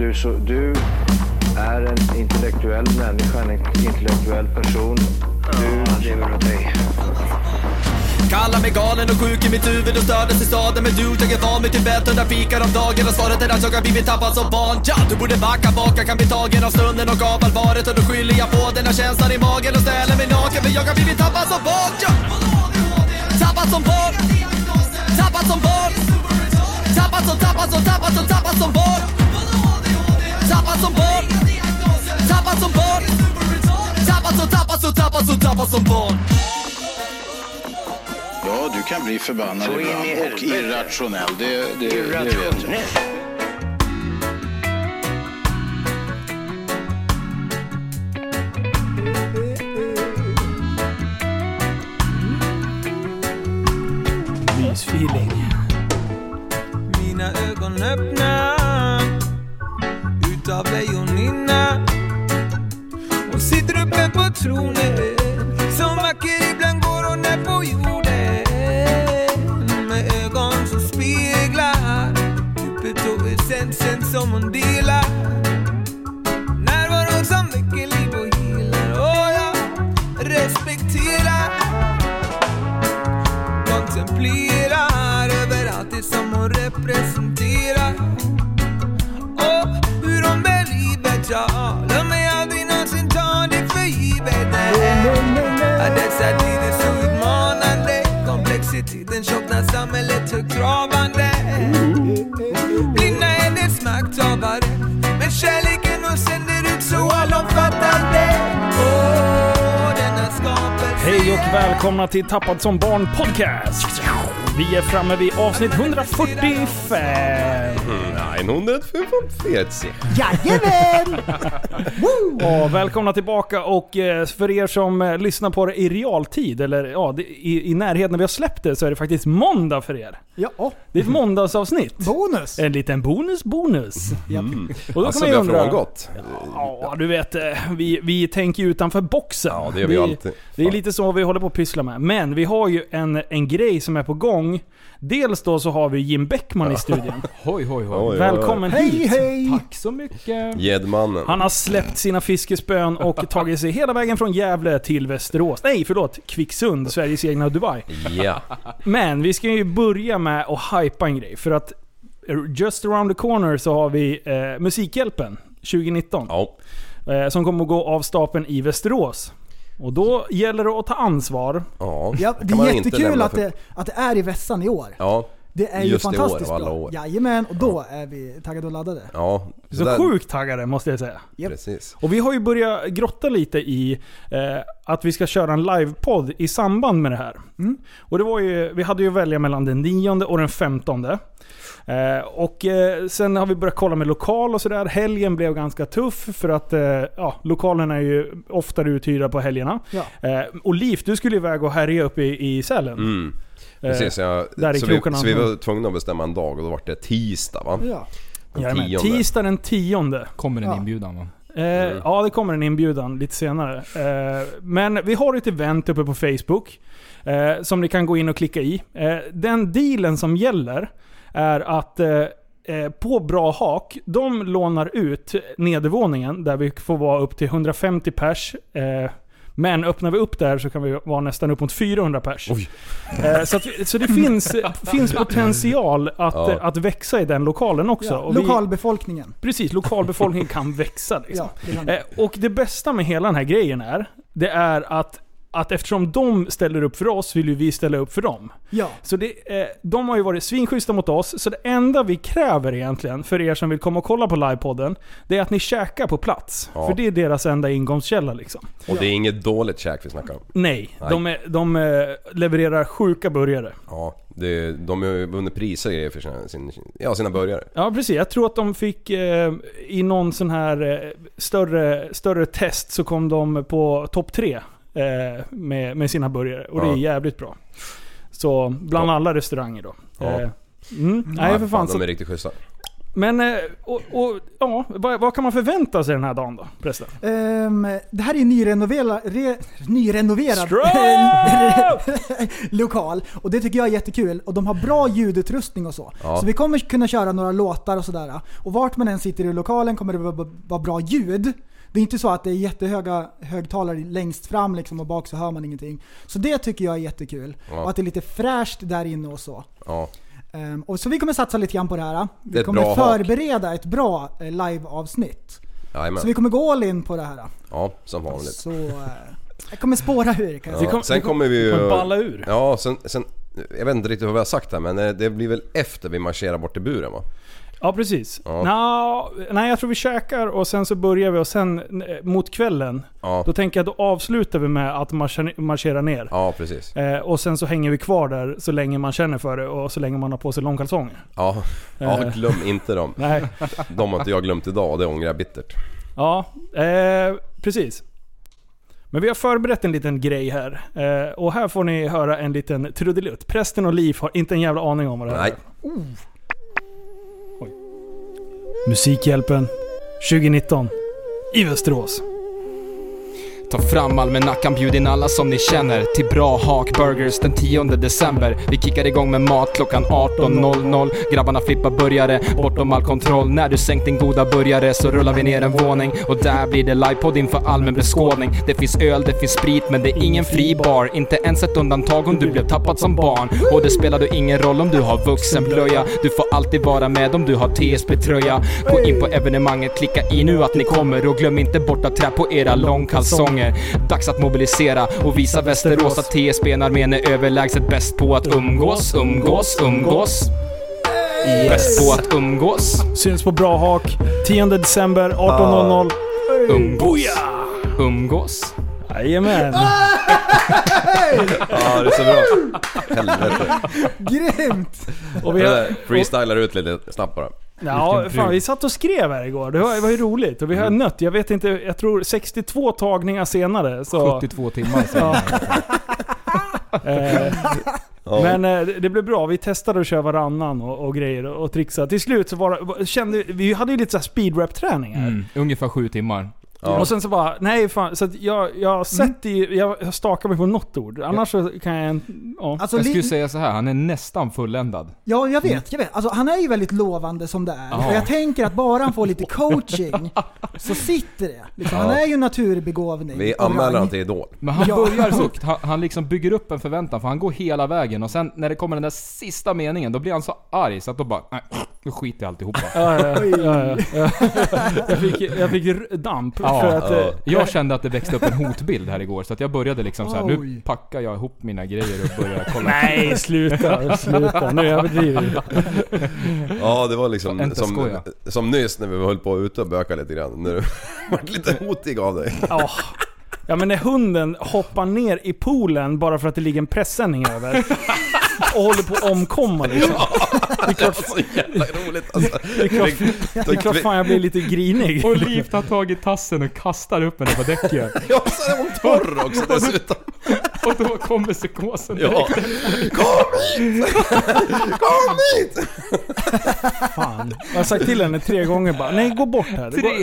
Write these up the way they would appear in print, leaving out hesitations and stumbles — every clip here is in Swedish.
du är en intellektuell människa, en intellektuell person. Du lever åt dig. Kallar mig galen och sjuk i mitt huvud och stördes i staden. Men du, jag är van vid Tibet under fikar om dagen. Och svaret är att jag har blivit tappad som barn. Ja, du borde backa bak, jag kan bli tagen av stunden och av allvaret. Och då skyller jag på den här känslan i magen och ställer mig naken. För jag har blivit tappad som barn. Ja. Tappad som barn. Tappad som barn. Tappad som barn. Tappad som barn. Tappad som barn. Tappad som barn. Ja, du kan bli förbannad ibland och irrationell. Det vet jag. Mysfeeling. Mina ögon öppna utav lejoninna. Hon sitter uppe på tronen som vacker ibland går hon ner på jorden. Med ögon som speglar djupet och essensen som hon delar. Närvaron som väcker liv och helar. Och jag respekterar, kontemplerar över allt det som hon representerar. Och hur hon bär livet, ja. Låt mig aldrig någonsin ta det för givet. Att dessa tider så utmanande, komplexiteten tjocknar samhället högtravande. Blinda är dess makthavare, men kärleken hon sänder ut så allomfattande. Denna skapelse. Hej och välkomna till Tappad som barn podcast. Vi är framme vid avsnitt 145. Nej, 145. Jajamän! Och välkomna tillbaka, och för er som lyssnar på det i realtid, eller ja, i närheten när vi har släppt det, så är det faktiskt måndag för er. Ja. Det är ett måndagsavsnitt. Bonus. En liten bonus. Och då Alltså kan vi man har undra, frångått. ja, du vet, vi tänker utanför boxen. Ja, det gör vi alltid. Det är lite så vi håller på att pyssla med. Men vi har ju en grej som är på gång. Dels då så har vi Jim Bäckman i studion. Hoj. Välkommen hit. Hej. Tack så mycket. Gäddmannen. Han har släppt sina fiskespön och tagit sig hela vägen från Gävle till Västerås. Nej, förlåt. Kvicksund, Sveriges egna Dubai. Ja. Men vi ska ju börja med att hypa en grej. För att just around the corner så har vi Musikhjälpen 2019. Ja. Som kommer att gå av stapeln i Västerås. Och då gäller det att ta ansvar. Ja, det är jättekul att det är i Vässan i år. Ja. Det är just ju fantastiskt i år, bra. år. Jajamän, och då är vi taggade och laddade. Ja. Så sjukt taggade måste jag säga. Yep. Precis. Och vi har ju börjat grotta lite i att vi ska köra en livepodd i samband med det här. Och det var ju, vi hade ju att välja mellan den 9:e och den 15:e. Sen har vi börjat kolla med lokal och sådär. Helgen blev ganska tuff för att lokalerna är ju oftare uthyrda på helgerna. Ja. Och Liv, du skulle iväg och härja upp i Sälen. Precis, där i så vi var tvungna att bestämma en dag, och då var det tisdag, va? Ja. Tisdag den 10:e. Kommer en inbjudan, va? Ja, det kommer en inbjudan lite senare. Men vi har ett event uppe på Facebook som ni kan gå in och klicka i. Den dealen som gäller är att på Bra Hak, de lånar ut nedervåningen där vi får vara upp till 150 pers. Men öppnar vi upp där så kan vi vara nästan upp mot 400 pers. Så det finns potential att växa i den lokalen också. Ja, och lokalbefolkningen. Precis, lokalbefolkningen kan växa. Liksom. Ja, och det bästa med hela den här grejen är att eftersom de ställer upp för oss vill ju vi ställa upp för dem. Ja. Så de har ju varit svinschyssta mot oss. Så det enda vi kräver egentligen för er som vill komma och kolla på livepodden, det är att ni käkar på plats. Ja. För det är deras enda ingångskälla liksom. Och det är inget dåligt käk vi snackar om. Nej. De levererar sjuka burgare. Ja, de har ju vunnit priser för sina burgare. Ja, precis. Jag tror att de fick i någon sån här större test så kom de på topp 3 med sina burgare. Och det är jävligt bra. Så bland alla restauranger då. Ja. Nej, för fan. De är riktigt schyssta. Men, ja, vad kan man förvänta sig den här dagen då, prästen? Det här är nyrenoverad lokal. Och det tycker jag är jättekul. Och de har bra ljudutrustning och så. Ja. Så vi kommer kunna köra några låtar och sådär. Och vart man än sitter i lokalen kommer det vara bra ljud. Det är inte så att det är jättehöga högtalare längst fram liksom, och bak så hör man ingenting. Så det tycker jag är jättekul. Ja. Och att det är lite fräscht där inne och så. Ja. Och så vi kommer satsa lite grann på det här. Vi kommer förbereda ett bra live-avsnitt. Jajamän. Så vi kommer gå all in på det här. Ja, som vanligt. Så jag kommer spåra ur. Sen kommer vi ju balla ur. Ja, sen jag vet inte riktigt vad vi har sagt här, men det blir väl efter vi marscherar bort till buren, va? Ja, precis. Ja. Nej, jag tror vi käkar och sen så börjar vi och sen mot kvällen, då tänker jag då avslutar vi med att marschera ner. Ja, precis. Och sen så hänger vi kvar där så länge man känner för det och så länge man har på sig långkalsonger. Ja, glöm inte dem. Nej. De har inte jag glömt idag och det ångrar jag bittert. Ja, precis. Men vi har förberett en liten grej här. Och här får ni höra en liten trudelutt. Prästen och Liv har inte en jävla aning om vad det här är. Musikhjälpen 2019 i Västerås. Ta fram almanackan, bjud in alla som ni känner till bra hakburgers den 10 december. Vi kickar igång med mat klockan 18.00. Grabbarna flippar burgare bortom all kontroll. När du sänkt din goda burgare så rullar vi ner en våning. Och där blir det livepodd inför allmän beskådning. Det finns öl, det finns sprit, men det är ingen fri bar. Inte ens ett undantag om du blev tappad som barn. Och det spelar då ingen roll om du har vuxenblöja. Du får alltid vara med om du har TSB-tröja. Gå in på evenemanget, klicka i nu att ni kommer. Och glöm inte bort att trä på era långkalsonger. Dags att mobilisera och visa Västerås att TSB-armén är överlägset bäst på att umgås. Bäst på att umgås. Syns på Bra Hak 10 december 18.00. Umgås. Jajamän. Ja, det är så bra. Helvete. Grymt. Och vi freestylar ut lite snabbt bara. Ja, fan, vi satt och skrev här igår. Det var ju roligt. Och vi har nött, jag vet inte, jag tror 62 tagningar senare. Så 72 timmar senare. Men det blev bra. Vi testade att köra varannan och grejer och trixa. Till slut så vi hade ju lite så här speedrap-träningar. Ungefär 7 timmar. Ja. Och sen så bara, nej fan, så att jag stakar mig på något ord. Annars så kan jag Alltså, jag skulle säga så här, han är nästan fulländad. Ja, jag vet. Alltså, han är ju väldigt lovande som det är. Och jag tänker att bara han får lite coaching så sitter det. Liksom, han är ju naturbegåvning. Vi anmäler han till Idol. Men han börjar så, han liksom bygger upp en förväntan, för han går hela vägen. Och sen när det kommer den där sista meningen, då blir han så arg så att då bara, nej, då skiter jag alltihopa. Jag fick damp. Jag kände att det växte upp en hotbild här igår. Så att jag började liksom så här, nu packar jag ihop mina grejer och börjar kolla. Nej, sluta. Nu överdriver vi. Ja, det var liksom som nyss när vi höll på ute och böka lite grann. Nu var det lite hotig av dig. Ja, men när hunden hoppar ner i poolen bara för att det ligger en pressändning över och håller på att omkomma liksom. Det var så jävla roligt alltså. Det är klart fan jag blir lite grinig. Och Liv tar tag i tassen och kastar upp henne på däcket. Ja, så är hon torr också dessutom. Och då kommer psykosen. Ja. Kom hit! Fan. Jag har sagt till henne 3 gånger bara, nej, gå bort här. 3.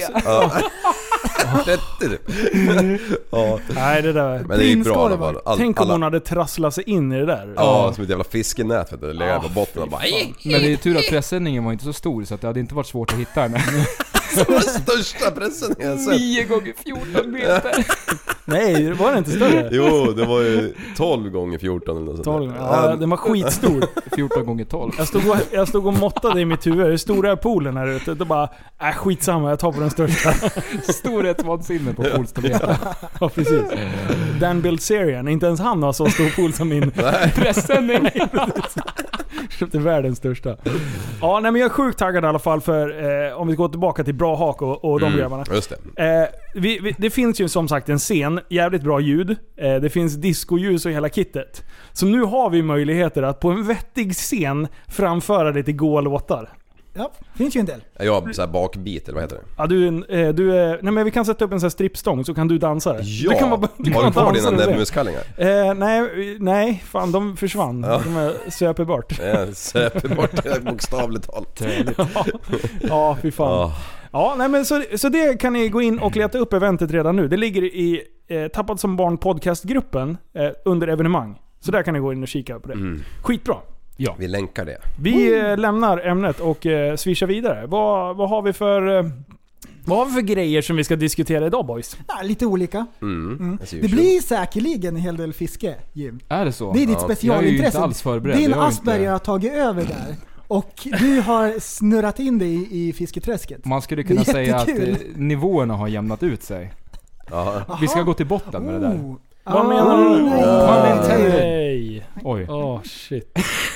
Nej, det där. Men det är ju bra i alla fall. Tänk om hon hade trasslat sig in i det där. Ja, som ett jävla fiskenät för att det lägger på botten och bara. Men det är tur att pressändningen var inte så stor så att det hade inte varit svårt att hitta henne. Som den största pressändningen 9 gånger 14 meter. Nej, det var inte större. Jo, det var ju 12 gånger 14 eller något 12, ja, den var skitstor. 14 gånger 12. Jag stod och måttade i mitt huvud. Hur stor är poolen här ute? Då bara, skitsamma, jag tar på den största. Storhetsvansinne på poolstorleken. Ja, precis. Dan Bilzerian, inte ens han har så stor pool som min pressändning. Köpte världens största. Ja, nej, men jag är sjukt taggad i alla fall för om vi går tillbaka till Bra Hak och de grabbarna. Just det. Det finns ju som sagt en scen, jävligt bra ljud. Det finns discoljus och hela kittet. Så nu har vi möjligheter att på en vettig scen framföra lite goa låtar. Ja, finns ju en del. Jag så här bakbit, eller vad heter det? Ja, du är... Nej, men vi kan sätta upp en sån här strippstång så kan du dansa det. Ja! Du kan har du kvar dina näbbmuskallingar? Nej, fan de försvann. Ja. De är söper bort. Söper bort, bokstavligt talat. Ja, fy fan. Ja, nej, men så det kan ni gå in och leta upp eventet redan nu. Det ligger i Tappad som barn podcastgruppen under evenemang. Så där kan ni gå in och kika på det. Skitbra. Ja. Vi länkar det. Vi lämnar ämnet och swishar vidare. Vad har vi för grejer som vi ska diskutera idag, boys? Ja, lite olika. Det blir säkerligen en hel del fiske, Jim. Är det så? Det är ditt specialintresse. Jag är ju inte alls förberedd. Din Asperger har tagit över där. Och du har snurrat in dig i fisketräsket. Man skulle kunna säga att nivåerna har jämnat ut sig. Vi ska gå till botten med det där. Vad menar du? Nej. Oj. Shit.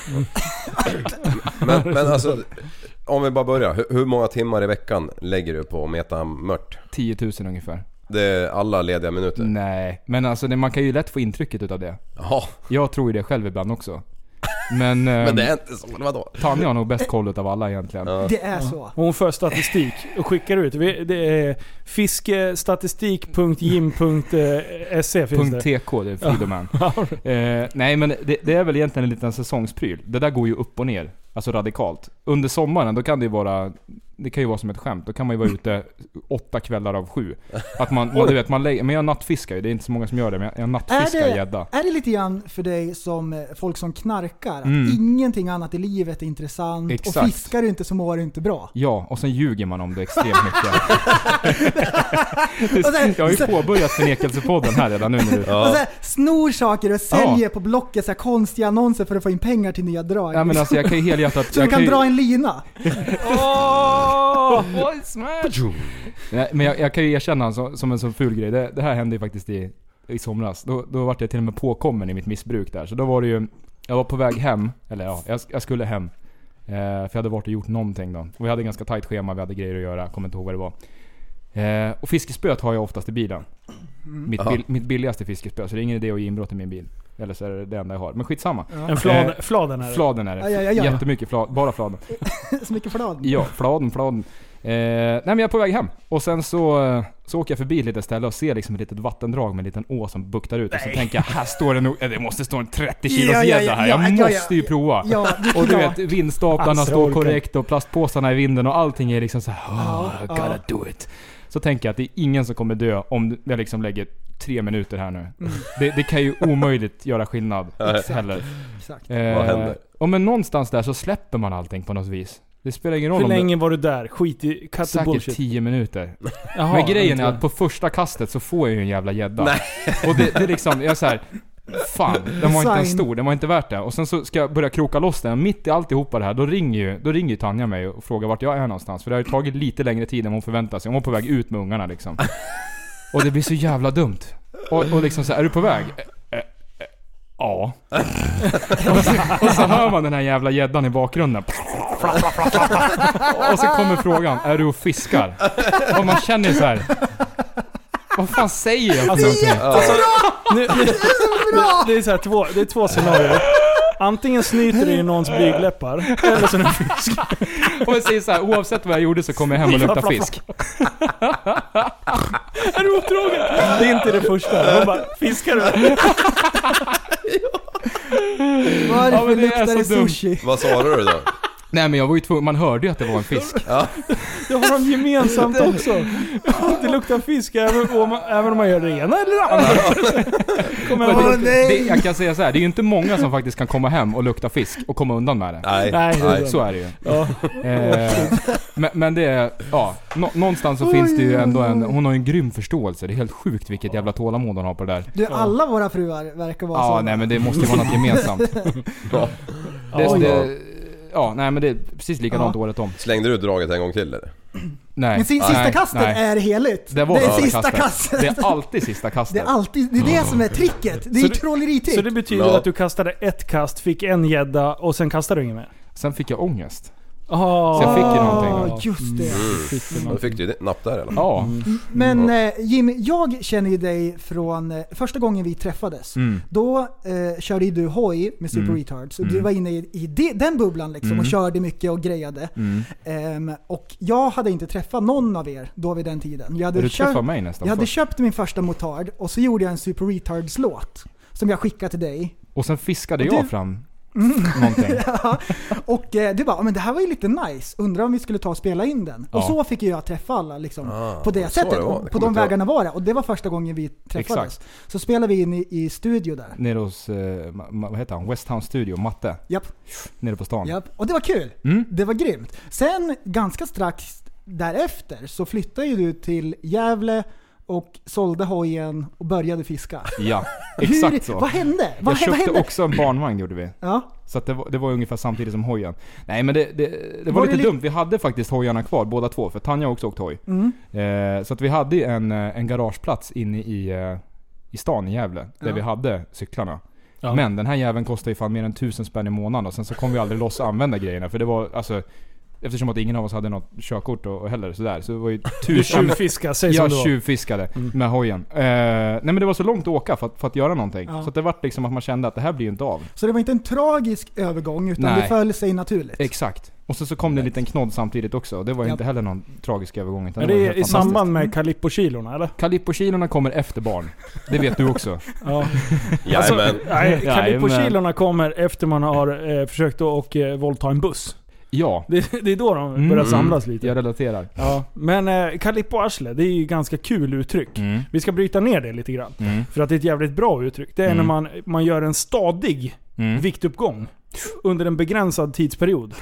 men alltså, om vi bara börjar. Hur många timmar i veckan lägger du på att meta mört? 10 000 ungefär. Det är alla lediga minuter? Nej, men alltså man kan ju lätt få intrycket utav det. Jaha. Jag tror ju det själv ibland också. Men det är inte så, vadå? Tanja har nog bäst koll utav alla egentligen. Det är så. Hon för statistik och skickar ut. Det är fiskestatistik.jim.se finns det. .tk, det är Fridoman. Nej, men det är väl egentligen en liten säsongspryl. Det där går ju upp och ner. Alltså radikalt. Under sommaren, då kan det ju vara... Det kan ju vara som ett skämt. Då kan man ju vara ute 8 kvällar av 7. Att du vet, men jag nattfiskar ju. Det är inte så många som gör det, men jag nattfiskar gädda. Är det lite grann för dig som folk som knarkar? Att ingenting annat i livet är intressant. Exakt. Och fiskar du inte så mår du inte bra. Ja, och sen ljuger man om det extremt mycket. Jag har ju påbörjat förnekelsepodden här redan nu. Och så snor saker och säljer på Blocket så här konstiga annonser för att få in pengar till nya drag. Ja, men alltså jag kan ju helhjärtat... Så du kan dra en lina. Nej, men jag kan ju erkänna som en sån ful grej. Det här hände ju faktiskt i somras. Då var jag till och med påkommen i mitt missbruk där. Så då var det ju... Jag var på väg hem. Eller ja, jag skulle hem. För jag hade varit och gjort någonting då. Och vi hade ganska tajt schema. Vi hade grejer att göra. Kommer inte ihåg vad det var. Och fiskespöt har jag oftast i bilen. Mitt billigaste fiskespöt. Så det är ingen idé att ge inbrott i min bil. Eller så är det enda jag har. Men skitsamma. En fladen är det. Fladen är det. Ja. Jättemycket bara fladen. Så mycket fladen. Ja, fladen. Nej, men jag är på väg hem. Och sen så åker jag förbi lite ställe och ser liksom ett litet vattendrag med en liten å som buktar ut. Och så tänker jag, här står det nog... Det måste stå en 30 kilos gädda här. Jag måste ju prova. Och du vet, vindstaplarna står korrekt och plastpåsarna i vinden och allting är liksom så här, gotta do it. Så tänker jag att det är ingen som kommer dö om jag liksom lägger 3 minuter här nu. Det kan ju omöjligt göra skillnad heller. Exakt. Vad händer? Och men någonstans där så släpper man allting på något vis. Det spelar ingen roll. Hur länge var du där? Skit i cut säkert bullshit. 10 minuter. Jaha, men grejen är att på första kastet så får jag ju en jävla gädda. Och det är liksom, jag är så här, fan, den var inte en stor, den var inte värt det. Och sen så ska jag börja kroka loss den. Mitt i alltihopa det här, då ringer ju Tanja mig och frågar vart jag är någonstans. För det har ju tagit lite längre tid än hon förväntar sig. Hon var på väg ut med ungarna liksom. Och det blir så jävla dumt. Och liksom så här, är du på väg? Ja. och så hör man den här jävla gäddan i bakgrunden. Och så kommer frågan, är du och fiskar? Och man känner så här, vad fan säger jag? Alltså, det är så här det är två scenarier. Antingen snyter det i någons blygläppar eller så är det fisk. Och jag säger så här, oavsett vad jag gjorde så kommer jag hem och lukta fisk. Är du otrogen? Det är inte det första. Hon bara, fiskar du? Varför luktar det sushi? Vad svarade du då? Nej, men jag var ju tvungen, man hörde ju att det var en fisk. Ja. Det har de gemensamt också. Det luktar fisk även om man gör det ena eller det andra. Jag kan säga så här, det är ju inte många som faktiskt kan komma hem och lukta fisk och komma undan med det. Nej. Så är det ju. Ja. Men det är, ja, någonstans så finns det ju ändå hon har en grym förståelse. Det är helt sjukt vilket jävla tålamod hon har på det där. Du, alla våra fruar verkar vara så. Ja, nej, men det måste ju vara något gemensamt. Ja, nej, men det är precis likadant året om. Slängde du draget en gång till eller? Nej. Men sista kastet är heligt. Det är sista kastet. Det är alltid sista kastet. Det är det som är tricket. Det är ju trolleritrick. Så det betyder att du kastade ett kast, fick en gädda och sen kastade du ingen mer? Sen fick jag ångest. Så jag fick ju någonting. Just det. Du fick ju napp där eller? Ja. Men Jimmy, jag känner ju dig från första gången vi träffades. Då körde du hoj med Super Retards. Du var inne i den bubblan liksom, och körde mycket och grejade. Och jag hade inte träffat någon av er då vid den tiden. Du träffade mig nästan. Jag hade köpt min första motard och så gjorde jag en Super Retards-låt som jag skickade till dig. Och sen fiskade jag fram någonting. Ja, och du bara, men det här var ju lite nice. Undrar om vi skulle ta och spela in den. Och så fick jag träffa alla liksom, på det sättet. Och på de vägarna var det. Och det var första gången vi träffades. Exakt. Så spelade vi in i studio där. Nere hos, vad heter han? West Town Studio, Matte. Japp. Nere på stan. Japp. Och det var kul. Det var grymt. Sen ganska strax därefter så flyttade ju du till Gävle och sålde hojen och började fiska. Ja, exakt så. Vad hände? Jag köpte också en barnvagn, gjorde vi. Ja. Så att det var ungefär samtidigt som hojen. Nej, men det var lite dumt. Vi hade faktiskt hojarna kvar, båda två. För Tanja också åkt hoj. Så att vi hade en garageplats inne i stan i Gävle. Där vi hade cyklarna. Ja. Men den här jäveln kostade ju fan mer än 1000 spänn i månaden. Och sen så kom vi aldrig loss att använda grejerna. För det var, alltså... Eftersom att ingen av oss hade något körkort och heller sådär. Så det var ju tjuvfiska, säg som då. Jag tjuvfiskade med hojen. Nej, men det var så långt att åka för att göra någonting. Så att det var liksom att man kände att det här blir ju inte av. Så det var inte en tragisk övergång, utan det föll sig naturligt. Exakt. Och så kom det en liten knodd samtidigt också. Det var inte heller någon tragisk övergång. Utan det är i samband med Kalippo-kilorna, eller? Kalippo-kilorna kommer efter barn. Det vet du också. Ja. Alltså, Kalippo-kilorna kommer efter man har försökt att våldta en buss. Ja. Det är då de börjar samlas lite. Jag relaterar. Ja. Men Kalippo Arsle, det är ju ganska kul uttryck. Vi ska bryta ner det lite grann. För att det är ett jävligt bra uttryck. Det är när man gör en stadig viktuppgång under en begränsad tidsperiod.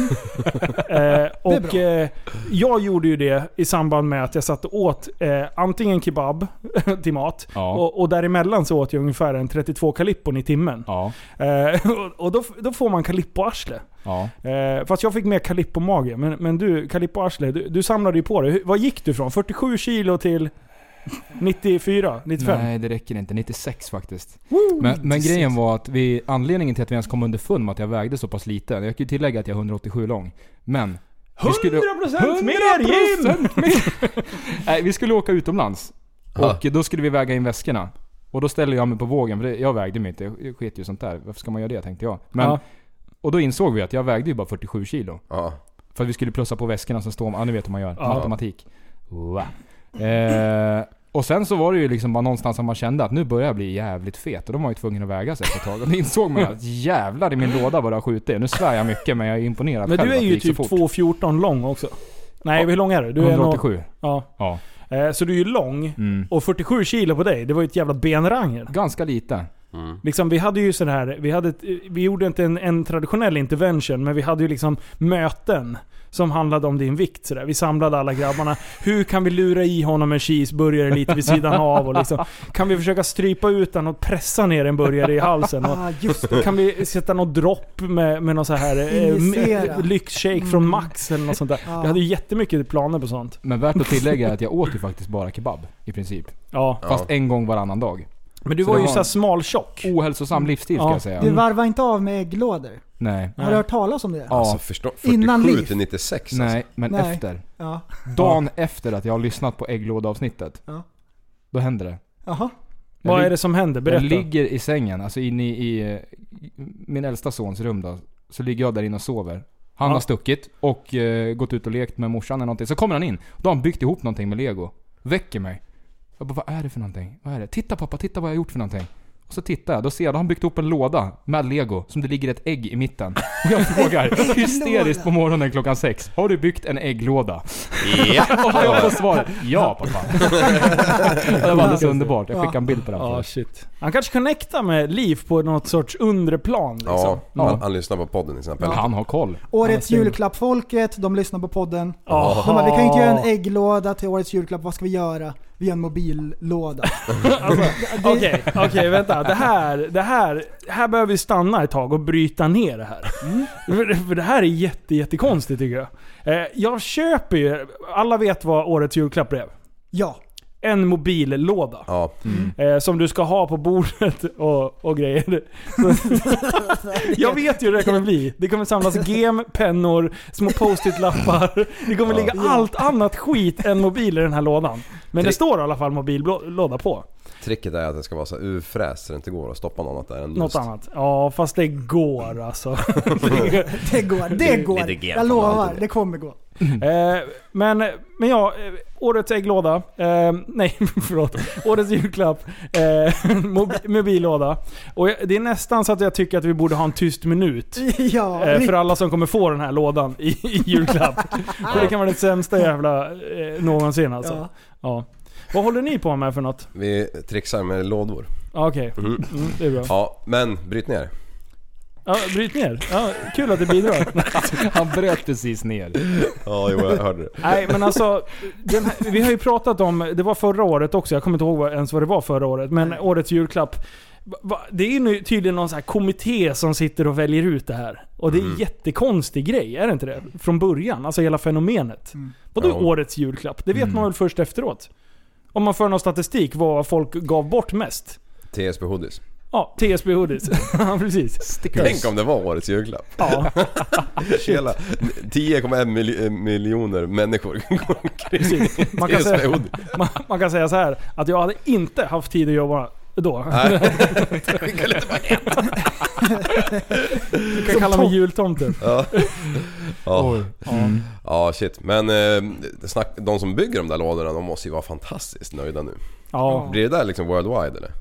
Och jag gjorde ju det i samband med att jag satt och åt antingen kebab till mat och däremellan så åt jag ungefär en 32 Kalippon i timmen. Och då får man Kalippo-arsle. Fast jag fick mer Kalippo-mage. Men du, Kalippo-arsle, du samlade ju på det. Vad gick du från? 47 kilo till 94, 95? Nej, det räcker inte. 96 faktiskt. Men grejen var att anledningen till att vi ens kom underfund med att jag vägde så pass lite. Jag kan ju tillägga att jag är 187 lång. Men 100% mer, Jim! Nej, vi skulle åka utomlands. Och då skulle vi väga in väskorna. Och då ställde jag mig på vågen. För jag vägde mig inte. Jag sket ju sånt där. Varför ska man göra det, tänkte jag. Men, och då insåg vi att jag vägde ju bara 47 kilo. För att vi skulle plussa på väskorna som står... ni vet hur man gör. Matematik. Och sen så var det ju liksom bara någonstans som man kände att nu börjar jag bli jävligt fet. Och då var jag ju tvungen att väga sig ett tag. Och då insåg man att jävlar i min låda bara skjuter. Nu svär jag mycket, men jag är imponerad. Men du är ju typ 2,14 lång också. Nej, hur lång är du? Du 187. Ja. Så du är ju lång. Och 47 kilo på dig, det var ju ett jävla benrangel. Ganska lite. Liksom, vi hade ju sån här, vi gjorde inte en traditionell intervention, men vi hade ju liksom möten som handlade om din vikt sådär. Vi samlade alla grabbarna. Hur kan vi lura i honom en cheeseburgare lite vid sidan av? Och liksom, kan vi försöka strypa ut den och pressa ner en burgare i halsen? Och kan vi sätta något dropp med någon så här lyxshake från Max eller något sånt där. Vi hade ju jättemycket planer på sånt. Men värt att tillägga är att jag åt ju faktiskt bara kebab i princip. Fast en gång varannan dag. Men du var ju så här smaltjock. Ohälsosam livsstil ska jag säga. Du varvar inte av med ägglådor. Nej. Har du hört talas om det? Ja, alltså 47 till 96 alltså. Nej, men efter. Dagen efter att jag har lyssnat på ägglådavsnittet. Då händer det. Jaha. Vad är det som händer? Berätta. Jag ligger i sängen, alltså inne i min äldsta sons rum då. Så ligger jag där inne och sover. Han har stuckit och gått ut och lekt med morsan eller någonting. Så kommer han in. Då har han byggt ihop någonting med Lego. Väcker mig. Jag bara, vad är det för någonting? Vad är det? Titta pappa, titta vad jag har gjort för någonting. Och så tittar jag, då ser jag att han byggt upp en låda med Lego som det ligger ett ägg i mitten. Och jag frågar hysteriskt på morgonen klockan 6. Har du byggt en ägglåda? Ja. Och jag får svaret, ja pappa. Det var alldeles underbart. Jag skickade en bild på det. Shit. Han kanske connectar med Liv på något sorts undre plan liksom. Han lyssnar på podden exempel. Han har koll. Årets julklappfolket, de lyssnar på podden. De bara, vi kan ju inte göra en ägglåda till årets julklapp. Vad ska vi göra? Vi har en mobillåda. Okej, vänta. Det här behöver vi stanna ett tag och bryta ner det här. För det här är jättekonstigt tycker jag. Jag köper ju... Alla vet vad årets julklapp blev. Ja. en mobillåda. Ja. Som du ska ha på bordet och grejer. Jag vet ju hur det kommer bli. Det kommer samlas gem, pennor, små post-it-lappar. Det kommer ligga allt annat skit än mobil i den här lådan. Men det står i alla fall mobillåda på. Tricket är att det ska vara så urfräs så det inte går att stoppa något där. Något annat. Ja, fast det går alltså. Det går. Jag lovar, det kommer gå. Men ja, årets ägglåda. Nej, förlåt. Årets julklapp. Mobillåda. Och det är nästan så att jag tycker att vi borde ha en tyst minut. För alla som kommer få den här lådan i julklapp. För det kan vara det sämsta jävla någonsin alltså. Ja. Vad håller ni på med för något? Vi trixar med lådor. Okej. Det är bra. Ja, men bryt ner. Ja, bryt ner. Ja, kul att det bidrar. Han bröt precis ner. Ja, jo, jag hörde det. Nej, men alltså vi har ju pratat om, det var förra året också, jag kommer inte ihåg ens vad det var förra året, men årets julklapp. Det är ju tydligen någon sån här kommitté som sitter och väljer ut det här. Och det är en jättekonstig grej, är det inte det? Från början, alltså hela fenomenet. Vadå årets julklapp? Det vet man väl först efteråt. Om man för någon statistik vad folk gav bort mest. TSB Hoodies. Ja, TSB Hoodies. Ja, precis. Tänk om det var årets julklapp. Ja. Hela 10,1 miljoner människor. Man kan säga så här att jag hade inte haft tid att jobba då. Nej. Skicka lite paket. Du kan kalla mig jultomten. Ja, shit. Men de som bygger de där lådorna, de måste ju vara fantastiskt nöjda nu. Ja. Blir det där liksom worldwide eller?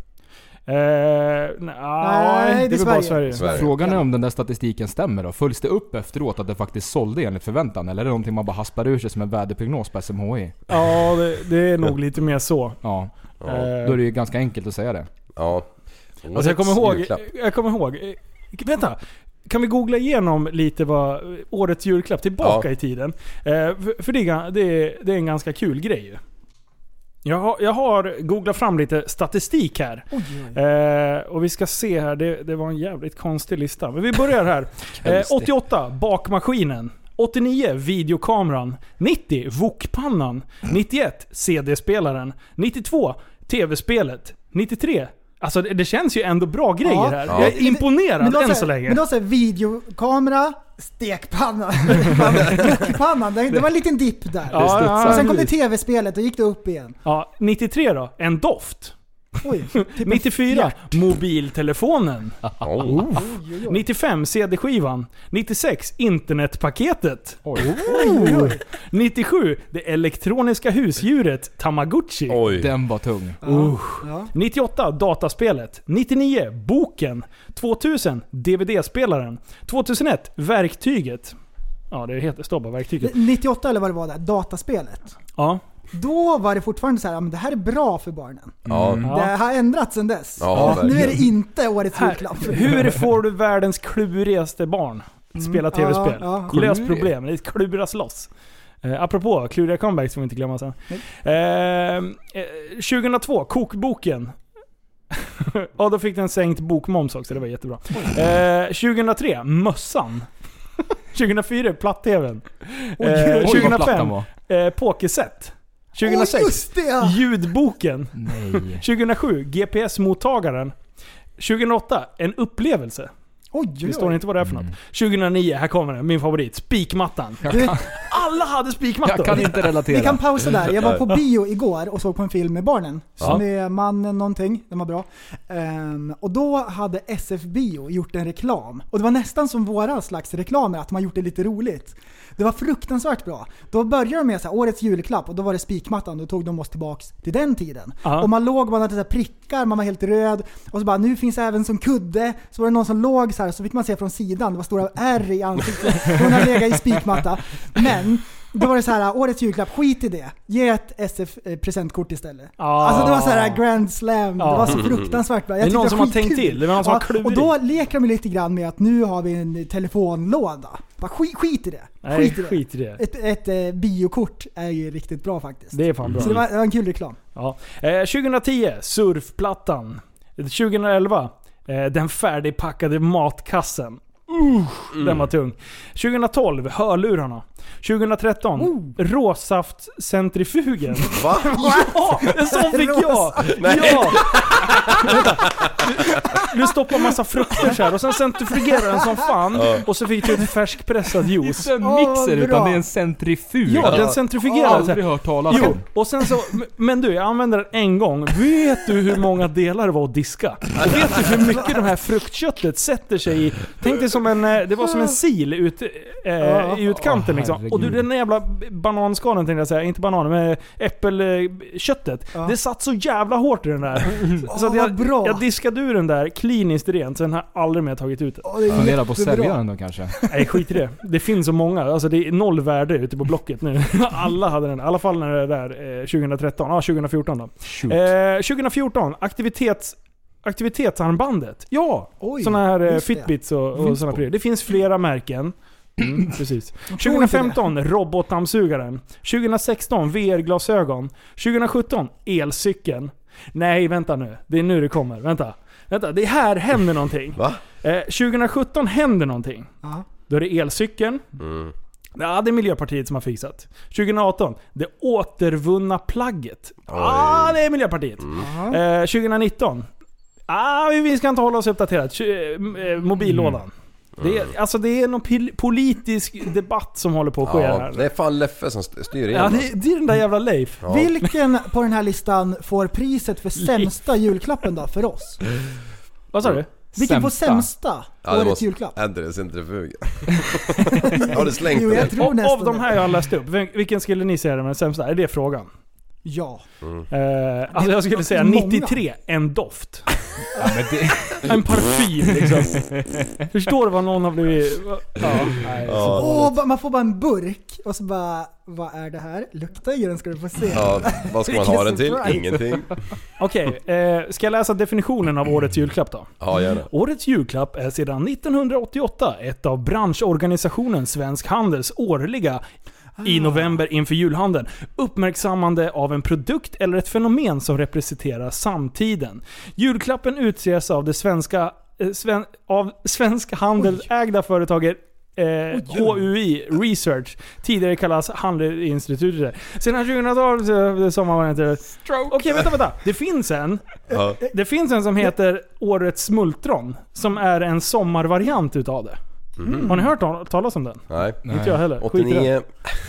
Nej, det är bara Sverige. Frågan är om den där statistiken stämmer då. Följs det upp efteråt att det faktiskt sålde enligt förväntan? Eller är det någonting man bara haspar ur sig som en väderprognos på SMHI? Ja, det är nog lite mer så. Ja. Då är det ju ganska enkelt att säga det. Ja. Alltså jag kommer ihåg. Vänta. Kan vi googla igenom lite vad årets julklapp tillbaka i tiden? För det är en ganska kul grej ju. Jag har googlat fram lite statistik här. Och vi ska se här. Det var en jävligt konstig lista. Men vi börjar här. 88, bakmaskinen. 89, videokameran. 90, wokpannan. 91, CD-spelaren. 92, tv-spelet. 93, alltså det känns ju ändå bra grejer här. Jag är imponerad än så länge. Men då säger videokamera, stekpanna. Wokpannan, det var en liten dipp där. Och sen kom det tv-spelet och gick det upp igen. Ja, 93 då, en doft. Oj, typ 94, mobiltelefonen. 95, CD-skivan. 96, internetpaketet. 97, det elektroniska husdjuret Tamagotchi. Den var tung. 98, dataspelet. 99, boken. 2000, DVD-spelaren. 2001, verktyget. Ja, det står bara verktyget. 98 eller vad det var där, dataspelet. Ja. Då var det fortfarande så här, men det här är bra för barnen. Ja. Det har ändrats sedan dess. Nu är det inte årets julklapp. Hur får du världens klurigaste barn spela tv-spel? Lös problem, det kluras loss. Apropå kluriga comebacks får vi inte glömma sen. 2002, kokboken. Ja, då fick den sänkt bokmoms också, det var jättebra. 2003, mössan. 2004, platt-tvn. 2005, pokerset. 2006, ljudboken. 2007, GPS-mottagaren. 2008, en upplevelse. Det står inte vad det är för något. 2009, här kommer den, min favorit, spikmattan. Alla hade spikmattor. Jag kan inte relatera. Vi kan pausa där. Jag var på bio igår och såg på en film med barnen. Som är mannen någonting. Den var bra. Och då hade SF Bio gjort en reklam. Och det var nästan som våra slags reklamer, att man gjort det lite roligt. Det var fruktansvärt bra. Då började de med så här, årets julklapp, och då var det spikmattan. Då tog de oss tillbaks till den tiden. Och man hade så här prickar, man var helt röd. Och så bara, nu finns även som kudde. Så var det någon som låg så här, så fick man se från sidan. Det var stora R i ansiktet. Hon hade legat i spikmatta. Men då var det så här, årets julklapp, skit i det. Ge ett SF-presentkort istället. Alltså det var så här grand slam. Det var så fruktansvärt bra. Det är någon som har tänkt till. Det var någon som har klurit. Och då leker de lite grann med att nu har vi en telefonlåda. Bara skit i det. Skit i det. Ett biokort är ju riktigt bra faktiskt. Det är fan bra. Så det var en kul reklam. 2010, surfplattan. 2011, den färdigpackade matkassen. Den var tung. 2012, hörlurarna. 2013, råsaftcentrifugen. Va? Ja, en sån fick jag. Ja. Du stoppar massa frukter så här och sen centrifugerar den som fan och så fick du ett färskpressad juice. Det är inte en mixer utan det är en centrifug. Ja, den centrifugerar. Aldrig hört talas om. Och sen så, men du, jag använder den en gång. Vet du hur många delar det var att diska? Och vet du hur mycket de här fruktköttet sätter sig i? Tänk dig som det var som en sil i utkanten liksom. Och du, den där jävla bananskalen tänkte jag säga, inte bananen, men äppelköttet. Det satt så jävla hårt i den där. Så att jag diskade ur den där kliniskt rent, så den har aldrig mer tagit ut det. Fundera på att sälja den då kanske. Nej, skit i det. Det finns så många. Alltså det är 0 värde ute på Blocket nu. Alla hade den. I alla fall när det är där 2013. Ja, 2014 då. 2014, aktivitetsarmbandet. Ja, såna här Fitbits och såna prylar. Det finns flera märken. Precis. 2015, robotdammsugaren. 2016, VR-glasögon. 2017, elcykeln. Nej, vänta nu. Det är nu det kommer. Vänta, det här händer någonting. Va? 2017 händer någonting. Då är det elcykeln. Ja, det är Miljöpartiet som har fixat. 2018, det återvunna plagget. Det är Miljöpartiet. 2019, vi ska inte hålla oss uppdaterat. Mobillådan. Det är någon politisk debatt som håller på att ske här. Det är fan Leffe som styr igen. Ja, det är den där jävla Leif. Ja. Vilken på den här listan får priset för sämsta julklappen då för oss? Vad sa du? Vilken får sämsta årets julklapp? Inte det centrifug. Har du slängt det? Av de här jag har läst upp, vilken skulle ni säga den sämsta? Är det frågan? Ja. Alltså jag skulle säga 93, en doft. En parfym liksom. Förstår du vad någon har blivit? Man får bara en burk och så bara, vad är det här? Lukta i den ska du få se. Ja, vad ska man ha den till? Ingenting. Okej, ska jag läsa definitionen av årets julklapp då? Ja, gärna. Årets julklapp är sedan 1988 ett av branschorganisationen Svensk Handels årliga i november inför julhandeln. Uppmärksammande av en produkt eller ett fenomen som representerar samtiden. Julklappen utses av det Svenska Handelsägda företaget HUI Research, tidigare kallas Handelsinstitutet. Sedan 2012 som man heter. Okej, vänta. Det finns en som heter Årets Smultron som är en sommarvariant utav det. Har ni hört talas om den? Nej. Inte jag heller. 89.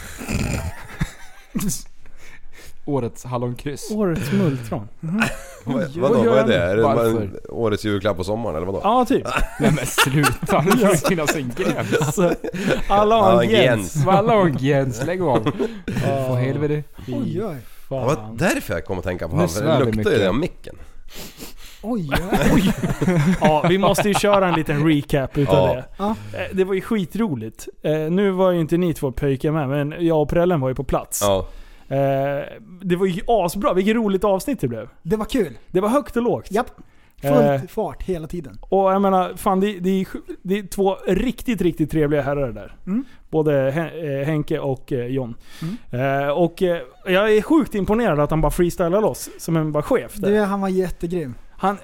Årets hallonkryss. Årets smultron. Vad är det? Är det årets julklapp på sommaren eller vadå? Ja, typ. Nej men sluta. Det måste finnas en gräns. Alltså, alla har en gräns. Alla har en gräns. Lägg av. För helvete. Oj. Det var därför jag kom att tänka på han. Det luktar ju det av micken. Oj. Ja, vi måste ju köra en liten recap utav det. Det var ju skitroligt. Nu var ju inte ni två pöjka med, men jag och Prellen var ju på plats. Ja. Det var ju asbra. Vilket roligt avsnitt det blev. Det var kul. Det var högt och lågt. Japp. Fullt fart hela tiden. Och jag menar, fan det är två riktigt trevliga herrar där. Både Henke och John. Och jag är sjukt imponerad att han bara freestylar loss som en bara chef där. Han var jättegrym.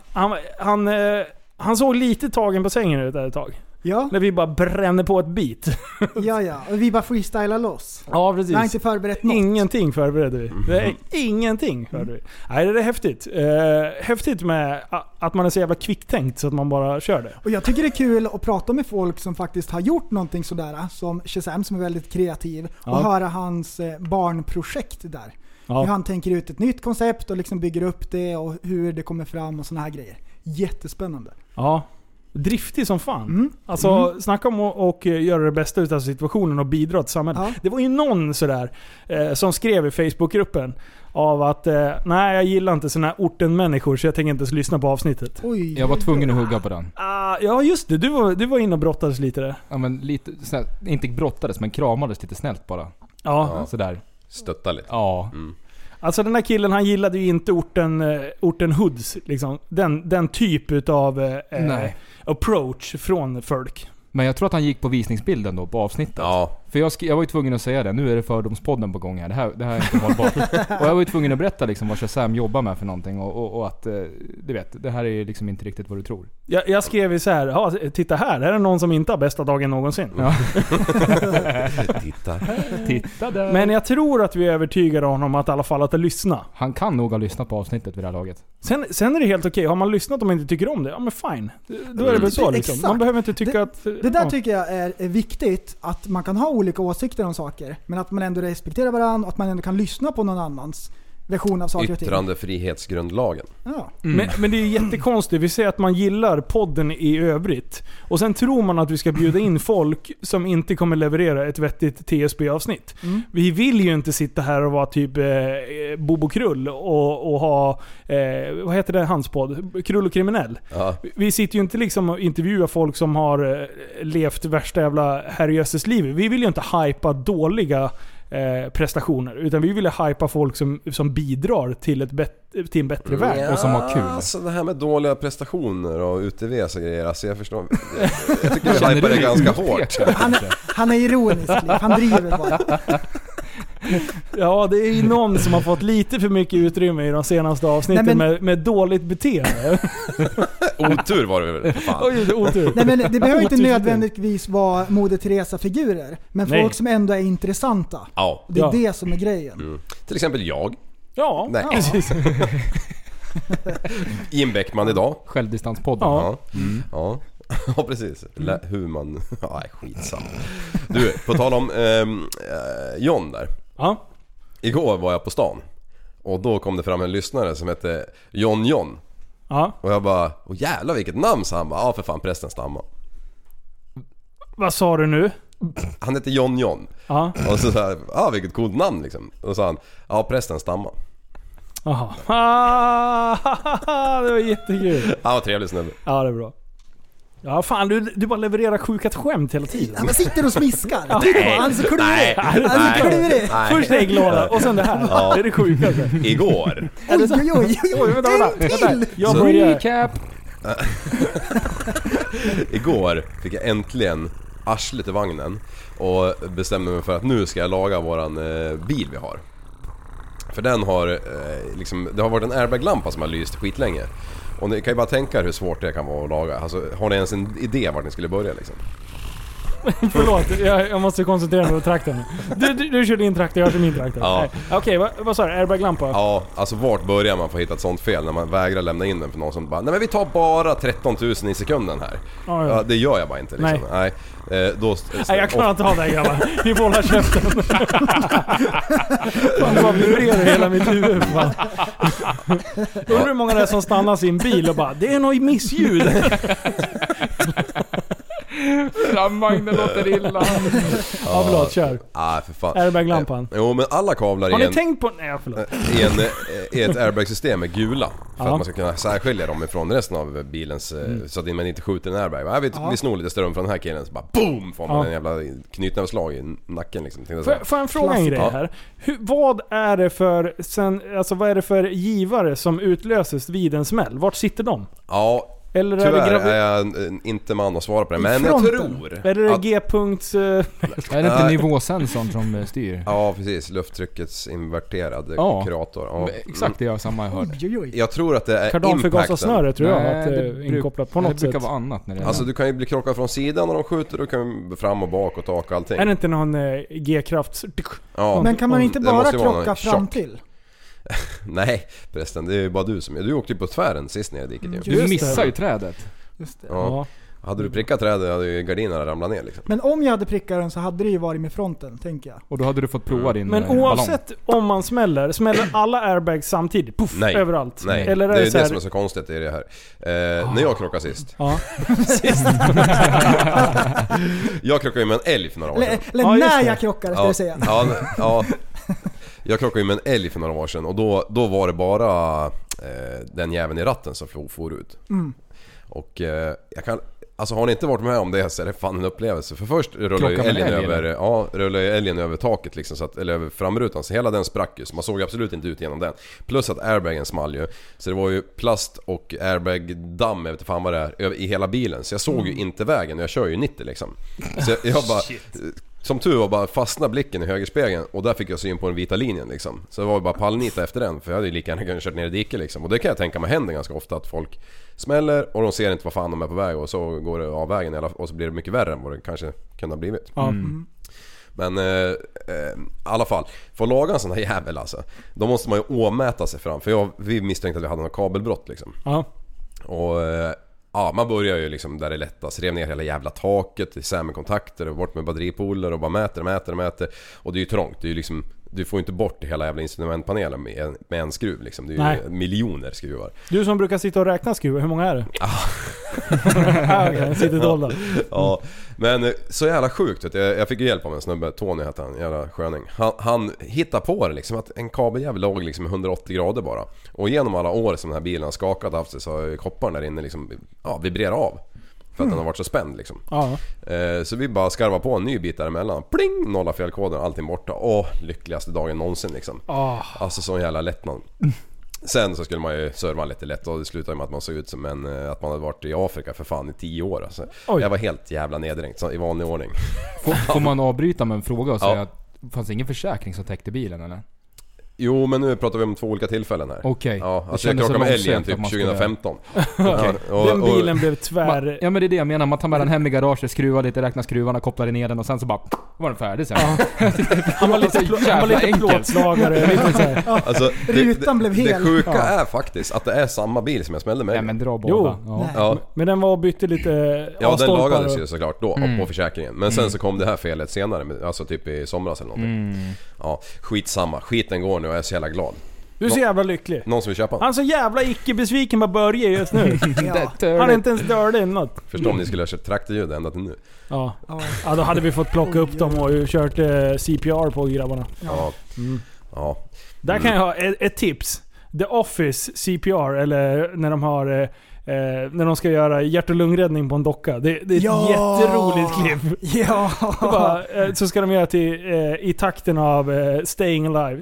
Han såg lite tagen på sängen ut ett tag. Ja. När vi bara bränner på ett beat. Ja. Och vi bara freestylar loss. Ja, precis. Vi har inte förberett något. Ingenting förberedde vi. Det är ingenting förberedde vi. Nej, det är häftigt. Häftigt med att man är så jävla kvicktänkt så att man bara kör det. Och jag tycker det är kul att prata med folk som faktiskt har gjort någonting sådär. Som Shazam som är väldigt kreativ. Och höra hans barnprojekt där. Hur han tänker ut ett nytt koncept och liksom bygger upp det och hur det kommer fram och såna här grejer. Jättespännande. Ja. Driftig som fan. Alltså snacka om att göra det bästa utav situationen och bidra till samhället. Ja. Det var ju någon sådär som skrev i Facebookgruppen av att nej, jag gillar inte såna här ortenmänniskor så jag tänker inte ens lyssna på avsnittet. Oj. Jag var tvungen att hugga på den. Ja just det, du var inne och brottades lite där. Ja men lite snällt, inte brottades men kramades lite snällt bara. Ja. Sådär. Stötta lite. Ja. Alltså den här killen, han gillade ju inte orten hoods liksom. Den typ utav approach från folk. Men jag tror att han gick på visningsbilden då på avsnittet. Ja. För jag var ju tvungen att säga det. Nu är det fördomspodden på gång här. Det här är inte hållbart. Och jag var ju tvungen att berätta liksom vad Shazam jobbar med för någonting. Och att, du vet, det här är liksom inte riktigt vad du tror. Jag skrev ju så här, titta här är det någon som inte har bästa dagen någonsin. Ja. Titta där. Men jag tror att vi övertygar honom att i alla fall att lyssna. Han kan nog ha lyssnat på avsnittet vid det här laget. Sen är det helt okej. Har man lyssnat och man inte tycker om det, ja men fine. Då är det väl så liksom. Man behöver inte tycka att... Det där tycker jag är viktigt, att man kan ha olika åsikter om saker, men att man ändå respekterar varandra och att man ändå kan lyssna på någon annans version av saker och ting. Yttrandefrihetsgrundlagen. Ja. Men det är ju jättekonstigt. Vi säger att man gillar podden i övrigt. Och sen tror man att vi ska bjuda in folk som inte kommer leverera ett vettigt TSB-avsnitt. Vi vill ju inte sitta här och vara typ Bobo Krull och ha vad heter det, hans podd? Krull och kriminell. Ja. Vi sitter ju inte liksom och intervjuar folk som har levt värsta jävla herrejösses liv. Vi vill ju inte hypa dåliga prestationer, utan vi ville hypa folk som bidrar till en bättre värld och som har kul. Alltså det här med dåliga prestationer och UTV så grejer, alltså jag förstår. Jag tycker vi hypar det ganska hårt. Han är ironisk, han driver bara. Ja, det är ju någon som har fått lite för mycket utrymme i de senaste avsnitten med dåligt beteende. Otur var det väl, fan. Oj, otur. Nej, men det behöver inte nödvändigtvis vara Moder Teresa-figurer, men folk som ändå är intressanta. Ja. Det är det som är grejen. Till exempel jag. Ja, nej. Precis. Ian Bäckman idag. Självdistanspodden. Ja. Ja, precis. Hur man... Nej, skitsam. Du, på tal om John där. Ja. Igår var jag på stan. Och då kom det fram en lyssnare som hette John. Ja. Och jag bara, jävla vilket namn, sa han bara. Ja, för fan, prästen stamma. Vad sa du nu? Han heter John. Ja. Och så sa jag, vilket coolt namn liksom. Och så sa han, ja, prästen stamma. Jaha. Det var jättekul. Han var trevlig snubbe. Ja, det är bra. Ja, fan, du bara levererar sjukat skämt hela tiden. Han sitter och smiskar. Han är så klurig. Först ägglåda och sen det här. Ja. Det är det sjukaste. Igår. Oj, vänta. Jag börjar. Recap. Igår fick jag äntligen arslet i vagnen och bestämde mig för att nu ska jag laga våran bil vi har. För den har liksom, det har varit en airbag-lampa som har lyst skitlänge. Och ni kan ju bara tänka hur svårt det kan vara att laga. Alltså, har ni ens en idé vart ni skulle börja liksom? Förlåt, jag måste koncentrera mig på traktorn. Du kör din traktor, jag kör min traktor. Ja. Okej, vad sa du? Airbag-lampa? Ja, alltså vart börjar man få hitta ett sånt fel när man vägrar lämna in den för någon som bara, nej men vi tar bara 13 000 i sekunden här. Ja, det gör jag bara inte liksom. Nej. Nej, jag klarar inte av det, grabbar. Ni får hålla käften. Fan, det bara vibrerar hela mitt huvud. Undrar hur många det är som stannar sin bil och bara, det är något missljud. Framvagnen låter illa. Ja, förlåt, kör. För fan. Airbag-lampan. Jo, men alla kavlar har ni tänkt på... Nej, förlåt. I ett airbag-system är gula. För att man ska kunna särskilja dem ifrån resten av bilens... Så att man inte skjuter en airbag. Vi snor lite ström från den här killen, så bara boom! Får man en jävla knytnävslag i nacken liksom. Får jag fråga en grej här? Vad är det för... vad är det för givare som utlöses vid en smäll? Vart sitter de? Ja... Eller tyvärr är jag inte man att svara på det, men jag tror... Är det G-punkt... Är det inte nivåsensorn som styr? Ja, precis. Lufttryckets inverterade kurator. Ja. Exakt, det är samma jag hört. Jag tror att det är kardanförgasasnöre tror jag att det är inkopplat på något sätt. Det brukar vara annat när det är. Alltså du kan ju bli krockad från sidan när de skjuter, du kan fram och bak och tak och allting. Är det inte någon G-kraft? Ja. Men kan man inte bara krocka fram till? Nej, förresten, det är ju bara du som... Du åkte ju på tvären sist ner i diket. Du missar ju trädet. Just det. Ja. Hade du prickat trädet hade ju gardinerna ramlat ner liksom. Men om jag hade prickat den så hade det ju varit med fronten, tänker jag. Och då hade du fått prova din Men oavsett om man smäller alla airbags samtidigt? Puff, nej. Överallt? Nej, eller det är det som är så konstigt i det här. När jag krockade sist. Ja. Jag krockade ju med en älg för några år sedan. Eller när jag krockade, ska jag säga. Ja. Jag krockade ju med en älg för några år sedan. Och då var det bara den jäveln i ratten som for ut. Och jag kan... Alltså har ni inte varit med om det så är det fan en upplevelse. För först rullar ju älgen över taket liksom, så att, eller över framrutan. Så hela den sprack ju, så man såg absolut inte ut genom den. Plus att airbagen small ju. Så det var ju plast och airbag-damm, jag vet inte fan vad det är, i hela bilen. Så jag såg ju inte vägen och jag kör ju 90 liksom. Så jag bara som tur var bara fastnade blicken i högerspegeln och där fick jag syn på den vita linjen liksom. Så det var bara pallnita efter den, för jag hade ju lika gärna kunnat kört ner i diket liksom. Och det kan jag tänka mig händer ganska ofta, att folk smäller och de ser inte vad fan de är på väg och så går det av vägen och så blir det mycket värre än vad det kanske kunde ha blivit. Men i alla fall, för att laga en sån här jävel alltså, då måste man ju åmäta sig fram. För vi misstänkte att vi hade något kabelbrott liksom. Och ja, man börjar ju liksom där det är lättast. Rev ner hela jävla taket, isär med kontakter och bort med batteripoler och bara mäter. Och det är ju trångt, det är ju liksom, du får inte bort hela jävla instrumentpanelen med en skruv liksom. Det är ju miljoner skruvar. Du som brukar sitta och räkna skruvar, hur många är det? Jag sitter dolda. Ja, men så jävla sjukt vet jag fick ju hjälp av en snubbe, Tony heter han, jävla sköning. Han hittade på det liksom, att en kabeljävel låg liksom 180 grader bara. Och genom alla år som den här bilen har skakat av sig så har kopparn där inne liksom, vibrerar av. För att den har varit så spänd liksom. Så vi bara skarvar på en ny bit däremellan. Pling! Nolla felkoden, allting borta. Lyckligaste dagen någonsin liksom. Alltså sån jävla lättnad. Sen så skulle man ju serva lite lätt och det slutade med att man såg ut som att man hade varit i Afrika för fan i 10 år alltså. Jag var helt jävla nedränkt i vanlig ordning. Får man avbryta med en fråga och säga att fanns ingen försäkring som täckte bilen eller? Jo, men nu pratar vi om 2 olika tillfällen här. Okej. Ja, alltså jag krockade med älgen typ 2015. Den bilen blev tvär... Ja, men det är det jag menar. Man tar med den hem i garaget, skruvar lite, räknar skruvarna, kopplar ner den och sen så bara var den färdig sen. Han var lite plåtslagare. Alltså, rutan blev hel. Det sjuka är faktiskt att det är samma bil som jag smällde med. Nej, men dra båda. Ja. Men den var bytte lite... Ja, den lagades ju såklart då på försäkringen. Men sen så kom det här felet senare, alltså typ i somras eller någonting. Ja, skitsamma. Skiten går nu och jag är så jävla glad. Du är så jävla lycklig. Någon som vill köpa? Han är så jävla icke-besviken med Börje just nu. Han är inte ens dörlig än något. Förstår om ni skulle ha kört traktorljud ända till nu. Ja, då hade vi fått plocka upp dem och kört CPR på grabbarna. Ja. Där kan jag ha ett tips. The Office CPR, eller när de har... när de ska göra hjärt- och lungräddning på en docka. Det är ett jätteroligt klipp. Ja. Så ska de göra i takten av Staying Alive.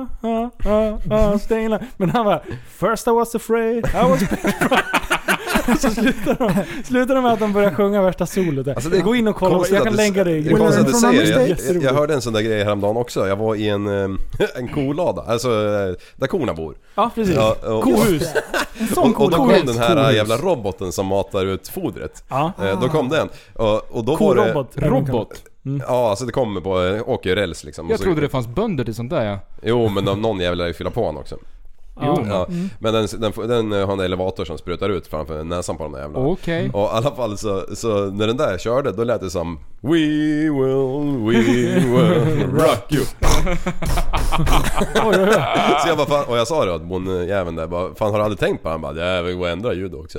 Staying Alive. Men han var first I was afraid, I was petrified. Så slutar de med att de börjar sjunga värsta solot där. Alltså gå in och kolla. Jag kan länka det i gruppen. Jag hörde en sån där grej häromdagen också. Jag var i en kolada, alltså där korna bor. Ja, precis. Kohus. Och då kom den här jävla roboten som matar ut fodret. Då kom den. Och då var det... Robot? Ja, alltså det kommer på åker räls liksom. Jag trodde det fanns bönder till sånt där, ja. Jo, men någon jävla fylla på han också. Ja. Men den har en elevator som sprutar ut framför näsan på den där jävla. Okej. Och i alla fall så när den där körde, då lät det som We will rock you. Så jag bara, fan, och jag sa det att hon jäveln där bara, fan har du aldrig tänkt på han bara, ja, vi går ändra ljud också.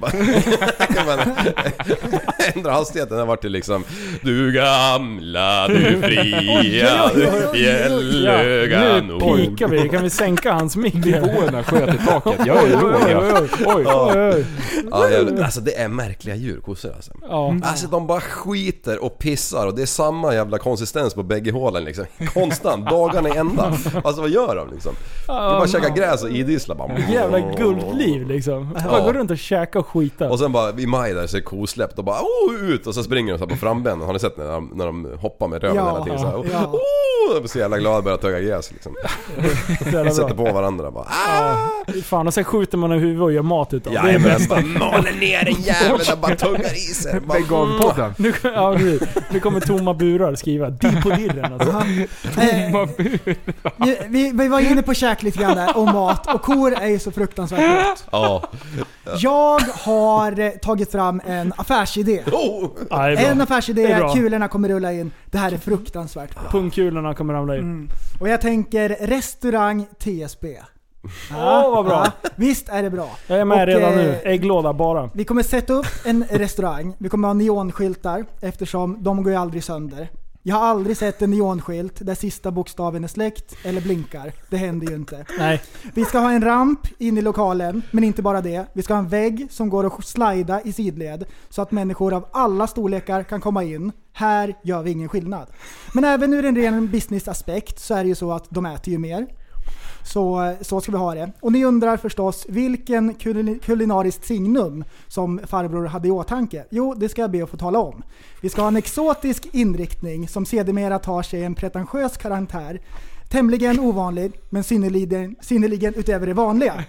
Ändra hastigheten har varit till liksom du gamla, du fria, du fjällöga nu pikar vi, kan vi sänka hans mick? Nivåerna sköt i taket. Oj. Alltså det är märkliga djur, kossor alltså. Alltså de bara skiter och pissar och det är samma jävla konsistens på bägge hålen liksom. Konstant, dagarna i ända. Alltså vad gör de liksom? Det är bara käka gräs och idissla bara. Jävla guldliv liksom. Bara går runt och käka och skita. Och sen bara i maj där så är kosläppt och bara ut och så springer de så här på frambenen. Har ni sett när de hoppar med röven hela tiden så här? De är så jävla glada att börja tugga gräs liksom. Sätter på varandra bara. Fan, och sen skjuter man i huvudet och gör mat utav. Ja, det är men bara maler ner en jävel och bara tuggar i sig. Veganpodden. Nu kommer tomma burar skriva på dirren alltså. Tomma burar. Vi var inne på käk lite grann där, och mat. Och kor är ju så fruktansvärt gott. Jag har tagit fram en affärsidé. En affärsidé, kulorna kommer rulla in. Det här är fruktansvärt bra. Pungkulorna kommer ramla in. Och jag tänker restaurang TSB. Vad bra. Visst är det bra. Jag är med redan nu. Ägglåda bara. Vi kommer sätta upp en restaurang. Vi kommer ha neonskyltar eftersom de går ju aldrig sönder. Jag har aldrig sett en neonskylt där sista bokstaven är släckt eller blinkar. Det händer ju inte. Nej. Vi ska ha en ramp in i lokalen, men inte bara det. Vi ska ha en vägg som går att slida i sidled så att människor av alla storlekar kan komma in. Här gör vi ingen skillnad. Men även ur en ren business-aspekt så är det ju så att de äter ju mer. Så ska vi ha det. Och ni undrar förstås vilken kulinariskt signum som farbror hade i åtanke. Jo, det ska jag be att få tala om. Vi ska ha en exotisk inriktning som sedermera tar sig en pretentiös karaktär. Tämligen ovanlig, men synnerligen utöver det vanliga.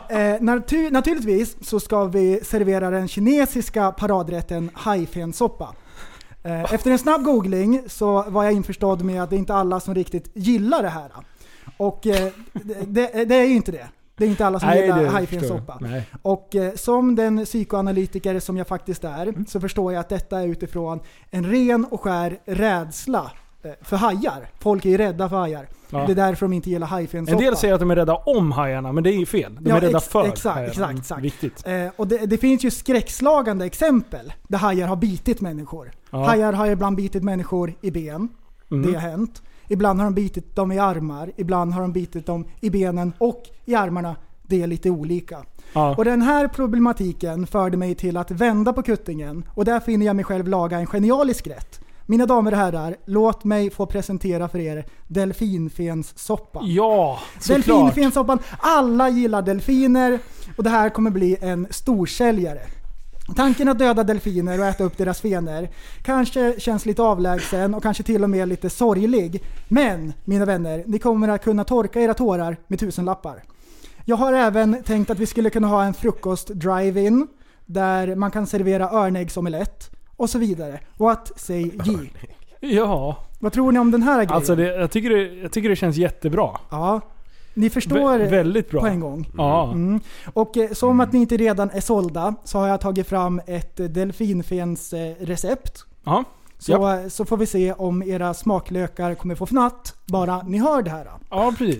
Naturligtvis så ska vi servera den kinesiska paradrätten hajfensoppa. Efter en snabb googling så var jag införstådd med att det är inte alla som riktigt gillar det här. Och det är ju inte det. Det är inte alla som gillar hajfensoppa. Och som den psykoanalytiker som jag faktiskt är så förstår jag att detta är utifrån en ren och skär rädsla för hajar. Folk är ju rädda för hajar. Ja. Det är därför de inte gillar hajfensoppa. En del säger att de är rädda om hajarna, men det är ju fel. De är rädda för hajarna. Exakt. Viktigt. Och det finns ju skräckslagande exempel där hajar har bitit människor. Ja. Hajar har ibland bitit människor i ben. Det har hänt. Ibland har de bitit dem i armar. Ibland har de bitit dem i benen och i armarna. Det är lite olika. Ja. Och den här problematiken förde mig till att vända på kuttingen. Och där finner jag mig själv laga en genialisk rätt. Mina damer och herrar, låt mig få presentera för er delfinfenssoppa. Ja, såklart. Delfinfenssoppan. Alla gillar delfiner och det här kommer bli en storsäljare. Tanken att döda delfiner och äta upp deras fener kanske känns lite avlägsen och kanske till och med lite sorglig. Men, mina vänner, ni kommer att kunna torka era tårar med 1000-lappar. Jag har även tänkt att vi skulle kunna ha en frukost drive-in där man kan servera örnäggsomelett och så vidare. What say ye? Ja. Vad tror ni om den här grejen? Alltså jag tycker det känns jättebra. Ja. Ni förstår väldigt bra. På en gång. Ja. Och som att ni inte redan är sålda så har jag tagit fram ett delfinfens recept. Ja. Så får vi se om era smaklökar kommer få fnatt bara ni hör det här. Ja, precis.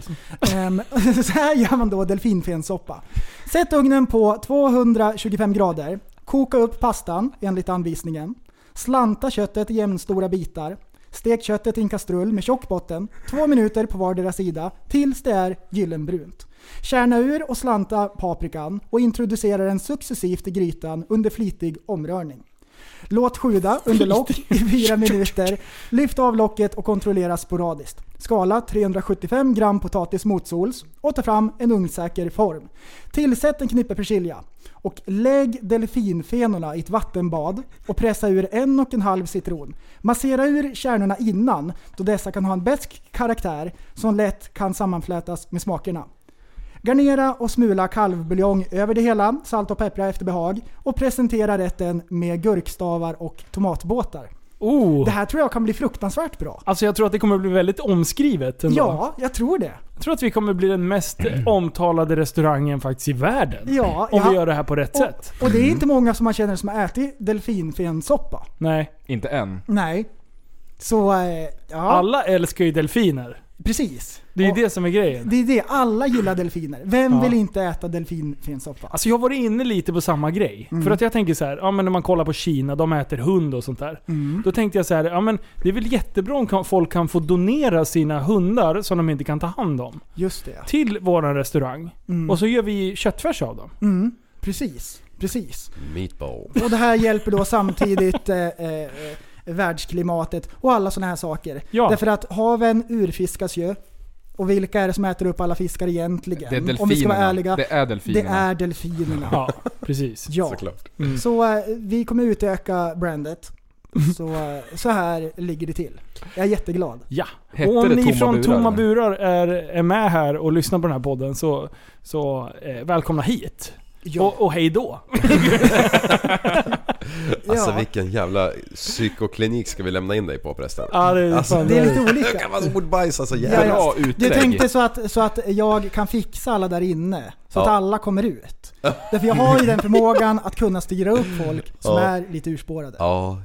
Så här gör man då delfinfenssoppa. Sätt ugnen på 225 grader. Koka upp pastan enligt anvisningen. Slanta köttet i jämnstora bitar. Stek köttet i en kastrull med tjock botten 2 minuter på vardera sida tills det är gyllenbrunt. Kärna ur och slanta paprikan och introducera den successivt i grytan under flitig omrörning. Låt sjuda under lock i 4 minuter. Lyft av locket och kontrollera sporadiskt. Skala 375 gram potatis motsols och ta fram en ugnsäker form. Tillsätt en knippe persilja och lägg delfinfenorna i ett vattenbad och pressa ur 1,5 citron. Massera ur kärnorna innan då dessa kan ha en besk karaktär som lätt kan sammanflätas med smakerna. Garnera och smula kalvbuljong över det hela, salt och peppra efter behag och presentera rätten med gurkstavar och tomatbåtar. Det här tror jag kan bli fruktansvärt bra. Alltså jag tror att det kommer bli väldigt omskrivet ändå. Ja, jag tror det. Jag tror att vi kommer bli den mest omtalade restaurangen faktiskt i världen. Om vi gör det här på rätt sätt. Och det är inte många som man känner som har ätit delfinfensoppa. Nej. Inte än. Nej. Så, ja. Alla älskar ju delfiner. Precis. Det är ju det som är grejen. Det är det. Alla gillar delfiner. Vem vill inte äta delfinfensoppa? Alltså jag var inne lite på samma grej. För att jag tänker så här, ja men när man kollar på Kina, de äter hund och sånt där. Då tänkte jag så här, ja men det är väl jättebra om folk kan få donera sina hundar som de inte kan ta hand om. Just det. Till våran restaurang. Och så gör vi köttfärs av dem. Precis. Meatball. Och det här hjälper då samtidigt världsklimatet och alla såna här saker. Ja. Därför att haven urfiskas ju. Och vilka är det som äter upp alla fiskar egentligen? Det är delfinerna. Om vi ska vara ärliga. Det är delfinerna. Ja, precis. Ja. Såklart. Så vi kommer utöka brandet. Så här ligger det till. Jag är jätteglad. Ja. Och om ni från Tomma Burar är med här och lyssnar på den här podden så välkomna hit. Ja. Och hej då. Alltså vilken jävla psykoklinik ska vi lämna in dig på förresten? Ja, det är lite olika. Det kan vara ordbajs alltså, jävla utlägg. Jag tänkte så att jag kan fixa alla där inne. Så att alla kommer ut. Därför jag har ju den förmågan att kunna styra upp folk som är lite urspårade. Ja.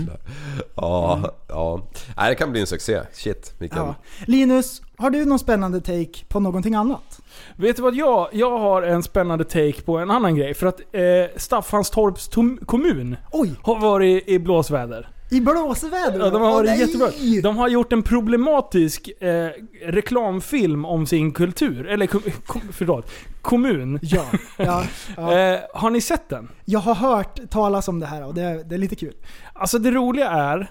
Nej, det kan bli en succé. Shit, vilken. Linus, har du någon spännande take på någonting annat? Vet du vad, jag har en spännande take på en annan grej. För att Staffanstorps kommun har varit i blåsväder. I blåsväder? Ja, de har varit jättebra. De har gjort en problematisk reklamfilm om sin kultur. Eller kommun. Ja. Har ni sett den? Jag har hört talas om det här och det är lite kul. Alltså det roliga är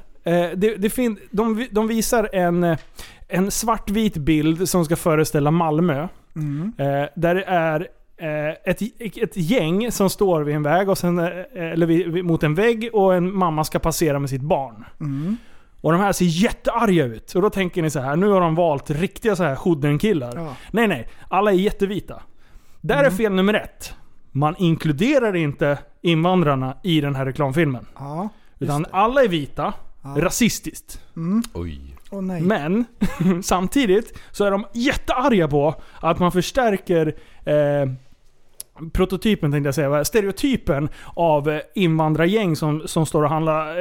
de visar en svartvit bild som ska föreställa Malmö. Där det är ett gäng som står vid en väg och sen, eller mot en vägg, och en mamma ska passera med sitt barn. Och de här ser jättearga ut. Och då tänker ni så här: nu har de valt riktiga så här hooden-killar. Ja. Nej, alla är jättevita. Där är fel nummer 1. Man inkluderar inte invandrarna i den här reklamfilmen. Ja, utan alla är vita. Rasistiskt. Oj. Oh, nej. Men samtidigt så är de jättearga på att man förstärker prototypen, tänkte jag säga, stereotypen av invandrargäng som står och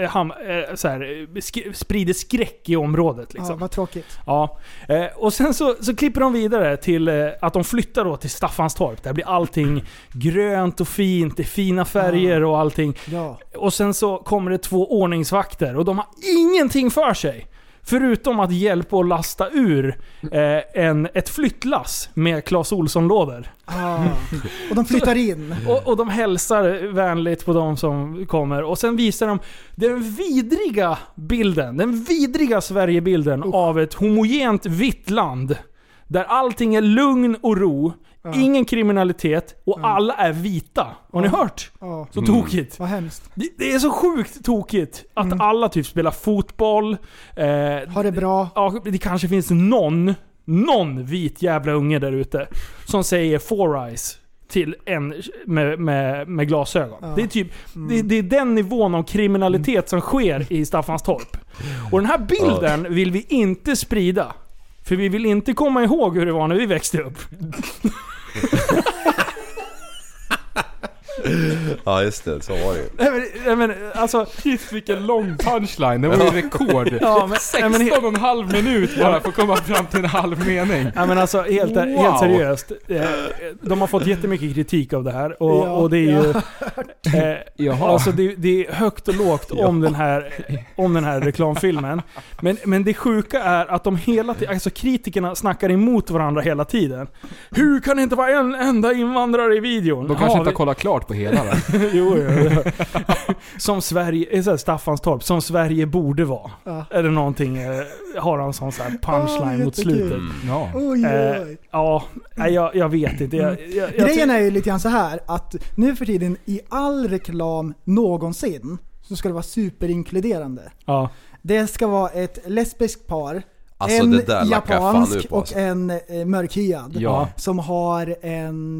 sprider skräck i området liksom. Ja, vad tråkigt. Ja. Och sen så klipper de vidare till att de flyttar då till Staffanstorp. Där blir allting grönt och fint, det är fina färger och allting. Ja. Och sen så kommer det 2 ordningsvakter och de har ingenting för sig. Förutom att hjälpa att lasta ur ett flyttlass med Clas Ohlson-lådor. Och de flyttar in. Och de hälsar vänligt på de som kommer. Och sen visar de den vidriga bilden, den vidriga Sverigebilden av ett homogent vitt land. Där allting är lugn och ro. Ingen kriminalitet och alla är vita. Har ni hört? Så tokigt. Vad hemskt. Det är så sjukt tokigt att alla typ spelar fotboll. Har det bra. Ja, det kanske finns någon vit jävla unge där ute som säger 4 eyes till en med glasögon. Det är typ det är den nivån av kriminalitet som sker i Staffanstorp. Och den här bilden vill vi inte sprida. För vi vill inte komma ihåg hur det var när vi växte upp. Ja, just det. Så var det. Men alltså, vilken lång punchline. Det var ju rekord. 16,5 minut bara för att komma fram till en halv mening. Ja, men alltså, helt seriöst. De har fått jättemycket kritik av det här. Och det är ju... alltså, det är högt och lågt om den här reklamfilmen. Men det sjuka är att de hela tiden... Alltså, kritikerna snackar emot varandra hela tiden. Hur kan det inte vara en enda invandrare i videon? De kanske inte har kollat klart på hela det. Jo. Som Sverige, Staffanstorp, som Sverige borde vara. Eller någonting, har han sån så här punchline mot slutet. Jag vet inte. Grejen är ju lite grann så här att nu för tiden i all reklam någonsin så ska det vara superinkluderande. Ja. Det ska vara ett lesbiskt par. Alltså, en det där japansk på, alltså. Och en mörkhyad som har en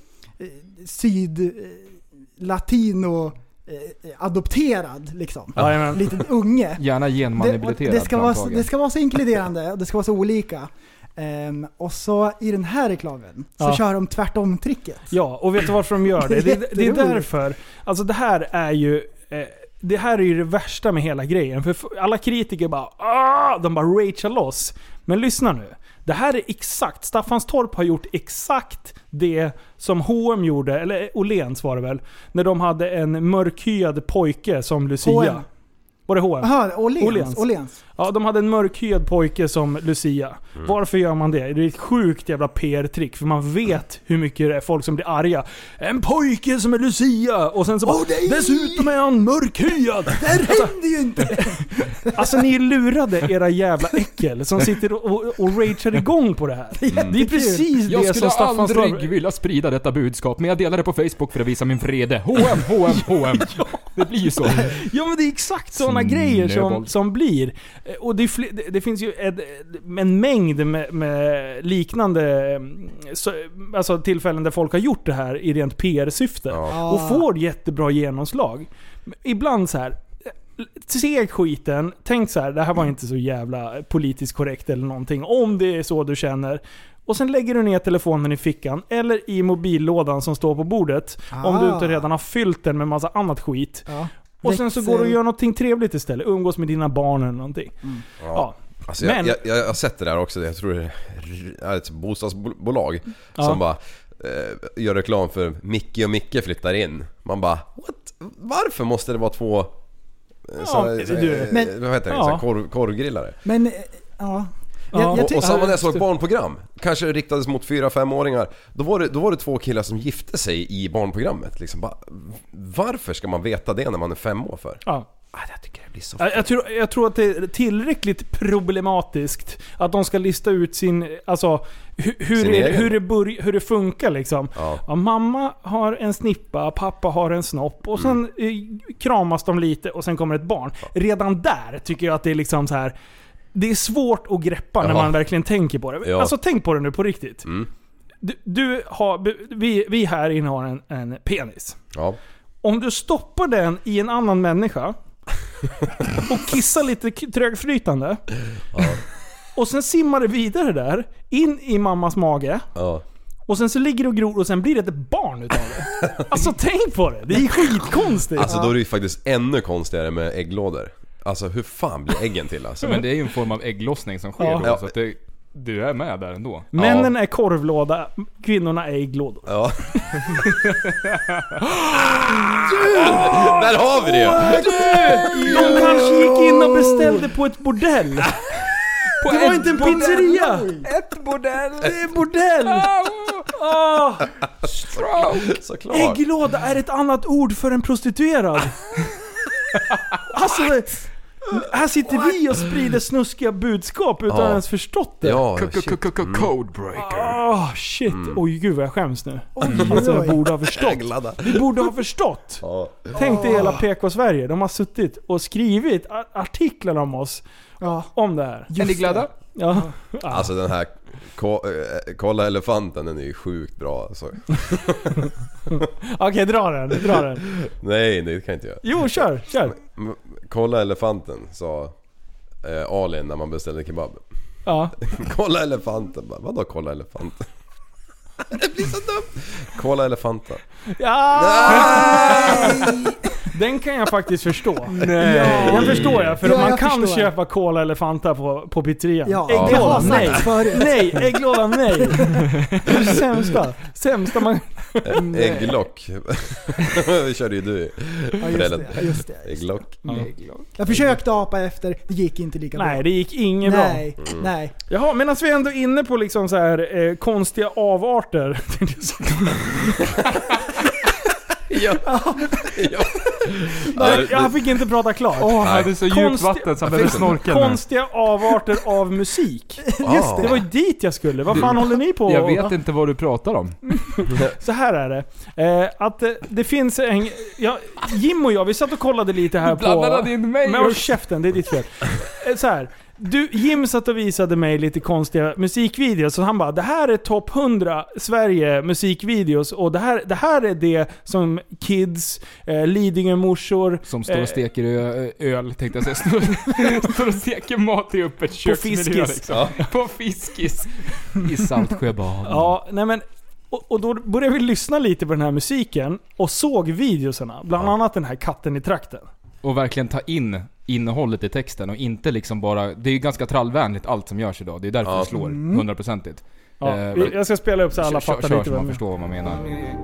syd-latino adopterad liksom. Liten unge. Gärna genmanipulerad. Det ska vara så inkluderande och det ska vara så olika. Och så i den här reklamen så kör de tvärtom tricket. Ja, och vet du varför de gör det? Det är därför. Alltså det här är ju det värsta med hela grejen. För alla kritiker de bara ragear loss. Men lyssna nu. Det här är exakt, Staffanstorp har gjort exakt det som H&M gjorde, eller Åhléns var det väl, när de hade en mörkhyad pojke som Lucia. H&M. Var det H&M? Aha, Åhléns. Ja, de hade en mörkhyad pojke som Lucia. Varför gör man det? Det är ett sjukt jävla PR-trick, för man vet hur mycket det är folk som blir arga. En pojke som är Lucia! Och sen så dessutom är han mörkhyad! Det händer ju inte! Alltså, ni lurade era jävla äckel som sitter och ragear igång på det här. Det är precis det som Staffan Jag skulle aldrig vilja sprida detta budskap, men jag delar det på Facebook för att visa min vrede. H&M. Det blir ju så. Ja, men det är exakt sådana grejer som blir. Och det finns ju en mängd med liknande alltså tillfällen där folk har gjort det här i rent PR-syfte och får jättebra genomslag. Ibland så här, se skiten, tänk så här, det här var inte så jävla politiskt korrekt eller någonting, om det är så du känner. Och sen lägger du ner telefonen i fickan eller i mobillådan som står på bordet om du inte redan har fyllt den med massa annat skit. Och sen så går du och gör någonting trevligt istället. Umgås med dina barn eller någonting. Alltså jag har sett det där också. Jag tror det är ett bostadsbolag som bara gör reklam för Micke och Micke flyttar in. Man bara, what? Varför måste det vara två korvgrillare? Men och samma där som ett barnprogram kanske riktades mot 4-5-åringar. Då var det 2 killar som gifte sig i barnprogrammet liksom. Bara, varför ska man veta det när man är 5 år för? Jag tycker det blir så jag tror att det är tillräckligt problematiskt att de ska lista ut sin... Alltså, hur det funkar liksom. Ja, mamma har en snippa, pappa har en snopp och sen kramas de lite och sen kommer ett barn. Redan där tycker jag att det är liksom så här. Det är svårt att greppa när man verkligen tänker på det. Alltså tänk på det nu på riktigt. Vi här inne har en penis. Ja. Om du stoppar den i en annan människa och kissar lite trögflytande och sen simmar det vidare där in i mammas mage och sen så ligger det och gror och sen blir det ett barn utav det. Alltså tänk på det. Det är skitkonstigt. Alltså då är det ju faktiskt ännu konstigare med ägglådor. Alltså hur fan blir äggen till alltså? Men det är ju en form av ägglossning som sker då, så att du är med där ändå. Männen är korvlåda, kvinnorna är ägglådor. Ja. Där har vi det! De kanske gick in och beställde på ett bordell. Det var inte en pizzeria. Ett bordell. Det är bordell. Stroke. Såklart. Ägglåda är ett annat ord för en prostituerad. Alltså här sitter vi och sprider snuskiga budskap utan ens förstått det. Ja, Codebreaker. Shit. Oj gud vad jag skäms nu. Alltså, jag borde ha förstått. Vi borde ha förstått. Tänk dig hela PK-Sverige. De har suttit och skrivit artiklar om oss. Om det här. Är ni glada? Ja. Alltså den här Kolla elefanten, den är ju sjukt bra alltså. Okej, dra den. Nej, det kan jag inte göra. Jo, kör. Kolla elefanten, sa Alin när man beställde kebab. Ja. Kolla elefanten. Vadå kolla elefanten? Det blir så dumt. Kolla elefanten. Den kan jag faktiskt förstå. Nej. Den förstår jag. För man kan köpa Cola Elefanta på pizzerian. Ägglådan, nej. Nej, ägglådan, nej. Det är sämsta man... Ägglock. Vi körde ju du. Just det. Ägglock. Jag försökte apa efter, det gick inte lika bra. Nej, det gick inget bra. Nej. Jaha, medan vi ändå är inne på liksom så här konstiga avarter. Jag fick inte prata klart. Det är så djupt vatten så det snorkel. Konstiga avarter av musik. Just det. Det var ju dit jag skulle. Vad fan håller ni på? Jag vet inte vad du pratar om. Så här är det. Att det finns en... Jim och jag, vi satt och kollade lite här på... Men käften, det är ditt fel. Så här. Jim satt och visade mig lite konstiga musikvideos. Så han bara, det här är topp 100 Sverige musikvideos. Och det här är det som kids, Lidingö-morsor som står och steker öl, tänkte jag säga. Står och steker mat i öppet köksmiljö liksom. På Fiskis i Saltsjöbad. Ja, nej men och då började vi lyssna lite på den här musiken och såg videosarna. Bland annat den här Katten i trakten. Och verkligen ta in innehållet i texten och inte liksom bara... Det är ju ganska trallvänligt allt som görs idag. Det är därför det slår 100%igt. Ja, jag ska spela upp så alla fattar lite så man förstår vad man menar.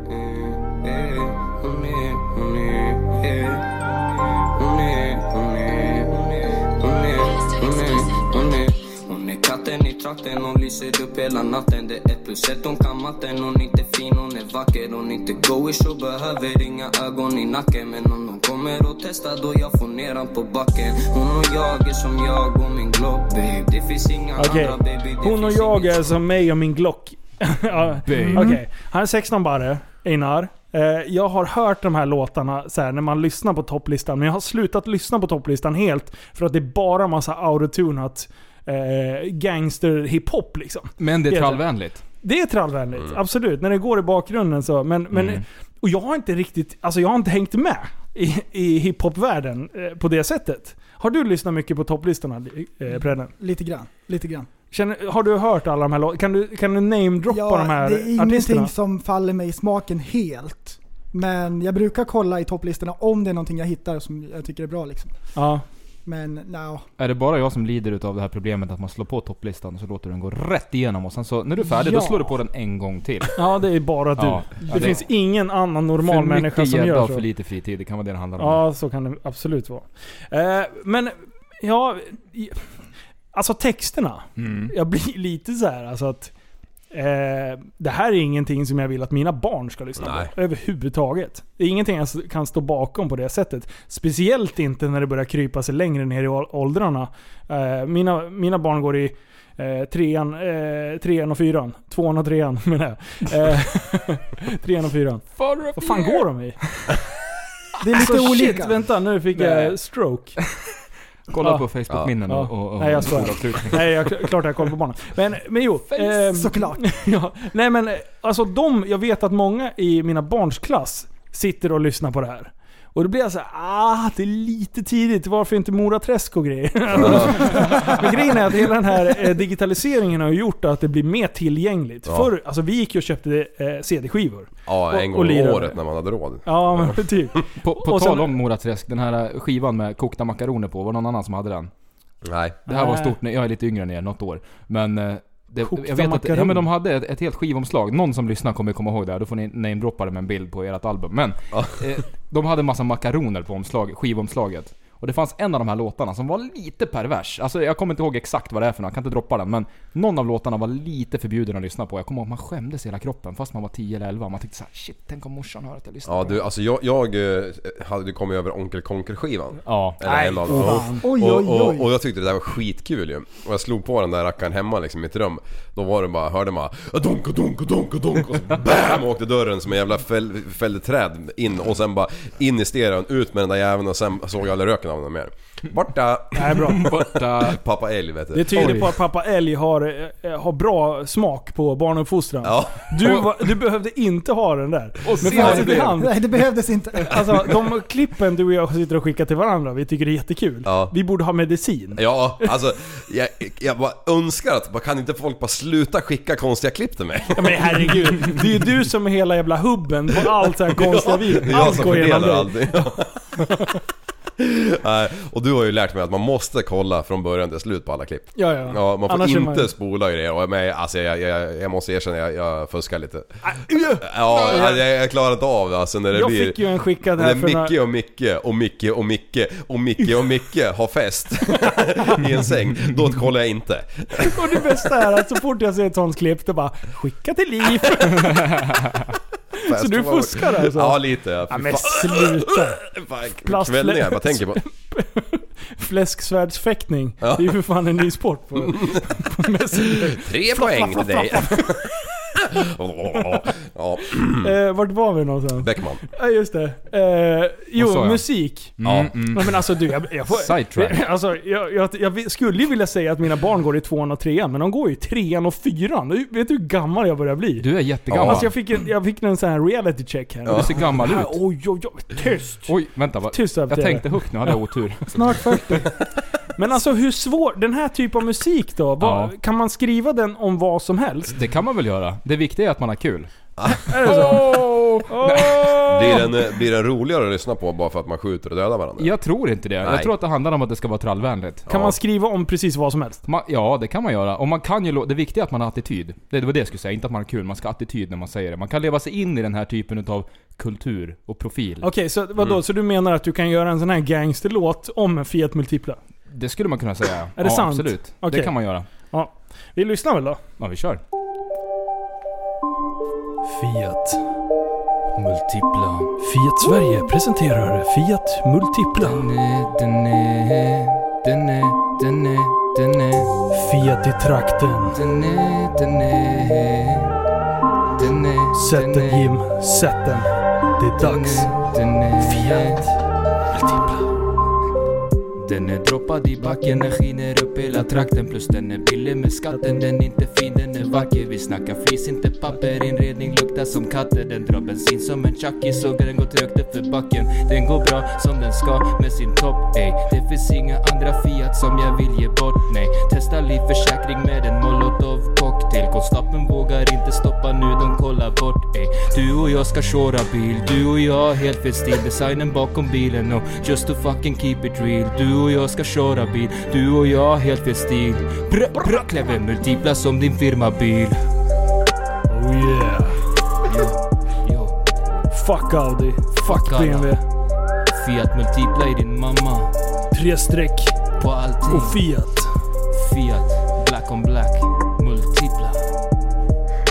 Katten i trakten, hon lyser upp hela natten. Det är plus ett, hon kan matten. Hon är inte fin, hon är vacker. Hon är inte goish och behöver inga ögon i nacken. Men om hon kommer och testar då jag får ner han på backen. Hon och jag är som jag och min Glock, babe. Det finns inga andra, baby. Hon och jag är som mig och min Glock. Okej. Han är 16 bara, Einar. Jag har hört de här låtarna så här, när man lyssnar på topplistan. Men jag har slutat lyssna på topplistan helt. För att det är bara massa autotunat gangster hiphop liksom. Men det är trallvänligt. Det är trallvänligt, absolut. När det går i bakgrunden så. Men och jag har inte riktigt, alltså jag har inte hängt med i hiphop-världen på det sättet. Har du lyssnat mycket på topplistorna, Preden? Lite grann. Har du hört alla de här låtarna? Kan du name-droppa de här artisterna? Det är ingenting som faller mig i smaken helt. Men jag brukar kolla i topplistorna om det är någonting jag hittar som jag tycker är bra liksom. Ja. Men no. Är det bara jag som lider utav det här problemet att man slår på topplistan och så låter den gå rätt igenom och sen så när du är färdig då slår du på den en gång till? Ja, det är bara du. Ja, det finns ingen annan normal människa som gör så. För lite fritid, det kan vara det handlar om. Ja, så kan det absolut vara. Men ja, alltså texterna. Jag blir lite så här alltså att det här är ingenting som jag vill att mina barn ska lyssna på överhuvudtaget. Det är ingenting jag kan stå bakom på det sättet. Speciellt inte när det börjar krypa sig längre ner i åldrarna. Mina barn går i 3:an och 4:an. 2:an och 3:an menar jag. 3:an och 4:an. Vad fan går de i? Det är lite olika. Shit, vänta, nu fick jag stroke. Kolla på Facebook-minnen och nej, jag skojar. Nej, klart jag kollar på barnen. Men jo. Såklart. Ja, nej men alltså jag vet att många i mina barns klass sitter och lyssnar på det här. Och då blir jag så här, det är lite tidigt, varför inte Moraträsk och grejer? Men grejen är att hela den här digitaliseringen har gjort att det blir mer tillgängligt. Förr, alltså vi gick ju och köpte CD-skivor. Ja, en gång om året när man hade råd. Ja, men typ. På tal om Moraträsk, den här skivan med kokta makaroner på, var någon annan som hade den? Nej. Det här var stort, jag är lite yngre än er, något år. Men jag vet att men de hade ett helt skivomslag. Någon som lyssnar kommer komma ihåg det. Då får ni namedroppa det med en bild på ert album. Men de hade en massa makaroner på skivomslaget. Och det fanns en av de här låtarna som var lite pervers. Alltså jag kommer inte ihåg exakt vad det är för något. Jag kan inte droppa den. Men någon av låtarna var lite förbjuden att lyssna på. Jag kommer ihåg att man skämdes hela kroppen fast man var 10 eller 11. Man tänkte så här, shit, tänk om morsan hör att jag lyssnar på det. Alltså jag hade kommit över Onkel Konker-skivan. Ja. En av dem. Och jag tyckte det där var skitkul ju. Och jag slog på den där rackaren hemma liksom i ett rum. Då var det bara, hörde man donk, och så bam, åkte dörren som en jävla fällde träd in. Och sen bara in i stereon, ut med den där jäveln. Och sen såg jag aldrig röken av den mer. Borta. Nej, bra. Borta. Pappa Älg, vet du. Det tyder på att pappa Älg har bra smak på barnuppfostran. Ja. Du behövde inte ha den där. Nej, det behövdes inte. Alltså, de klippen du och jag sitter och skickar till varandra, vi tycker det är jättekul. Ja. Vi borde ha medicin. Ja, alltså jag bara önskar att kan inte folk bara sluta skicka konstiga klipp till mig? Ja, men herregud, det är ju du som är hela jävla hubben på allt så här konstiga video. Allt går igenom dig. Nej, och du har ju lärt mig att man måste kolla från början till slut på alla klipp. Ja, man får annars inte spola grejer. Och alltså, jag måste erkänna, jag fuskar lite. Ja, jag klarar inte av det alltså, när det blir. Jag fick ju en skickad här för Micke har fest i en säng. Då kollar jag inte. Och det bästa är att så fort jag ser ett sånt klipp, då bara skicka till Liv. Så du fuskar alltså? Ja, lite. Ja, men sluta. Kvällningar, jag bara tänker på. Fläsksvärdsfäktning. Ja. Det är ju för fan en ny sport på Messenger. 3 poäng till dig. Ja. Vart var vi någonstans? Beckman. Ja, just det. Musik. Nej, men alltså du, jag får, alltså, jag skulle ju vilja säga att mina barn går i 2:an och 3:an, men de går ju i 3:an och 4:an. Vet du hur gammal jag börjar bli? Du är jättegammal. Alltså jag fick en sån här reality check här. Du ser gammal ut. Oj, tyst. Oj, vänta. Jag tänkte högt nu, hade jag otur. Snart 40. Men alltså hur svår, den här typen av musik då? Kan man skriva den om vad som helst? Det kan man väl göra. Det viktiga är att man har kul. Är det så? Blir den roligare att lyssna på bara för att man skjuter och dödar varandra? Jag tror inte det. Nej. Jag tror att det handlar om att det ska vara trallvänligt. Kan man skriva om precis vad som helst? Ja, det kan man göra. Och man kan ju det viktiga är att man har attityd. Det var det jag skulle säga. Inte att man har kul, man ska ha attityd när man säger det. Man kan leva sig in i den här typen av kultur och profil. Okej, så vadå? Så du menar att du kan göra en sån här gangsterlåt om Fiat Multipla? Det skulle man kunna säga. Är det sant? Absolut. Okay. Det kan man göra. Ja. Vi lyssnar väl då? Ja, vi kör. Fiat Multipla. Fiat Sverige presenterar Fiat Multipla. Den är Fiat i trakten. Sätt den, Jim. Sätt den. Det är dags. Fiat Multipla. Den är droppad i backen, den skiner upp hela trakten. Plus den är billig med skatten, den är inte fin, den är vacker. Vi snackar flis, inte papper, inredning luktar som katter. Den drar bensin som en chucky, såg den går trögt upp för backen. Den går bra som den ska med sin topp, ey. Det finns inga andra Fiat som jag vill ge bort, nej. Testa livförsäkring med en molotov cocktail. Konstapeln vågar inte stoppa nu, de kollar bort, ey. Du och jag ska köra bil, du och jag helt fel stil. Designen bakom bilen och just to fucking keep it real. Du och jag ska köra bil, du och jag helt fel stil. Kläver multipla som din firmabil. Oh yeah. Yo. Fuck Audi. Fuck BMW. Fiat multipla i din mamma. 3 streck på allting. Och Fiat. Fiat, black on black, multipla.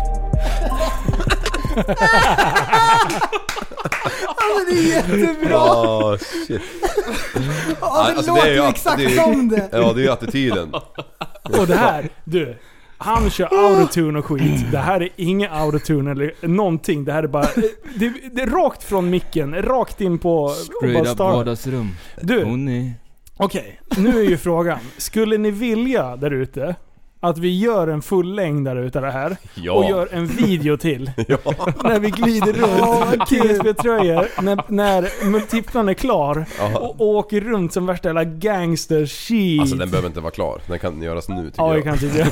Alltså det är jättebra. Shit. Det låter ju exakt som det. Ja, det är ju attityden. Och det här, du. Han kör autotune och skit. Det här är ingen autotune eller någonting. Det här är bara det är rakt från micken, rakt in på straight up vardagsrum. Du, okej, nu är ju frågan. Skulle ni vilja där ute att vi gör en fullängdare utav det här och gör en video till när vi glider runt TSB-tröjor när multiplan är klar och åker runt som värsta jävla gangster shit. Alltså den behöver inte vara klar. Den kan göras nu tycker jag. Ja, det kan tycka.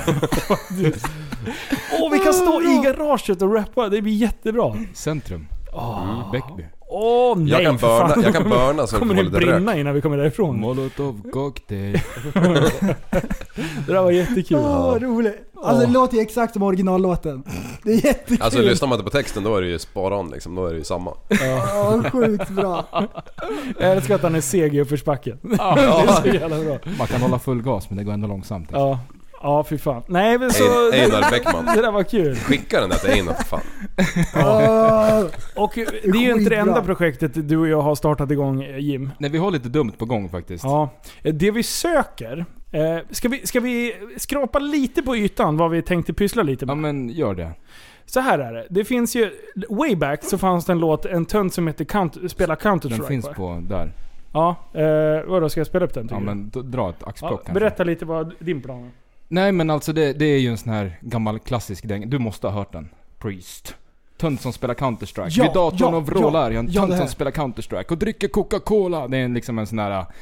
Vi kan stå i garaget och rappa. Det blir jättebra. Centrum. Bäckby. Nej, jag kan börna så kommer det brinna innan vi kommer därifrån. Molotov cocktail. Det där var jättekul. Roligt. Alltså det låter ju exakt som originallåten. Det är jättekul. Alltså lyssnar man inte på texten då är det ju sparan liksom. Då är det ju samma. Sjukt bra. Jag älskar att han är seg i uppförsbacken. Det är så jävla bra. Man kan hålla full gas men det går ändå långsamt. Ja, fy fan. Nej, men så Einar Bäckman. Det där var kul. Skicka den där till Einar för fan. Och det är ju inte det enda projektet du och jag har startat igång, Jim. Nej, vi har lite dumt på gång faktiskt. Ja. Det vi söker, ska vi skrapa lite på ytan vad vi tänkte pyssla lite med? Ja, men gör det. Så här är det. Det finns ju way back så fanns det en låt, en tönt som heter Spela Counter-Strike. Den finns på där. Ja, vadå ska jag spela upp den? Ja, men dra ett axplock kanske. Berätta lite vad din plan är. Nej, men alltså det är ju en sån här gammal klassisk däng. Du måste ha hört den. Priest. Tönt som spelar Counter-Strike. Vid datorn och vrålar. Jag är en tönt som spelar Counter-Strike. Och dricker Coca-Cola. Det är liksom en sån här... Ja.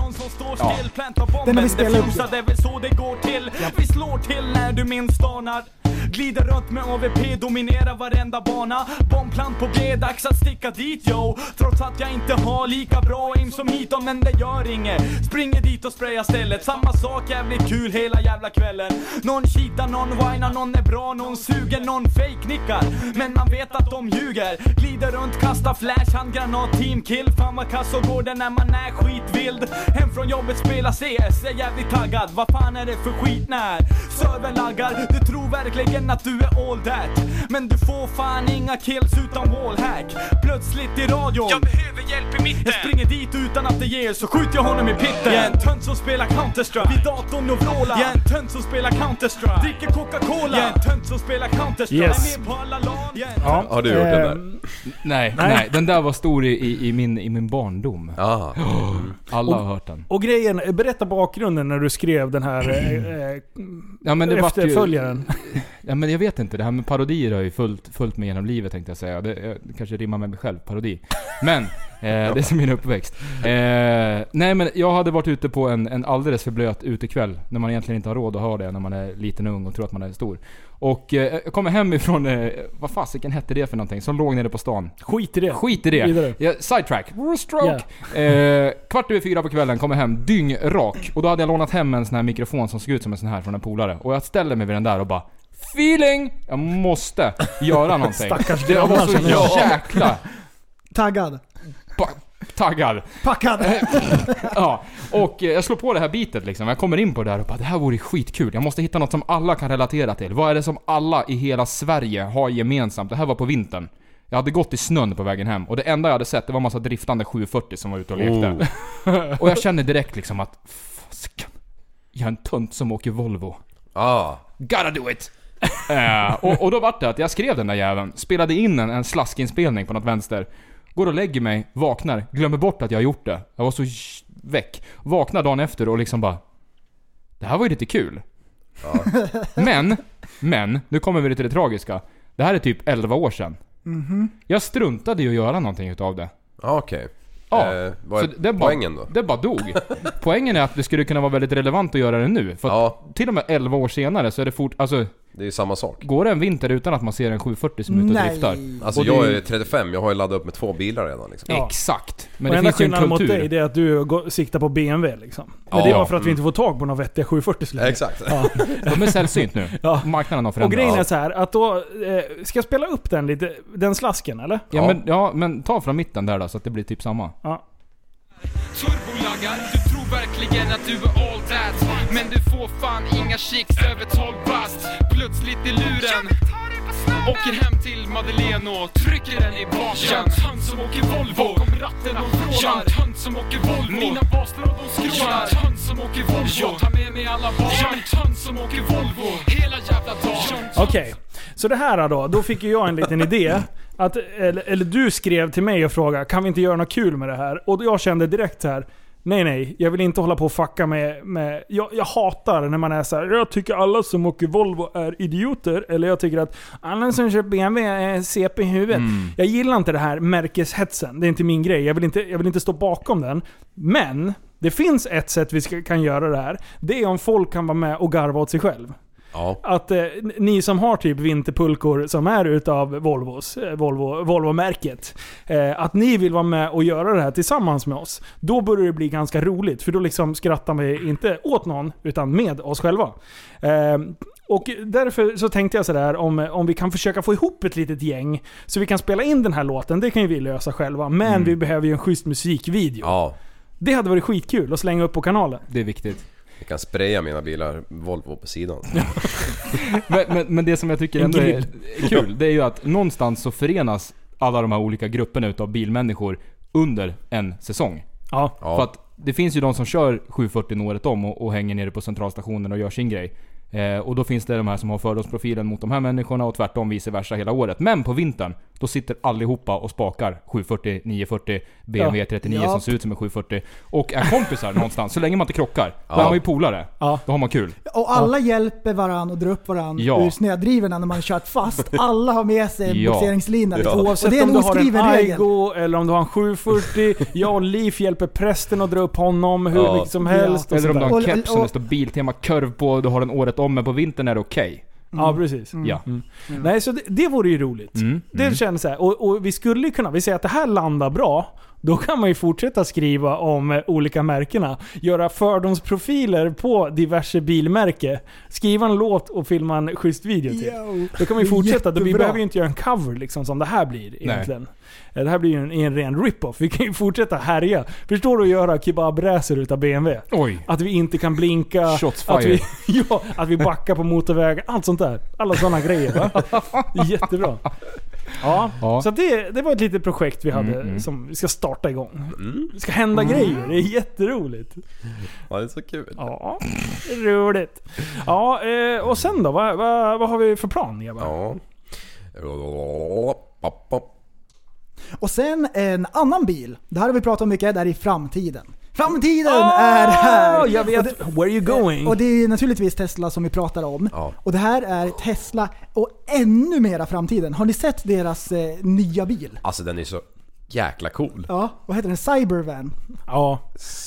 Den har vi spelat upp. Det är väl så det går till. Vi slår till när du minst anar. Glider runt med AVP, dominerar varenda bana. Bombplant på B, dags att sticka dit, yo. Trots att jag inte har lika bra aim som hiton, men det gör inget. Springer dit och sprayar stället. Samma sak, jävligt kul hela jävla kvällen. Någon cheatar, någon whinar, någon är bra, någon suger, någon fake nickar. Men man vet att de ljuger. Glider runt, kastar flash, handgranat, teamkill. Fan vad kass och går det när man är skitvild. Hem från jobbet, spela CS, är jävligt taggad. Vad fan är det för skit när servern laggar? Du tror verkligen att du är all that, men du får fan inga kills utan wallhack. Plötsligt i radio, jag behöver hjälp i mitten. Jag springer dit utan att det ger, så skjuter jag honom i pitten. Jag är en tönt som spelar Counter-Strike. Vid datorn och vrålar. Jag är en tönt som spelar Counter-Strike. Dricker Coca-Cola. Jag är en tönt som spelar Counter-Strike. Yes. Jag är med på alla LAN. Ja. Har du gjort den där? Nej, den där var stor i min barndom. Alla har hört den. Och grejen, berätta bakgrunden när du skrev den här ja, men det efterföljaren. Ja, men jag vet inte, det här med parodier har ju följt med genom livet, tänkte jag säga. Det kanske rimmar med mig själv, parodi. Men det är som min uppväxt. Nej, men jag hade varit ute på en alldeles för blöt utekväll, när man egentligen inte har råd att ha det när man är liten och ung och tror att man är stor. Och jag kommer hem ifrån vad fasiken hette det för någonting som låg nere på stan. Skit i det. Sidetrack. Stroke. Yeah. 4:15 på kvällen, kommer hem dyngrak. Och då hade jag lånat hem en sån här mikrofon som såg ut som en sån här från en polare. Och jag ställde mig vid den där och bara feeling! Jag måste göra någonting. Stackars det var så jäkla taggad. Packad. Ja, och jag slår på det här bitet liksom. Jag kommer in på det där och bara, det här vore skitkul. Jag måste hitta något som alla kan relatera till. Vad är det som alla i hela Sverige har gemensamt? Det här var på vintern. Jag hade gått i snön på vägen hem. Och det enda jag hade sett, det var en massa driftande 740 som var ute och lekte. Och jag kände direkt liksom att jag är en tönt som åker Volvo. Gotta do it. Och då var det att jag skrev den där jäveln. Spelade in en slaskinspelning på något vänster. Går och lägger mig, vaknar, glömmer bort att jag har gjort det. Jag var så väck. Vaknar dagen efter och liksom bara, det här var ju lite kul. Men, nu kommer vi till det tragiska. Det här är typ 11 år sedan. Jag struntade ju att göra någonting utav det. Okej. Vad är det poängen då? Det bara dog. Poängen är att det skulle kunna vara väldigt relevant att göra det nu. För att till och med 11 år senare så är det alltså det är ju samma sak. Går det en vinter utan att man ser en 740 som är ute och driftar? Alltså och jag är 35, jag har ju laddat upp med 2 bilar redan liksom. Exakt. Men och det finns ju en kultur. Mot dig det är att du siktar på BMW liksom. Men det är bara för att vi inte får tag på några vettiga 740 släpp. Exakt. De är sällsynt nu. Marknaden har förändrats. Och grejen är så här att då ska jag spela upp den lite, den slasken eller? Men ta från mitten där då så att det blir typ samma. Ja. Turbolagar, du tror verkligen att du är all that. Men du får fan inga chicks över 12 bast. Plötsligt i luren Åker hem till Madeleine och trycker den i baken. Jag är en tant som åker Volvo. Bakom ratten de vrålar. Jag är en tant som åker Volvo. Mina bastar och de skrålar. Jag är en tant som åker Volvo. Jag tar med mig alla barn. Jag är en tant som åker Volvo. Hela jävla dagen. Okej, så det här då fick ju jag en liten idé. Att, eller du skrev till mig och frågade, kan vi inte göra något kul med det här? Och jag kände direkt här, nej, jag vill inte hålla på och fucka med jag hatar när man är så här, jag tycker alla som åker Volvo är idioter, eller jag tycker att alla som kör BMW är CP i huvudet. Jag gillar inte det här märkeshetsen, det är inte min grej, jag vill inte stå bakom den. Men det finns ett sätt vi kan göra det här, det är om folk kan vara med och garva åt sig själv. Ja. Att ni som har typ vinterpulkor som är utav Volvo-märket, att ni vill vara med och göra det här tillsammans med oss, då börjar det bli ganska roligt, för då liksom skrattar vi inte åt någon utan med oss själva. Och därför så tänkte jag sådär, om vi kan försöka få ihop ett litet gäng så vi kan spela in den här låten, det kan ju vi lösa själva, men vi behöver ju en schysst musikvideo. Ja. Det hade varit skitkul att slänga upp på kanalen. Det är viktigt. Jag kan spraya mina bilar Volvo på sidan. men det som jag tycker ändå är kul, det är ju att någonstans så förenas alla de här olika grupperna utav bilmänniskor under en säsong. Ja. För att det finns ju de som kör 740 året om och hänger nere på centralstationen och gör sin grej. Och då finns det de här som har fördomsprofilen mot de här människorna och tvärtom vice versa hela året. Men på vintern, då sitter allihopa och spakar 740, 940, BMW 39 som ser ut som en 740 och är kompisar någonstans. Så länge man inte krockar, då är man ju polare. Då har man kul. Och alla hjälper varann och drar upp varann ur snödrivorna när man kört fast. Alla har med sig boxeringslinan. Oavsett det är om du har en Aigo eller om du har en 740. Jag och Liv hjälper prästen att dra upp honom hur mycket som helst. Eller om du har en keps som det står Biltema kurv på och du har den året om, men på vintern är det okej. Ja, precis. Nej, så det vore ju roligt. Det känns så här. Och vi skulle kunna, vi säger att det här landar bra, då kan man ju fortsätta skriva om olika märkena, göra fördomsprofiler på diverse bilmärke, skriva en låt och filma en schysst video till. Då kan vi fortsätta, då vi behöver ju inte göra en cover liksom som det här blir egentligen. Nej. Det här blir ju en ren rip-off. Vi kan ju fortsätta härja. Förstår du att göra kebabräser utav BMW? Oj. Att vi inte kan blinka. Att vi backar på motorvägen. Allt sånt där. Alla sådana grejer, va? Jättebra. Ja. Så det var ett litet projekt vi hade som vi ska starta igång. Det ska hända grejer. Det är jätteroligt. Ja, det är så kul. Ja, roligt. Ja, och sen då? Vad har vi för plan, Eva? Ja. Och sen en annan bil. Det här har vi pratat om mycket, där i framtiden. Framtiden är här! Jag vet, where you going? Och det är naturligtvis Tesla som vi pratar om. Och det här är Tesla och ännu mera framtiden. Har ni sett deras nya bil? Alltså den är så jäkla cool. Ja, vad heter den? Cybervan. Ja.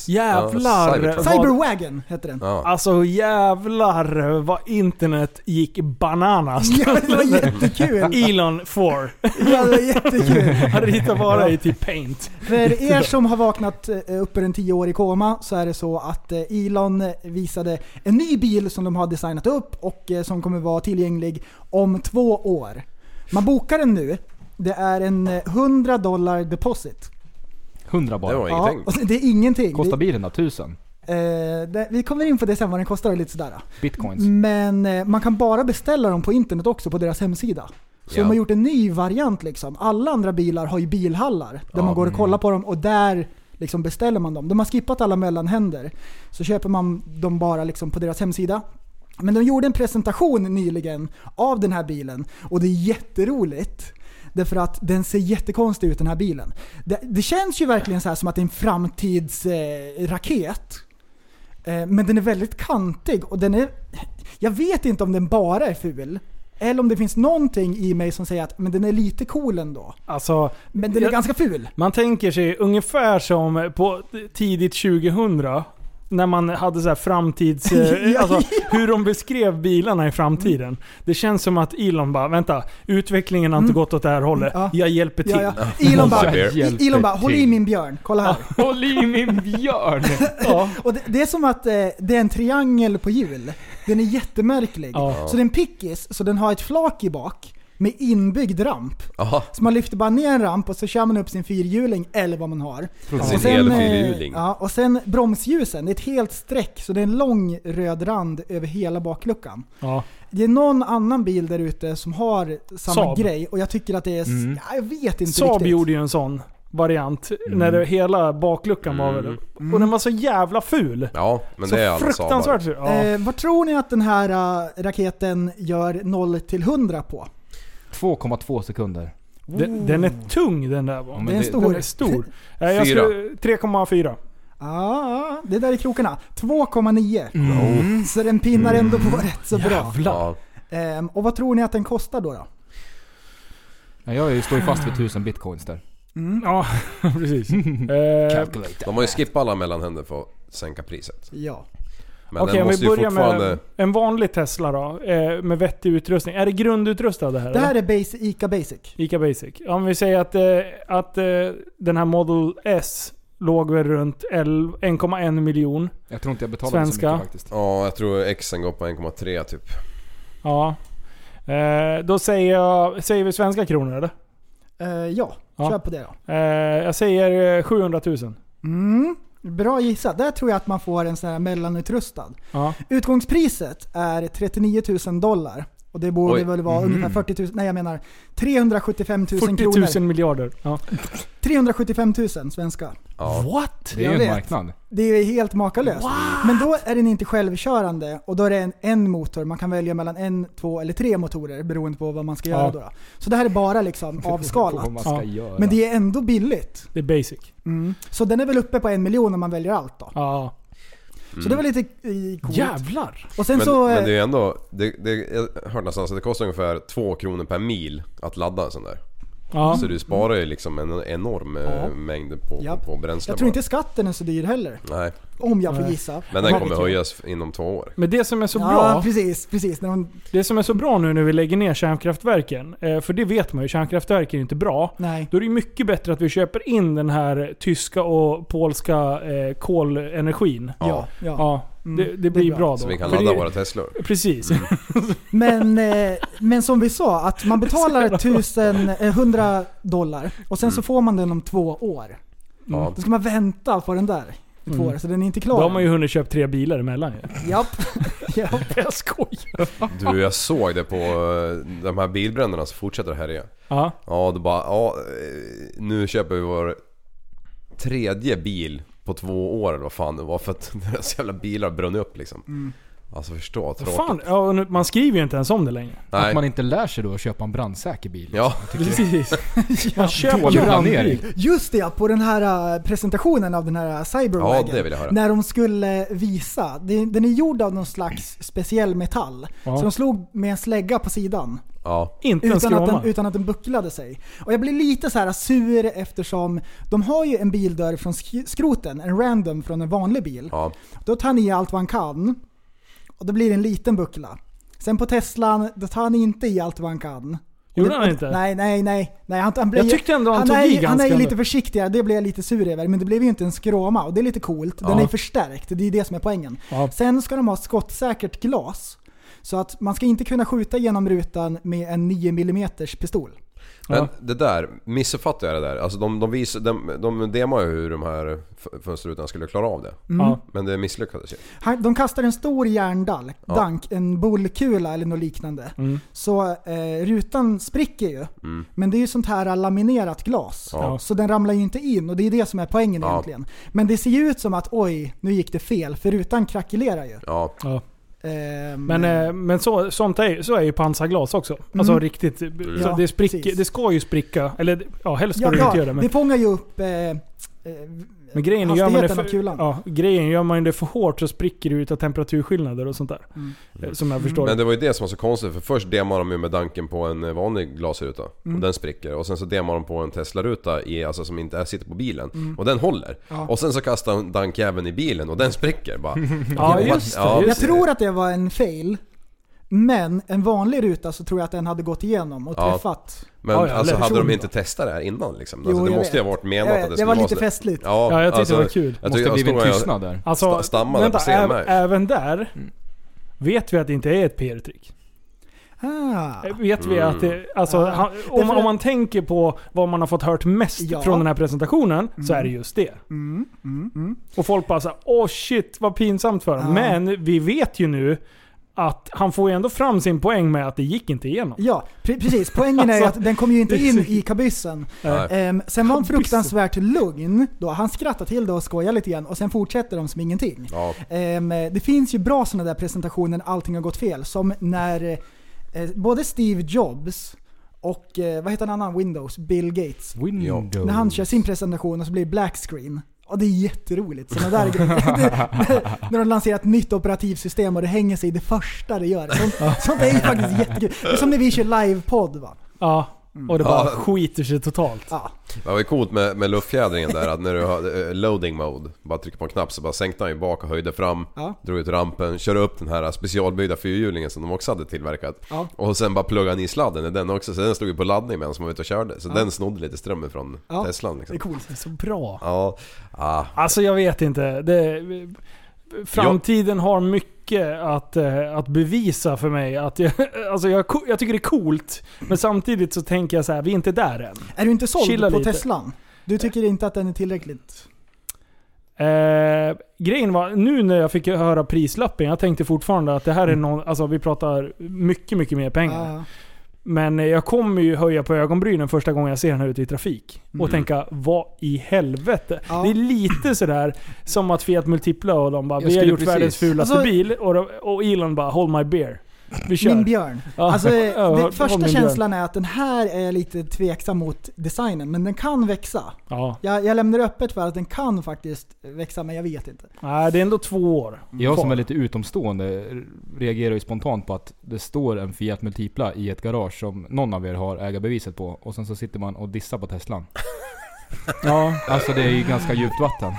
Jävlar. Cyberwagon heter den. Ja. Alltså jävlar vad internet gick bananas. Ja, det var jättekul. Elon 4. Ja, det var jättekul. Han ritar bara i typ Paint. För er som har vaknat upp ur en 10 år i koma, så är det så att Elon visade en ny bil som de har designat upp och som kommer vara tillgänglig om 2 år. Man bokar den nu. Det är en $100 deposit. 100 bara? Det var ingenting. Ja, det är ingenting. Kostar bilen då 1000? Vi kommer in på det sen, vad den kostar lite sådär. Bitcoins. Men man kan bara beställa dem på internet också på deras hemsida. Så de har gjort en ny variant liksom. Alla andra bilar har ju bilhallar där man går och kollar på dem och där liksom beställer man dem. De har skippat alla mellanhänder. Så köper man dem bara liksom på deras hemsida. Men de gjorde en presentation nyligen av den här bilen och det är jätteroligt. Därför att den ser jättekonstig ut, den här bilen. Det känns ju verkligen så här som att det är en framtidsraket. Men den är väldigt kantig och jag vet inte om den bara är ful. Eller om det finns någonting i mig som säger att men den är lite cool ändå. Alltså, men den är ganska ful. Man tänker sig ungefär som på tidigt 2000 när man hade så här framtids... alltså hur de beskrev bilarna i framtiden. Det känns som att Elon bara, vänta, utvecklingen har inte gått åt det här hållet. Jag hjälper till. Ja. Elon bara, håll i min björn. Kolla här. Håll i min björn. Och det är som att det är en triangel på hjul. Den är jättemärklig. Så den pickis, så den har ett flak i bak. med inbyggd ramp. Aha. Så man lyfter bara ner en ramp och så kör man upp sin fyrhjuling eller vad man har. Sin elfyrhjuling. Och sen bromsljusen, det är ett helt streck så det är en lång röd rand över hela bakluckan. Ja. Det är någon annan bil där ute som har samma Saab. grej och jag tycker att det är... Jag vet inte Saab riktigt. gjorde ju en sån variant när det, hela bakluckan var väl. Och den var så jävla ful. Ja, men så det är alla fruktansvärt ful. Ja. Vad tror ni att den här raketen gör 0-100 på? 2,2 sekunder. Den är tung den där. Ja, det är Den är stor. Jag skulle 3,4. Ja, det där är krokarna. 2,9. Så den pinnar ändå på rätt så bra. Ja. Och vad tror ni att den kostar då? Ja, jag står ju fast vid 1000 bitcoins där. Ja, precis. De har ju skippat alla mellanhänder för att sänka priset. Ja. Men Okej, den om vi måste ju börjar fortfarande... med en vanlig Tesla då, med vettig utrustning. Är det grundutrustad det här? Det här eller? är Ica Basic. Ica Basic. Om vi säger att den här Model S låg väl runt 1,1 miljon. Jag tror inte jag betalade så mycket faktiskt. Ja, jag tror Xen går på 1,3 typ. Ja. Då säger vi svenska kronor eller? Ja, kör på det då. Jag säger 700 000. Bra gissat. Där tror jag att man får en sån här mellanutrustad. Ja. Utgångspriset är $39,000. Och det borde väl vara ungefär 40 000. Nej, jag menar 375 000 kronor. 40 000 miljarder. Ja. 375 000 svenska. Ja. What? Det är ju en marknad. Det är helt makalöst. Wow. Men då är den inte självkörande och då är det en motor. Man kan välja mellan 1, 2 eller 3 motorer beroende på vad man ska göra då. Så det här är bara liksom avskalat. Vad man ska göra. Men det är ändå billigt. Det är basic. Så den är väl uppe på 1 miljon om man väljer allt då. Ja. Så det var lite coolt. Jävlar. Och sen men det är ju ändå jag hörde någonstans att det kostar ungefär 2 kronor per mil att ladda en sån där. Ja. Så du sparar ju liksom en enorm mängd på bränsle. Jag tror inte skatten är så dyr heller. Nej. Om jag får gissa. Men den kommer höjas inom 2 år. Men det som är så bra... Ja, precis. Det som är så bra nu när vi lägger ner kärnkraftverken, för det vet man ju, kärnkraftverken är inte bra. Nej. Då är det mycket bättre att vi köper in den här tyska och polska kolenergin. Ja. Det blir bra då. Så vi kan ladda våra Teslor. Precis. Men som vi sa, att man betalar $100 och sen så får man den om 2 år. Ja. Då ska man vänta på den där i 2 år, så den är inte klar. Då har man ju hunnit köpa 3 bilar emellan. Japp. Jag skojar. Du, jag såg det på de här bilbränderna som fortsätter här igen. Ja. Ja, det bara, nu köper vi vår 3:e bil på 2 år eller vad fan det var, för att deras jävla bilar brann upp liksom. Alltså förstå, tråkigt. Fan, ja, man skriver ju inte ens om det längre. Nej. Att man inte lär sig då att köpa en brandsäker bil. Ja, precis. Man köper en brandbil. Just det, på den här presentationen av den här Cyberwagon. Ja, det vill jag höra. När de skulle visa. Den är gjord av någon slags speciell metall. Ja. Så de slog med en slägga på sidan. Ja. Utan att den bucklade sig. Och jag blir lite så här sur eftersom de har ju en bildörr från skroten. En random från en vanlig bil. Ja. Då tar ni allt vad han kan. Och då blir det en liten buckla. Sen på Teslan, då tar han inte i allt vad han kan. Gjorde han inte? Nej. Han blir, jag tyckte ändå han tog i ganska. Han är ju lite försiktigare, det blev jag lite sur över. Men det blev ju inte en skråma och det är lite coolt. Den är förstärkt, det är det som är poängen. Ja. Sen ska de ha skottsäkert glas. Så att man ska inte kunna skjuta genom rutan med en 9 mm pistol. Men det där, missuppfattar jag det där. Alltså de demar ju hur de här fönsterrutorna skulle klara av det. Men det misslyckades ju. De kastar en stor järndank, en bollkula eller något liknande. Så rutan spricker ju. Men det är ju sånt här laminerat glas. Så den ramlar ju inte in och det är det som är poängen egentligen. Men det ser ju ut som att oj, nu gick det fel för rutan krackelerar ju. Ja. Men så är ju pansarglas också. Alltså riktigt. Så det spricker, det ska ju spricka. Eller helst ska det inte göra det. Men det fångar ju upp men grejen gör man det för hårt så spricker det ut av temperaturskillnader och sånt där. Som jag förstår. Men det var ju det som var så konstigt, för först demar de ju med danken på en vanlig glasruta och den spricker, och sen så demar de på en Tesla-ruta alltså som inte sitter på bilen och den håller. Och sen så kastar dankjäveln i bilen och den spricker bara. Just det. Jag tror att det var en fail. Men en vanlig ruta så tror jag att den hade gått igenom och träffat. Men alltså hade de inte testat det här innan liksom? Alltså, det måste ju ha varit menat att det skulle var vara lite festligt. Ja, jag tyckte det var kul. Måste ha blivit en tystnad där. Stammade på scenen. Även där vet vi att det inte är ett PR-trick. Vet vi att det, alltså, om man tänker på vad man har fått hört mest från den här presentationen, så är det just det. Och folk bara så här, åh shit, vad pinsamt för dem. Men vi vet ju nu att han får ju ändå fram sin poäng med att det gick inte igenom. Ja, precis. Poängen är att den kom ju inte in i kabyssen. Sen var han fruktansvärt lugn. Då han skrattar till det och skojar lite igen. Och sen fortsätter de som ingenting. Ja. Det finns ju bra sådana där presentationer, allting har gått fel. Som när både Steve Jobs och vad heter en annan? Bill Gates. Windows. När han kör sin presentation och så blir det black screen. Och det är jätteroligt. Såna där grejer. När de lanserar ett nytt operativsystem och det hänger sig i det första det gör. Sånt är ju faktiskt jättekul. Det är som när vi kör livepodd, va? Ja. Och det bara skiter sig totalt. Ja. Det var coolt med luftfjädringen där, att när du har loading mode, bara trycker på en knapp så bara sänkte han ju bak och höjde fram, drog ut rampen, körde upp den här specialbyggda fyrhjulingen som de också hade tillverkat. Och sen bara pluggade han i sladden i den också, så den stod ju på laddning medan man var ute och körde. Så den snodde lite ström från Teslan liksom. Det är coolt, det är så bra. Ja. Alltså jag vet inte, framtiden har mycket att bevisa för mig. Att jag tycker det är coolt, men samtidigt så tänker jag så här, vi är inte där än. Är du inte såld Chilla på lite. Teslan? Du tycker inte att den är tillräckligt? Grejen var, nu när jag fick höra prislappen, jag tänkte fortfarande att det här är någon, alltså vi pratar mycket, mycket mer pengar. Men jag kommer ju höja på ögonbrynen första gången jag ser den här ute i trafik. Och tänka, vad i helvete? Det är lite sådär som att Fiat Multipla och de bara, vi har gjort världens fulaste bil. Och Elon bara, hold my beer. Min björn. Alltså, första känslan är att den här är lite tveksam mot designen, men den kan växa. Jag lämnar öppet för att den kan faktiskt växa, men jag vet inte. Nej, det är ändå 2 år. Jag som är lite utomstående reagerar ju spontant på att det står en Fiat Multipla i ett garage som någon av er har ägarbeviset på, och sen så sitter man och dissar på Teslan. Alltså det är ju ganska djupt vatten.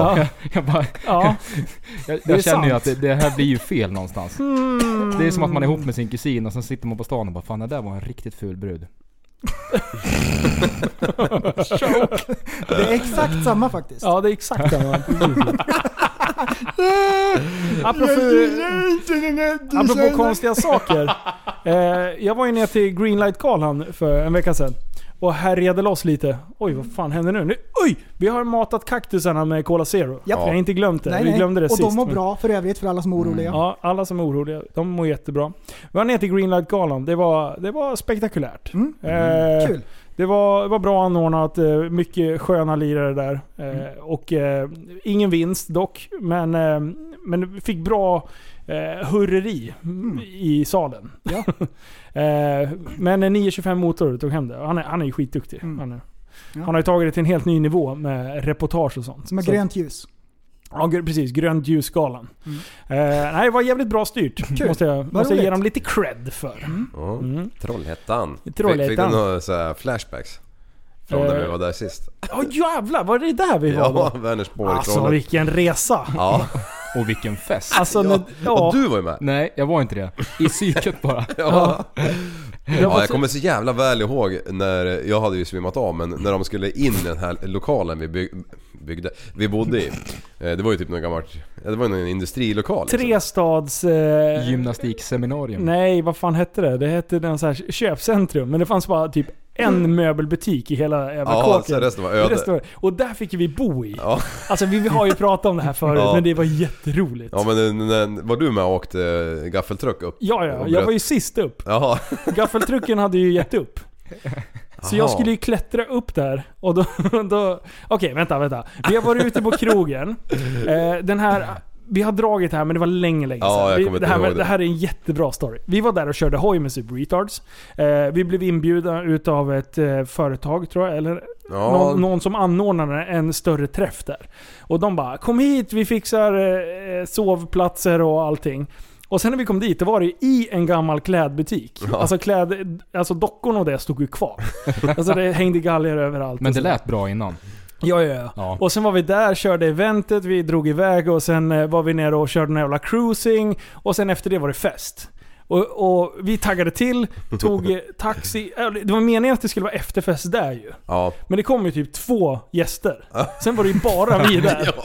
Jag känner ju att det här blir ju fel någonstans. Det är som att man är ihop med sin kusin och sen sitter man på stan och bara, fan det där var en riktigt ful brud. Det är exakt samma faktiskt. Ja, det är exakt samma. Apropå konstiga saker. Jag var ju ner till Greenlight Karlhamn för en vecka sedan och härjade loss lite. Oj, vad fan händer nu? Oj, vi har matat kaktusarna med Cola Zero. Jag har inte glömt det. Vi glömde det och sist. Och de mår bra för övrigt för alla som är oroliga. Ja, alla som är oroliga. De mår jättebra. Vi var ner till Greenlight Karlhamn. Det var spektakulärt. Kul. Det var bra anordnat, mycket sköna lirare där. Och ingen vinst dock, men fick bra hurreri i salen. Men 925 motor tog hem det. Han är ju skitduktig. Han har ju tagit det till en helt ny nivå med reportage och sånt. Med grönt ljus. Ja, precis. Grönt ljusskalan. Nej, det var jävligt bra styrt. Måste jag ge dem lite cred för. Trollhättan. Fick du några så här flashbacks från där vi var där sist? Jävlar, var det där vi var? Ja, Vänersborg. Alltså vilken resa. Ja. Och vilken fest. Alltså, och du var ju med. Nej, jag var inte det. I psyket bara. Jag kommer så jävla väl ihåg när jag hade ju svimmat av, men när de skulle in i den här lokalen vi bodde i. Det var ju typ någon gammalt, det var en industrilokal. Trestads gymnastikseminarium. Nej, vad fan hette det? Det hette den så här köpcentrum, men det fanns bara typ en möbelbutik i hela jävla kåken. Resten var öde. Och där fick vi bo i. Alltså vi har ju pratat om det här förut, men det var jätteroligt. Ja, men var du med och åkte gaffeltruck upp? Ja, jag var ju sist upp. Gaffeltrucken hade ju gett upp. Så jag skulle ju klättra upp där. Och då okej, vänta. Vi har varit ute på krogen. Den här... Vi har dragit det här, men det var länge sedan. Det här är en jättebra story. Vi var där och körde hoj med Super Retards. Vi blev inbjudna utav ett företag, tror jag, eller någon som anordnade en större träff där. Och de bara, kom hit, vi fixar sovplatser och allting. Och sen när vi kom dit, då var det i en gammal klädbutik. Alltså dockorna och det stod ju kvar. Alltså det hängde galger överallt. Men det lät bra innan. Ja. Och sen var vi där, körde eventet, vi drog iväg och sen var vi nere och körde en jävla cruising och sen efter det var det fest. Och vi taggade till, tog taxi. Det var meningen att det skulle vara efterfest där ju. Men det kom ju typ 2 gäster. Sen var det ju bara vi där.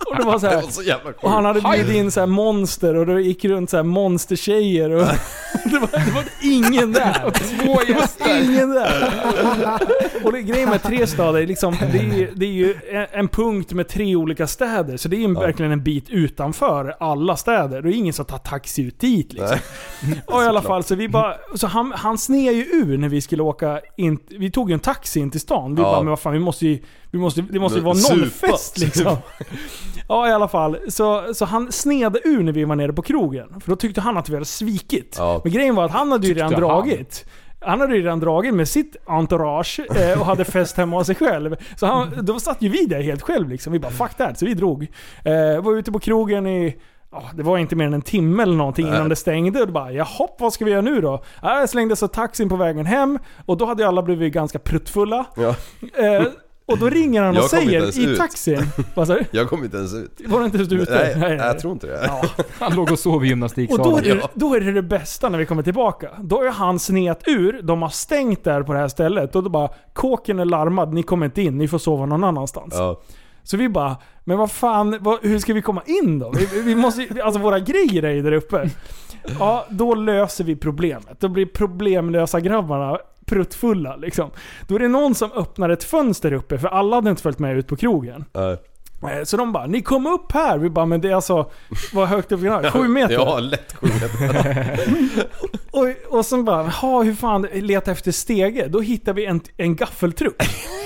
Och det var så här, Det var så jävla sjukt. och han hade bjudit in så här monster och det gick runt så här monstertjejer och det var ingen där. 2 gäster. Ingen där. Och det grejen med Trestad är liksom, det är ju en punkt med 3 olika städer, så det är ju verkligen en bit utanför alla städer. Det är ingen som tar taxi ut dit liksom. Och i alla fall så vi bara, så han snear ju ur när vi skulle åka in, vi tog ju en taxi in till stan. Vi bara, men vad fan, det måste ju vara någon fest liksom. Ja, i alla fall. Så han snedde ur när vi var nere på krogen. För då tyckte han att vi hade svikit. Ja. Men grejen var att han hade ju redan dragit. Han hade ju redan dragit med sitt entourage och hade fest hemma av sig själv. Så då satt ju vi där helt själv liksom. Vi bara, fuck that. Så vi drog. Var ute på krogen i... det var inte mer än en timme eller någonting innan det stängde. Och då bara, jaha, vad ska vi göra nu då? Jag slängde så taxin på vägen hem. Och då hade alla blivit ganska pruttfulla. Ja. Och då ringer han och säger i taxin. Vad sa du? Jag kom inte ens ut. Var det inte ens ute? Nej, jag tror inte det. Ja. Han låg och sov i gymnastiksalen. Och då är det bästa när vi kommer tillbaka. Då är han snet ur. De har stängt där på det här stället. Och då bara, kåken är larmad. Ni kommer inte in. Ni får sova någon annanstans. Ja. Så vi bara, men vad fan, hur ska vi komma in då? Vi måste, alltså våra grejer är ju där uppe. Ja, då löser vi problemet. Då blir problemlösa grabbarna pruttfulla liksom. Då är det någon som öppnar ett fönster uppe, för alla hade inte följt med ut på krogen. Så de bara, ni kommer upp här. Vi bara, men det är alltså, vad högt upp vi har? 7 meter. Ja, lätt 7 meter. och sen bara, hur fan, leta efter stege. Då hittar vi en gaffeltruck.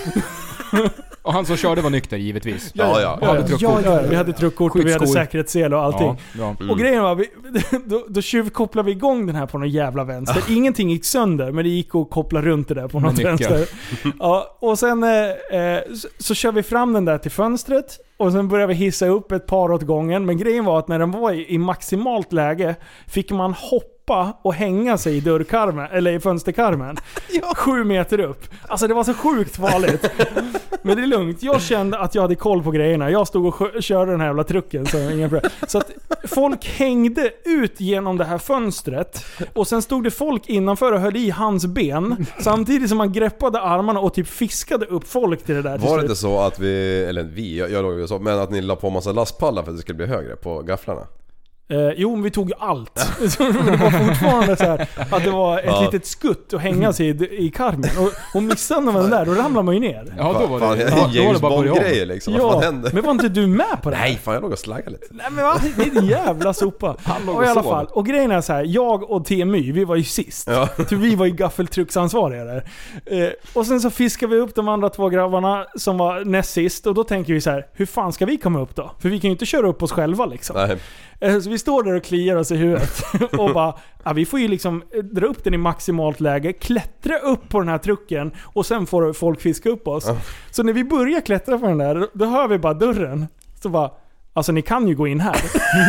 Och han som körde var nykter givetvis. Ja. Vi hade truckkort och vi hade säkerhetssel och allting. Ja. Och grejen var, då tjuvkopplade vi igång den här på någon jävla vänster. Ingenting gick sönder, men det gick att koppla runt det där på något vänster. Ja, och sen så kör vi fram den där till fönstret. Och sen började vi hissa upp ett par åt gången. Men grejen var att när den var i maximalt läge fick man hoppa och hänga sig i dörrkarmen, eller i fönsterkarmen. 7 meter upp. Alltså det var så sjukt farligt. Men det är lugnt. Jag kände att jag hade koll på grejerna. Jag stod och körde den här jävla trucken. Så att folk hängde ut genom det här fönstret. Och sen stod det folk innanför och höll i hans ben. Samtidigt som man greppade armarna och typ fiskade upp folk till det där. Var det inte så att jag låg ju så, men att ni la på massa lastpallar för att det skulle bli högre på gafflarna? Jo, men vi tog ju allt. Det var fortfarande så här att det var ett litet skutt att hänga sig i karmen. Och missade man den där, då ramlar man ju ner. Ja, då var det James Bond-grejer liksom. Ja, men var inte du med på det? Nej, fan, jag låg och slaggade lite. Nej, men vad? Det är en jävla sopa. Och i alla fall. Och grejen är så här, jag och TMY, vi var ju sist. Ja. Vi var ju gaffeltrucksansvariga där. Och sen så fiskade vi upp de andra 2 grabbarna som var näst sist. Och då tänker vi så här, hur fan ska vi komma upp då? För vi kan ju inte köra upp oss själva liksom. Nej. Så vi står där och kliar oss i huvudet och bara, vi får ju liksom dra upp den i maximalt läge, klättra upp på den här trucken och sen får folk fiska upp oss. Så när vi börjar klättra på den där, då hör vi bara dörren. Så bara, alltså ni kan ju gå in här.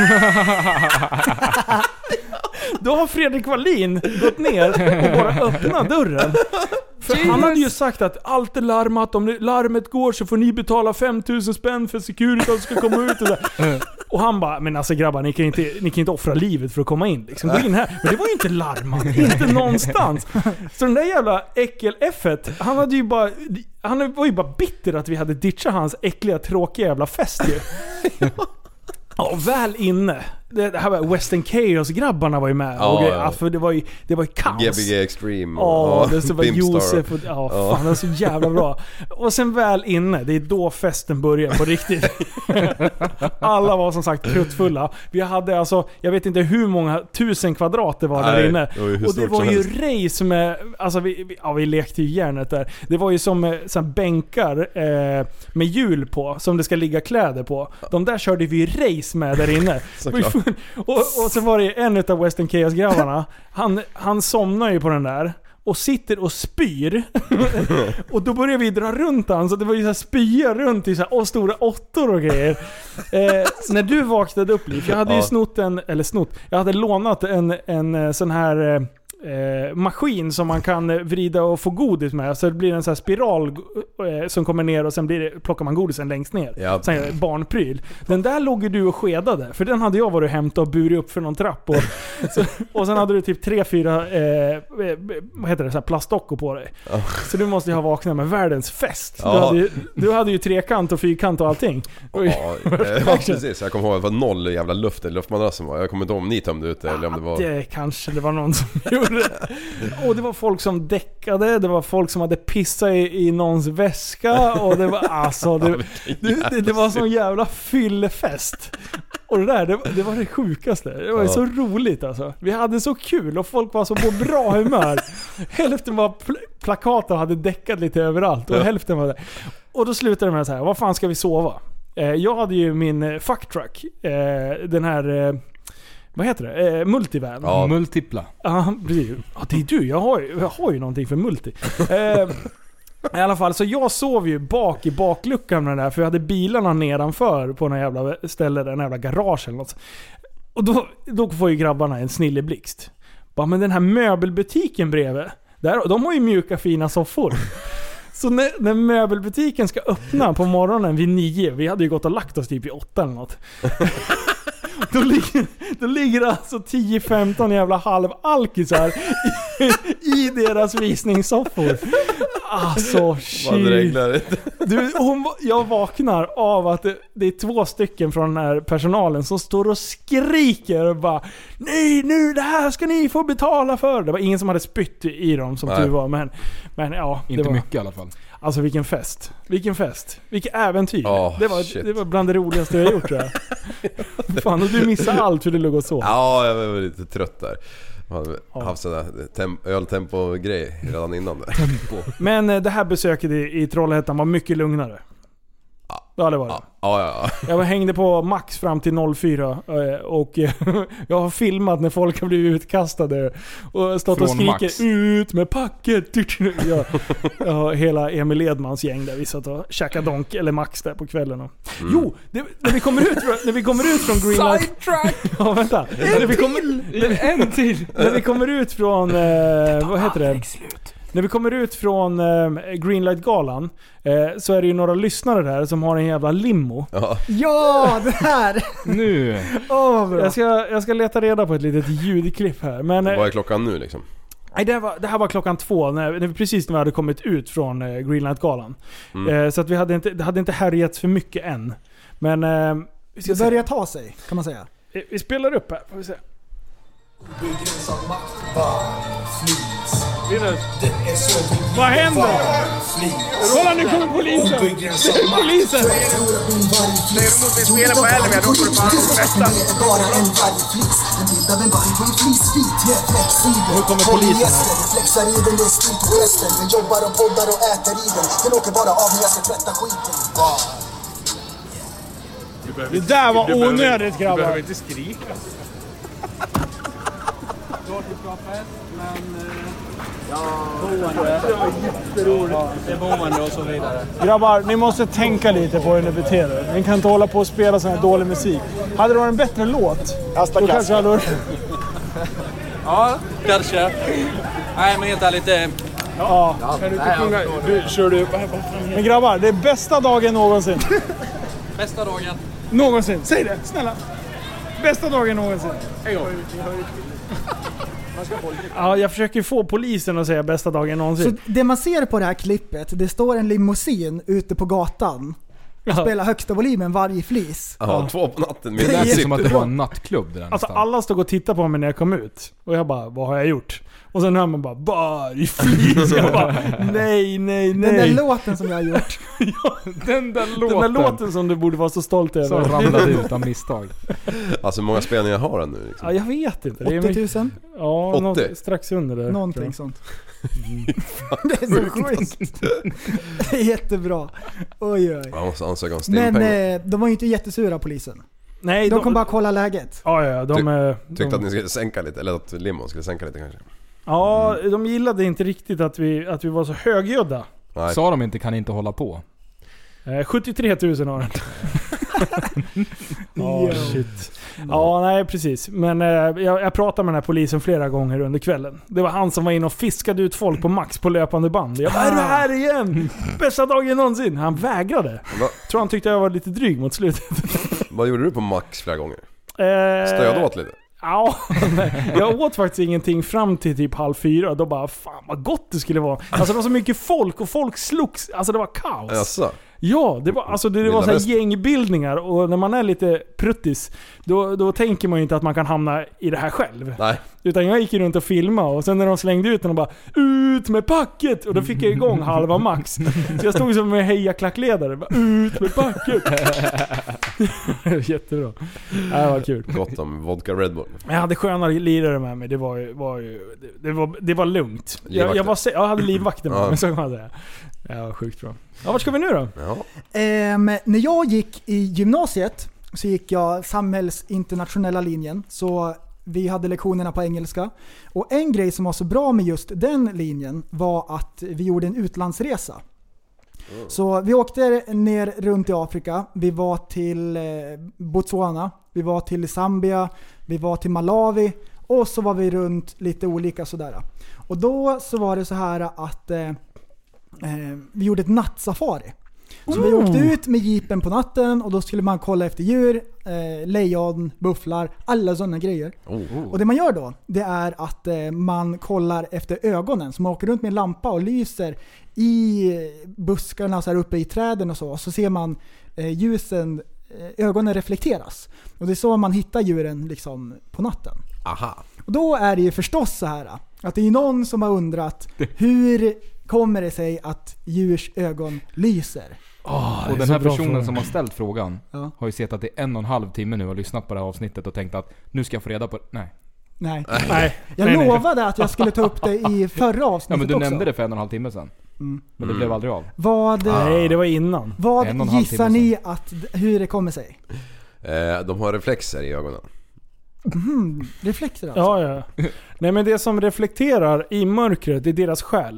Då har Fredrik Wallin gått ner och bara öppnat dörren. För han hade ju sagt att allt är larmat. Om larmet går så får ni betala 5000 spänn för security som ska komma ut och så. Och han bara, men alltså grabbar, ni kan inte offra livet för att komma in liksom. Gå in här. Men det var ju inte larmat, inte någonstans. Så den där jävla äckel-F-et, han var ju bara bitter att vi hade ditchat hans äckliga, tråkiga jävla fest ju. Ja, väl inne. Det här var Western Chaos-grabbarna var ju med. För det var ju kaos. Gbg Extreme. Det var Josef. Fan, det var så jävla bra. Och sen väl inne, det är då festen börjar på riktigt. Alla var som sagt pruttfulla. Vi hade alltså, jag vet inte hur många 1000 kvadrat det var där inne. Och det var ju race med, alltså vi lekte ju järnet där. Det var ju som bänkar med hjul på, som det ska ligga kläder på. De där körde vi race med där inne. Och så var det en av Western Chaos-grabbarna. Han somnar ju på den där och sitter och spyr. Och då började vi dra runt han, så det var ju så här spya runt i så här stora 8 och grejer. När du vaknade upp, Liv, jag hade ju jag hade lånat en sån här maskin som man kan vrida och få godis med. Så det blir en sån här spiral som kommer ner och sen plockar man godisen längst ner. Ja. Sen barnpryl. Den där låg ju du och skedade. För den hade jag varit och hämtat och burit upp för någon trapp. Och sen hade du typ 3-4 vad heter det, så här plastdockor på dig. Så du måste ju ha vaknat med världens fest. Du hade ju trekant och fyrkant och allting. Ja, precis. Jag kommer ihåg att det var 0 jävla luft i luftmadrassen. Jag kommer inte ihåg om ni tömde ut det eller om det var... Det kanske det var någon som gjorde det. Och det var folk som däckade. Det var folk som hade pissat i någons väska. Och det var alltså... Det var sån jävla fyllefest. Och det där, det var det sjukaste. Det var så roligt alltså. Vi hade så kul och folk var så på bra humör. Hälften var plakat och hade däckat lite överallt. Och hälften var det. Och då slutade det med så här: vad fan ska vi sova? Jag hade ju min fucktruck. Den här... vad heter det? Multivan. Ja, multipla. Ja, precis. Ja, det är du. Jag har ju någonting för multi. I alla fall, så jag sov ju bak i bakluckan med den där, för jag hade bilarna nedanför på någon jävla ställe, den jävla garage eller något. Och då får ju grabbarna en snille blixt. Bara, men den här möbelbutiken bredvid, de har ju mjuka fina soffor. Så när möbelbutiken ska öppna på morgonen vid 9, vi hade ju gått och lagt oss typ i 8 eller något. Då ligger alltså 10-15 jävla halvalkisar i deras visningssoffor. Alltså shit. Jag vaknar av att det är 2 stycken från den här personalen som står och skriker och bara: nej, nu det här ska ni få betala för. Det var ingen som hade spytt i dem som tur var, men ja, inte det var mycket i alla fall. Alltså vilken fest. Vilket äventyr. Det var bland det roligaste jag gjort, tror jag. Fan, och du missade allt för du låg och sov. Ja, jag var lite trött där. Jag hade haft sådär öltempo-grej redan innan det. Men det här besöket i Trollhättan var mycket lugnare. Ja, det var det. Ja. Jag hängde på max fram till 04 och jag har filmat när folk har blivit utkastade och stått och skriker Max. Ut med packet. Jag hela Emil Edmans gäng där vi satt och käkade donk eller Max där på kvällen. Jo, när vi kommer ut från Greenlight. Sidetrack. Ja, vänta. En till. När vi kommer ut från vad heter det? När vi kommer ut från Greenlight-galan så är det ju några lyssnare där som har en jävla limo. Ja, det här! Nu! Jag ska leta reda på ett litet ljudklipp här. Men, vad är klockan nu liksom? Nej, det här var klockan 2 precis när vi hade kommit ut från Greenlight-galan. Så att det hade inte härjats för mycket än. Men det börjar ta sig, kan man säga. Vi spelar upp här, får vi se. Vad händer? Kolla, nu kommer polisen! Polisen! Nej, du måste spela på Elvia, då får du fan bästa. Nu kommer polisen här. Det där var onödigt, grabbar. Du behöver inte skrika. Det är boende och så vidare. Grabbar, ni måste tänka lite på hur ni beter er. Ni kan inte hålla på och spela sån här dålig musik. Hade det varit en bättre låt? Då kanske jag hade... Ja, kanske. Nej, men helt ärligt det... Ja. Kan du inte sjunga? Du kör du. Men grabbar, det är bästa dagen någonsin. Bästa dagen. Någonsin. Säg det, snälla. Bästa dagen någonsin. En gång. Ja, jag försöker få polisen att säga bästa dagen någonsin. Så det man ser på det här klippet, det står en limousin ute på gatan och spelar högsta volymen varje flis. Ja, 2 på natten. Det är som att det var en nattklubb där. Alltså alla stod och tittade på mig när jag kom ut. Och jag bara, vad har jag gjort? Och sen hör man bara, varje flis. Jag bara, nej. Den där låten som jag har gjort. Ja, den där låten som du borde vara så stolt över. Så ramlade ut av misstag. Alltså hur många spelningar har den nu? Liksom? Ja, jag vet inte. 80 000? Ja, 80? Strax under det. Någonting sånt. Det är så sjukt. Det är jättebra. Oj. Man måste ansöka om men de var ju inte jättesura, polisen. Nej, de kom bara kolla läget. Ja, tyckte att ni skulle sänka lite, eller att limon skulle sänka lite kanske. Ja, de gillade inte riktigt att vi var så högljudda. Sa de inte kan inte hålla på? 73 000 har den. Shit. Ja, nej precis. Men jag pratade med den här polisen flera gånger under kvällen. Det var han som var inne och fiskade ut folk på Max på löpande band. Jag bara, är du här igen? Bästa dagen någonsin. Han vägrade. Tror han tyckte jag var lite dryg mot slutet. Vad gjorde du på Max flera gånger? Stöd åt lite? Ja, jag åt faktiskt ingenting fram till typ 3:30. Då bara, fan vad gott det skulle vara. Alltså det var så mycket folk och folk slogs. Alltså det var kaos. Jaså? Ja, det var, alltså det var så här gängbildningar. Och när man är lite pruttis, då tänker man ju inte att man kan hamna i det här själv. Nej. Utan jag gick runt och filmade. Och sen när de slängde ut den och bara, ut med packet! Och då fick jag igång halva Max. Så jag stod som en hejaklackledare. Bara, ut med packet! Jättebra. Det var kul. Gott om vodka Red Bull. Jag hade skönare lirare med mig. Det var lugnt. Jag hade livvakter med mig, så kan man säga. Ja, sjukt bra. Ja, vart ska vi nu då? Ja. När jag gick i gymnasiet så gick jag samhällsinternationella linjen. Så vi hade lektionerna på engelska. Och en grej som var så bra med just den linjen var att vi gjorde en utlandsresa. Så vi åkte ner runt i Afrika. Vi var till Botswana. Vi var till Zambia. Vi var till Malawi. Och så var vi runt lite olika sådär. Och då så var det så här att vi gjorde ett nattsafari. Så vi åkte ut med jeepen på natten och då skulle man kolla efter djur, lejon, bufflar, alla sådana grejer. Och det man gör då, det är att man kollar efter ögonen. Så man åker runt med en lampa och lyser i buskarna så här uppe i träden och så ser man ljusen, ögonen reflekteras. Och det är så man hittar djuren liksom på natten. Aha. Och då är det ju förstås så här att det är någon som har undrat hur kommer det sig att djurs ögon lyser? Och den här personen som har ställt frågan har ju sett att det är 1,5 timme nu och lyssnat på det här avsnittet och tänkt att nu ska jag få reda på det. Nej. Jag lovade att jag skulle ta upp det i förra avsnittet. Ja, men du också. nämnde det för 1,5 timme sedan. Men det blev aldrig av. Nej, det var innan. Vad gissar ni hur det kommer sig? De har reflexer i ögonen. Reflexer alltså? Ja. Nej, men det som reflekterar i mörkret, det är deras själ.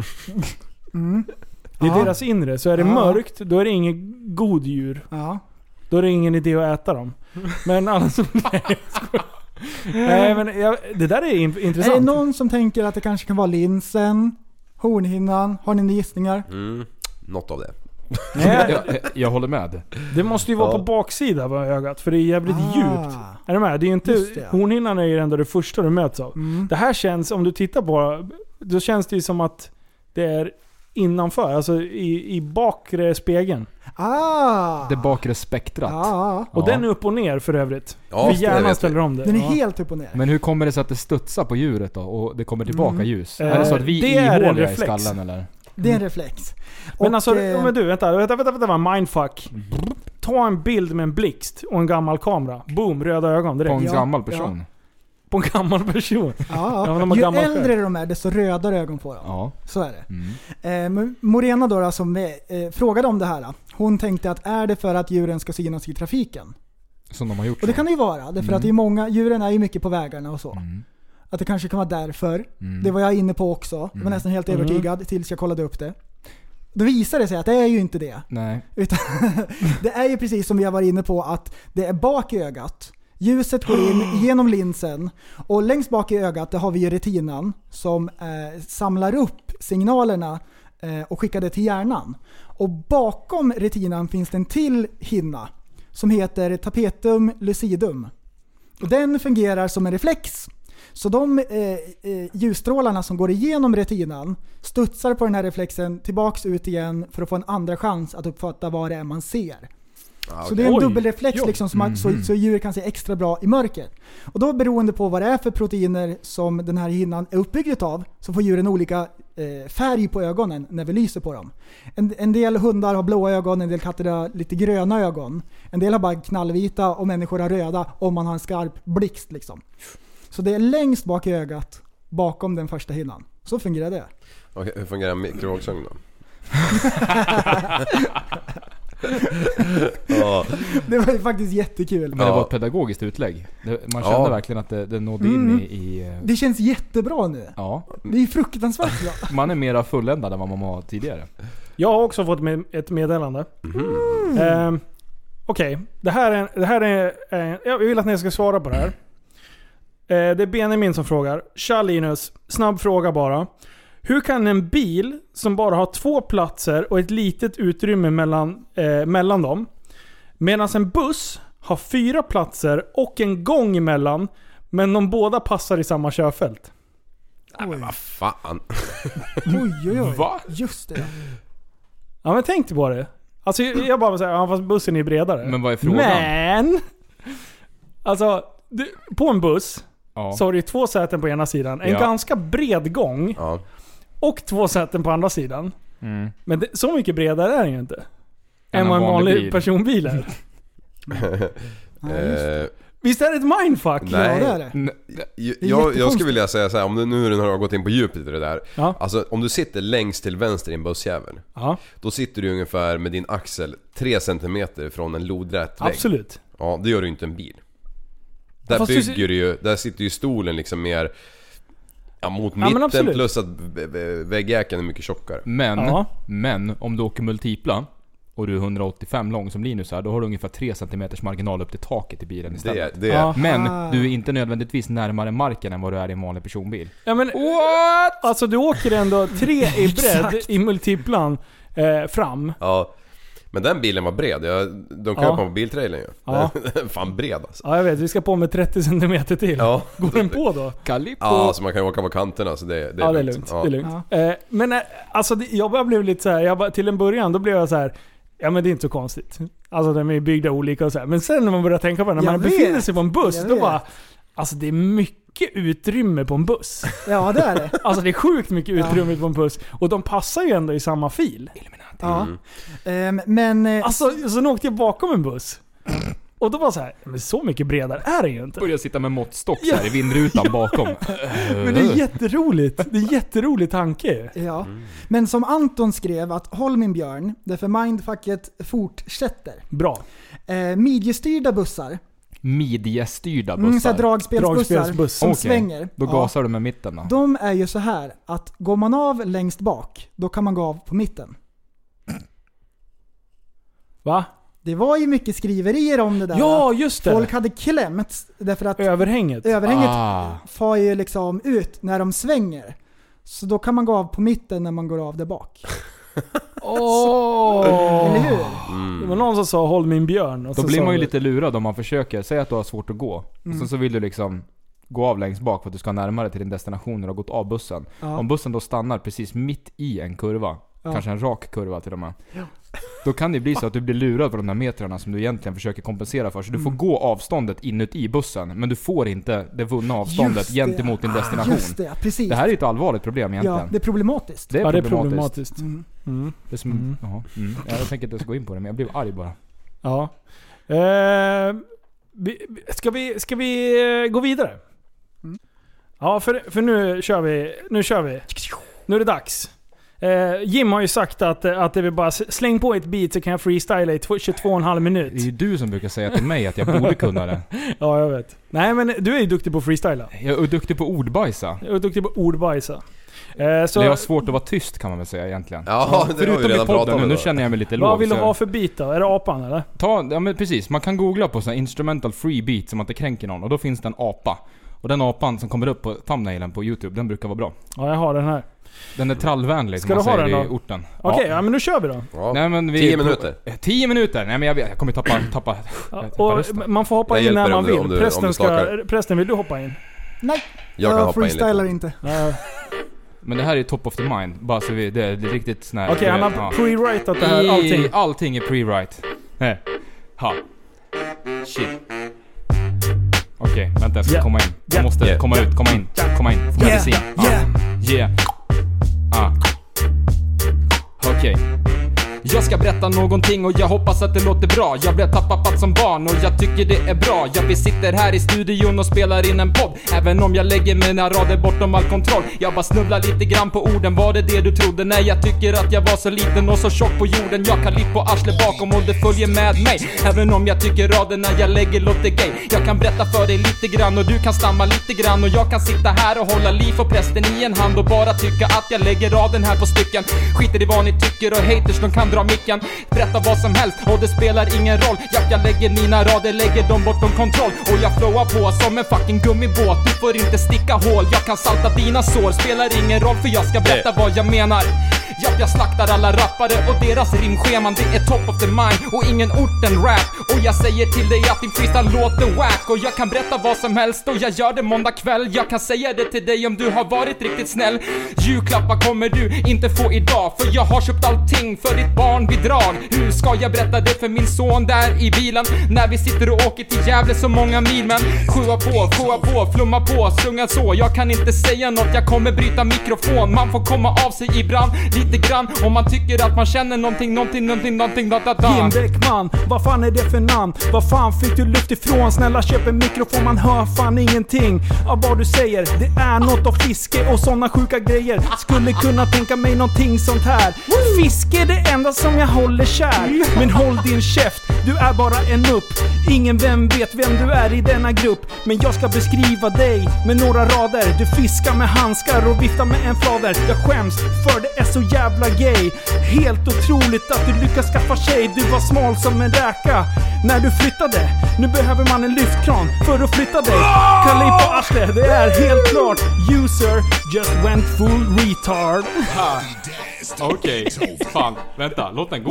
Det är deras inre. Så är det mörkt, då är det ingen god djur. Då är det ingen idé att äta dem. Men alla som... Nej, men det där är intressant. Är det någon som tänker att det kanske kan vara linsen, hornhinnan? Har ni några gissningar? Något av det. Jag håller med. Det måste ju vara på baksida av ögat, för det är jävligt djupt. Är du med? Det är ju inte, hornhinnan är ju ändå det första du möts av. Det här känns, om du tittar på, då känns det ju som att det är innanför, alltså i bakre spegeln. Det bakre spektrat. Och den är upp och ner för övrigt. Ja, vi gärna ställer om det. Den är helt upp och ner. Men hur kommer det sig att det studsar på djuret då och det kommer tillbaka ljus? Är det så att vi det är en i reflex. skallen eller? Det är en reflex. Men alltså, men du, vänta, mindfuck. Ta en bild med en blixt och en gammal kamera. Boom, röda ögon direkt. På en gammal person. På en gammal person. Ju äldre de är, desto rödare ögon får de. Ja. Så är det. Morena då som frågade om det här. Hon tänkte att är det för att djuren ska synas i trafiken? Som de har gjort. Och det kan det ju vara. Därför att det är många, djuren är ju mycket på vägarna och så. Att det kanske kan vara därför. Det var jag inne på också. Jag var nästan helt övertygad tills jag kollade upp det. Då visar det sig att det är ju inte det. Nej. Utan det är ju precis som vi har varit inne på att det är bak i ögat. Ljuset går in genom linsen och längst bak i ögat har vi retinan som samlar upp signalerna och skickar det till hjärnan. Och bakom retinan finns det en till hinna som heter tapetum lucidum. Och den fungerar som en reflex. Så de ljusstrålarna som går igenom retinan studsar på den här reflexen tillbaks ut igen för att få en andra chans att uppfatta vad det är man ser. Så det är en dubbelreflex liksom, så djur kan se extra bra i mörker. Och då beroende på vad det är för proteiner som den här hinnan är uppbyggd av så får djuren olika färg på ögonen när vi lyser på dem. En del hundar har blåa ögon, en del katter har lite gröna ögon. En del har bara knallvita och människor har röda om man har en skarp blixt liksom. Så det är längst bak i ögat bakom den första hinnan. Så fungerar det. Okej, hur fungerar mikrovågsugn då? Det var ju faktiskt jättekul. Men det var ett pedagogiskt utlägg. Man kände verkligen att det nådde in i... Det känns jättebra nu. Ja. Det är fruktansvärt bra. Man är mera fulländad än vad man var tidigare. Jag har också fått ett meddelande. Okej. Det här är jag vill att ni ska svara på det här. Det är Benjamin som frågar. Tja Linus, snabb fråga bara. Hur kan en bil som bara har 2 platser och ett litet utrymme mellan dem, medan en buss har 4 platser och en gång emellan, men de båda passar i samma körfält? Nej, men vad fan. Oj. Va? Just det. Ja, men tänk på det. Alltså jag bara säger, ja, fast bussen är bredare. Men vad är frågan? Men alltså på en buss så har du 2 säten på ena sidan, en ganska bred gång och 2 säten på andra sidan. Men så mycket bredare är det ju inte än vad en vanlig personbil är. Visst är det ett mindfuck? Nej. Ja, det är det. Jag skulle vilja säga så här, om du nu har gått in på djupet i det där. Alltså om du sitter längst till vänster i en bussjävel, då sitter du ungefär med din axel 3 centimeter från en lodrätt vägg. Absolut. Ja, det gör du inte en bil. Där bygger du ju, där sitter ju stolen liksom mer mot mitten, plus att väggjäkeln är mycket tjockare. Men om du åker multipla och du är 185 lång som Linus är, då har du ungefär 3 cm marginal upp till taket i bilen istället. Men du är inte nödvändigtvis närmare marken än vad du är i en vanlig personbil. Ja, men what? Alltså du åker ändå 3 i bredd i multiplan fram. Ja. Men den bilen var bred. De kan på biltrailern ju. Den är fan bred alltså. Ja, jag vet. Vi ska på med 30 cm till. Går den på då? Kalippo. Ja, så man kan åka på kanterna. Så det är lugnt. Det är lugnt. Men alltså, jag blev lite så här. Till en början, då blev jag så här. Ja, men det är inte så konstigt. Alltså de är byggda olika och så här. Men sen när man börjar tänka på det, när man befinner sig på en buss, då bara... Alltså det är mycket utrymme på en buss. Ja, det är det. Alltså det är sjukt mycket utrymme på en buss. Och de passar ju ändå i samma fil. Ja. Men... Alltså, så nu åkte jag bakom en buss. Och då var så här, men så mycket bredare är det ju inte. Börjar sitta med måttstock så här i vindrutan bakom. Men det är jätteroligt. Det är en jätterolig tanke. Ja. Men som Anton skrev, att håll min björn, därför mindfucket fortsätter. Bra. Midjestyrda bussar. Midjestyrda bussar? Så här dragspelsbussar som svänger. Då gasar du med mitten då. De är ju så här att går man av längst bak, då kan man gå av på mitten. Va? Det var ju mycket skriverier om det där. Ja, just det. Folk hade klämt därför att överhänget far ju liksom ut när de svänger. Så då kan man gå av på mitten när man går av där bak. Eller hur? Det var någon som sa håll min björn. Och då blir man ju lite lurad om man försöker. Säg att du har svårt att gå. Och så vill du liksom gå av längst bak för att du ska närmare till din destination när du har gått av bussen. Om bussen då stannar precis mitt i en kurva, kanske en rak kurva till och med, då kan det bli så att du blir lurad på de där metrarna som du egentligen försöker kompensera för. Så du får gå avståndet inuti bussen, men du får inte det vunna avståndet gentemot din destination. Just det, precis. Det här är ett allvarligt problem egentligen. Ja, det är problematiskt. Det är problematiskt. Det är som, jag tänker inte ens gå in på det, men jag blev arg bara. Ja. Ska vi gå vidare? Ja, för nu kör vi. Nu är det dags. Jim har ju sagt att det vill bara släng på ett beat så kan jag freestyla i 22,5 minut. Det är ju du som brukar säga till mig att jag borde kunna det. Ja, jag vet. Nej, men du är ju duktig på freestyla. Jag är duktig på ordbajsa. Så jag har svårt att vara tyst kan man väl säga egentligen. Ja, det har vi redan pratat om. Nu känner jag mig lite låg. Vad vill du ha för beat då? Är det apan eller? Ja men precis. Man kan googla på sån här instrumental free beat som att det kränker någon. Och då finns det en apa. Och den apan som kommer upp på thumbnailen på YouTube, den brukar vara bra. Ja, jag har den här. Den är trallvänlig som man säger i orten. Okej, ja men nu kör vi då. Ja. Nej, men 10 minuter. 10 minuter? Nej men jag kommer tappa och man får hoppa in när man vill. Prästen, vill du hoppa in? Nej, jag freestylar inte. Men det här är top of the mind. Bara så det är riktigt sån här. Okej, han har pre-writat det här. Allting är pre-write. Shit. Okej, vänta, jag ska komma in. Jag måste komma in. Okej. Jag ska berätta någonting och jag hoppas att det låter bra. Jag blev tappad som barn och jag tycker det är bra. Vi sitter här i studion och spelar in en podd. Även om jag lägger mina rader bortom all kontroll. Jag bara snubblar lite grann på orden. Var det det du trodde? Nej, jag tycker att jag var så liten och så tjock på jorden. Jag kan lite på arslet bakom och det följer med mig. Även om jag tycker raderna jag lägger låter gay. Jag kan berätta för dig lite grann och du kan stamma lite grann. Och jag kan sitta här och hålla liv och prästen i en hand och bara tycka att jag lägger raden här på stycken. Skiter i vad ni tycker och haters, de kan dra dra micken, berätta vad som helst och det spelar ingen roll. Jag lägger mina rader, lägger dem bortom kontroll och jag flowar på som en fucking gummibåt. Du får inte sticka hål, jag kan salta dina sår. Spelar ingen roll för jag ska berätta vad jag menar. Jag slaktar alla rappare och deras rimscheman. Det är top of the mind och ingen orten rap. Och jag säger till dig att din freestyle låter wack. Och jag kan berätta vad som helst och jag gör det måndag kväll. Jag kan säga det till dig om du har varit riktigt snäll. Julklappar kommer du inte få idag, för jag har köpt allting för ditt barnbidrag. Hur ska jag berätta det för min son där i bilen när vi sitter och åker till Gävle så många mil? Men sjua på, flumma på, sjunga så. Jag kan inte säga något, jag kommer bryta mikrofon. Man får komma av sig ibland, lite grann, om man tycker att man känner någonting Jim Bäckman, vad fan är det för namn? Vad fan fick du luft ifrån? Snälla köp en mikrofon, man hör fan ingenting av vad du säger. Det är något av fiske och såna sjuka grejer. Skulle kunna tänka mig någonting sånt här. Fiske är det enda som jag håller kär. Men håll din käft, du är bara en upp. Ingen vem vet vem du är i denna grupp. Men jag ska beskriva dig med några rader. Du fiskar med handskar och viftar med en flader. Jag skäms för det är så jävla gay. Helt otroligt att du lyckas skaffa tjej. Du var smal som en räka när du flyttade. Nu behöver man en lyftkran för att flytta dig. Kalli på arslet, det är helt klart. User just went full retard. Okej, fan, vänta, låt den gå.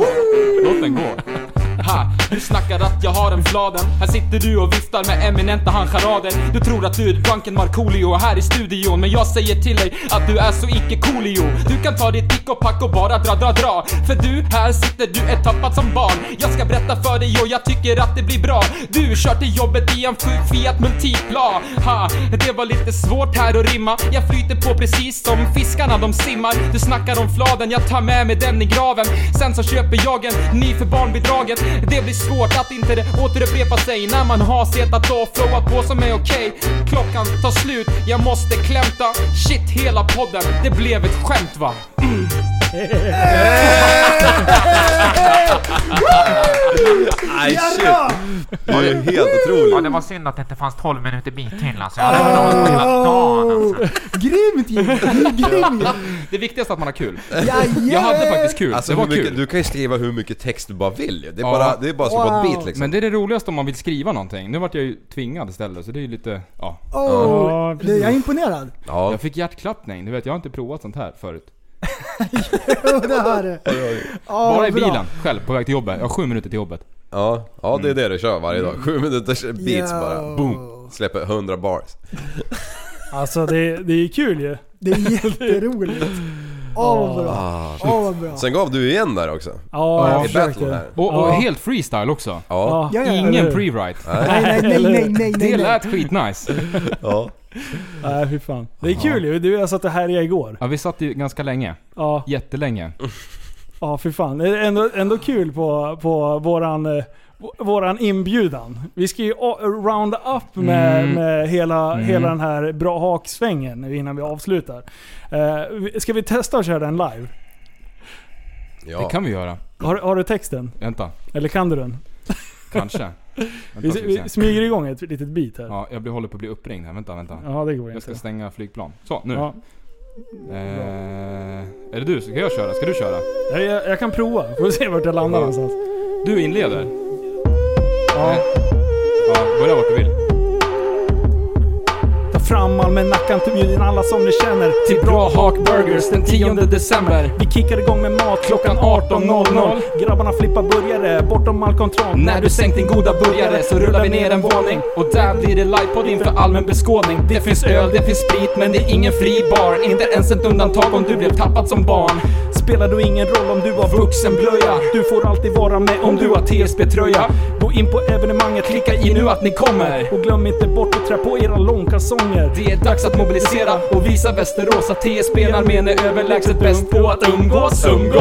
Ha, du snackar att jag har en fladen. Här sitter du och viftar med eminenta handcharader. Du tror att du är drunken Markoolio här i studion. Men jag säger till dig att du är så icke-coolio. Du kan ta ditt pick och pack och bara dra. För du, här sitter du är tappad som barn. Jag ska berätta för dig och jag tycker att det blir bra. Du kör till jobbet i en sjuk Fiat Multipla. Ha, det var lite svårt här att rimma. Jag flyter på precis som fiskarna de simmar. Du snackar om fladen, jag tar med mig den i graven. Sen så köper jag en ny för barnbidraget. Det blir svårt att inte det återupprepa sig när man har setat och flowat på som är okej. Klockan tar slut, jag måste klämta. Shit, hela podden, det blev ett skämt va? Nej shit. Det är helt otroligt. Ja, det var synd att det inte fanns 12 minuter bit till alltså. Jag hade hela dagen alltså. Grymt. Det viktigaste är att man har kul. Yeah. Jag hade faktiskt kul, alltså, det var kul. Du kan ju skriva hur mycket text du bara vill. Det är bara så på ett beat liksom. Men det är det roligaste om man vill skriva någonting. Nu vart jag ju tvingad istället, så det är ju lite, ja. Jag är imponerad. Ja. Jag fick hjärtklappning, du vet, jag har inte provat sånt här förut. Jo, det har du. Bara i bilen, själv, på väg till jobbet. Jag har 7 minuter till jobbet. Ja, det är det du kör varje dag. 7 minuters beats bara, boom. Släpper 100 bars. Alltså det är kul ju. Det är jätteroligt. Vad bra. Sen gav du igen där också. Ja, jag försökte. Och helt freestyle också. Ja. Ingen pre-write. Nej. Det lät skitnice. Ja. Nej, fy fan. Det är kul ju. Jag satt här igår. Ja, vi satt ju ganska länge. Ja. Jättelänge. Ja, fy fan. Det är ändå kul på våran inbjudan. Vi ska ju rounda up med hela den här bra haksvängen innan vi avslutar. Ska vi testa att köra den live? Ja. Det kan vi göra. Har du texten? Vänta. Eller kan du den? Kanske. Vi smyger igång ett litet bit här. Ja, jag håller på att bli uppringd här. Vänta. Ja, det går inte. Jag ska stänga flygplan. Så, nu. Ja. Är det du? Ska jag köra? Ska du köra? Jag kan prova. Får se vart jag landar någonstans. Du inleder. Ja. Ja, börja vart du vill. Ta fram almanackan till bjuden alla som ni känner till Bra Hak Burgers den 10 december. Vi kickar igång med mat klockan 18.00. Grabbarna flippar burgare bortom all kontroll. När du sänkt din goda burgare så rullar vi ner en våning. Och där blir det livepodd inför allmän beskådning. Det finns öl, det finns sprit, men det är ingen fri bar. Inte ens ett undantag om du blev tappad som barn. Spelar du ingen roll om du har vuxenblöja. Du får alltid vara med om du har TSB-tröja. Gå in på evenemanget, klicka i nu att ni kommer. Och glöm inte bort att trä på era långkalsonger. Det är dags att mobilisera och visa Västerås att TSB-armén är överlägset bäst på att umgås.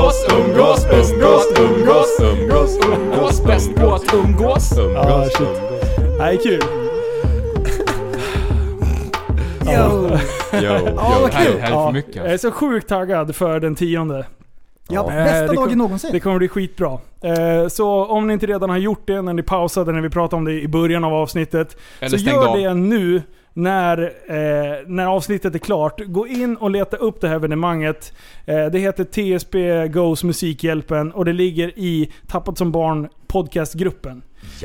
Bäst på att umgås. Ja, shit. Nej, kul. Vad kul. Här är för mycket. Jag är så sjukt taggad för den 10:e. Ja, bästa dagen någonsin. Det kommer bli skitbra. Så om ni inte redan har gjort det när ni pausade när vi pratade om det i början av avsnittet, eller så gör det nu när avsnittet är klart, gå in och leta upp det här evenemanget. Det heter TSB Goes Musikhjälpen och det ligger i Tappat som barn podcastgruppen.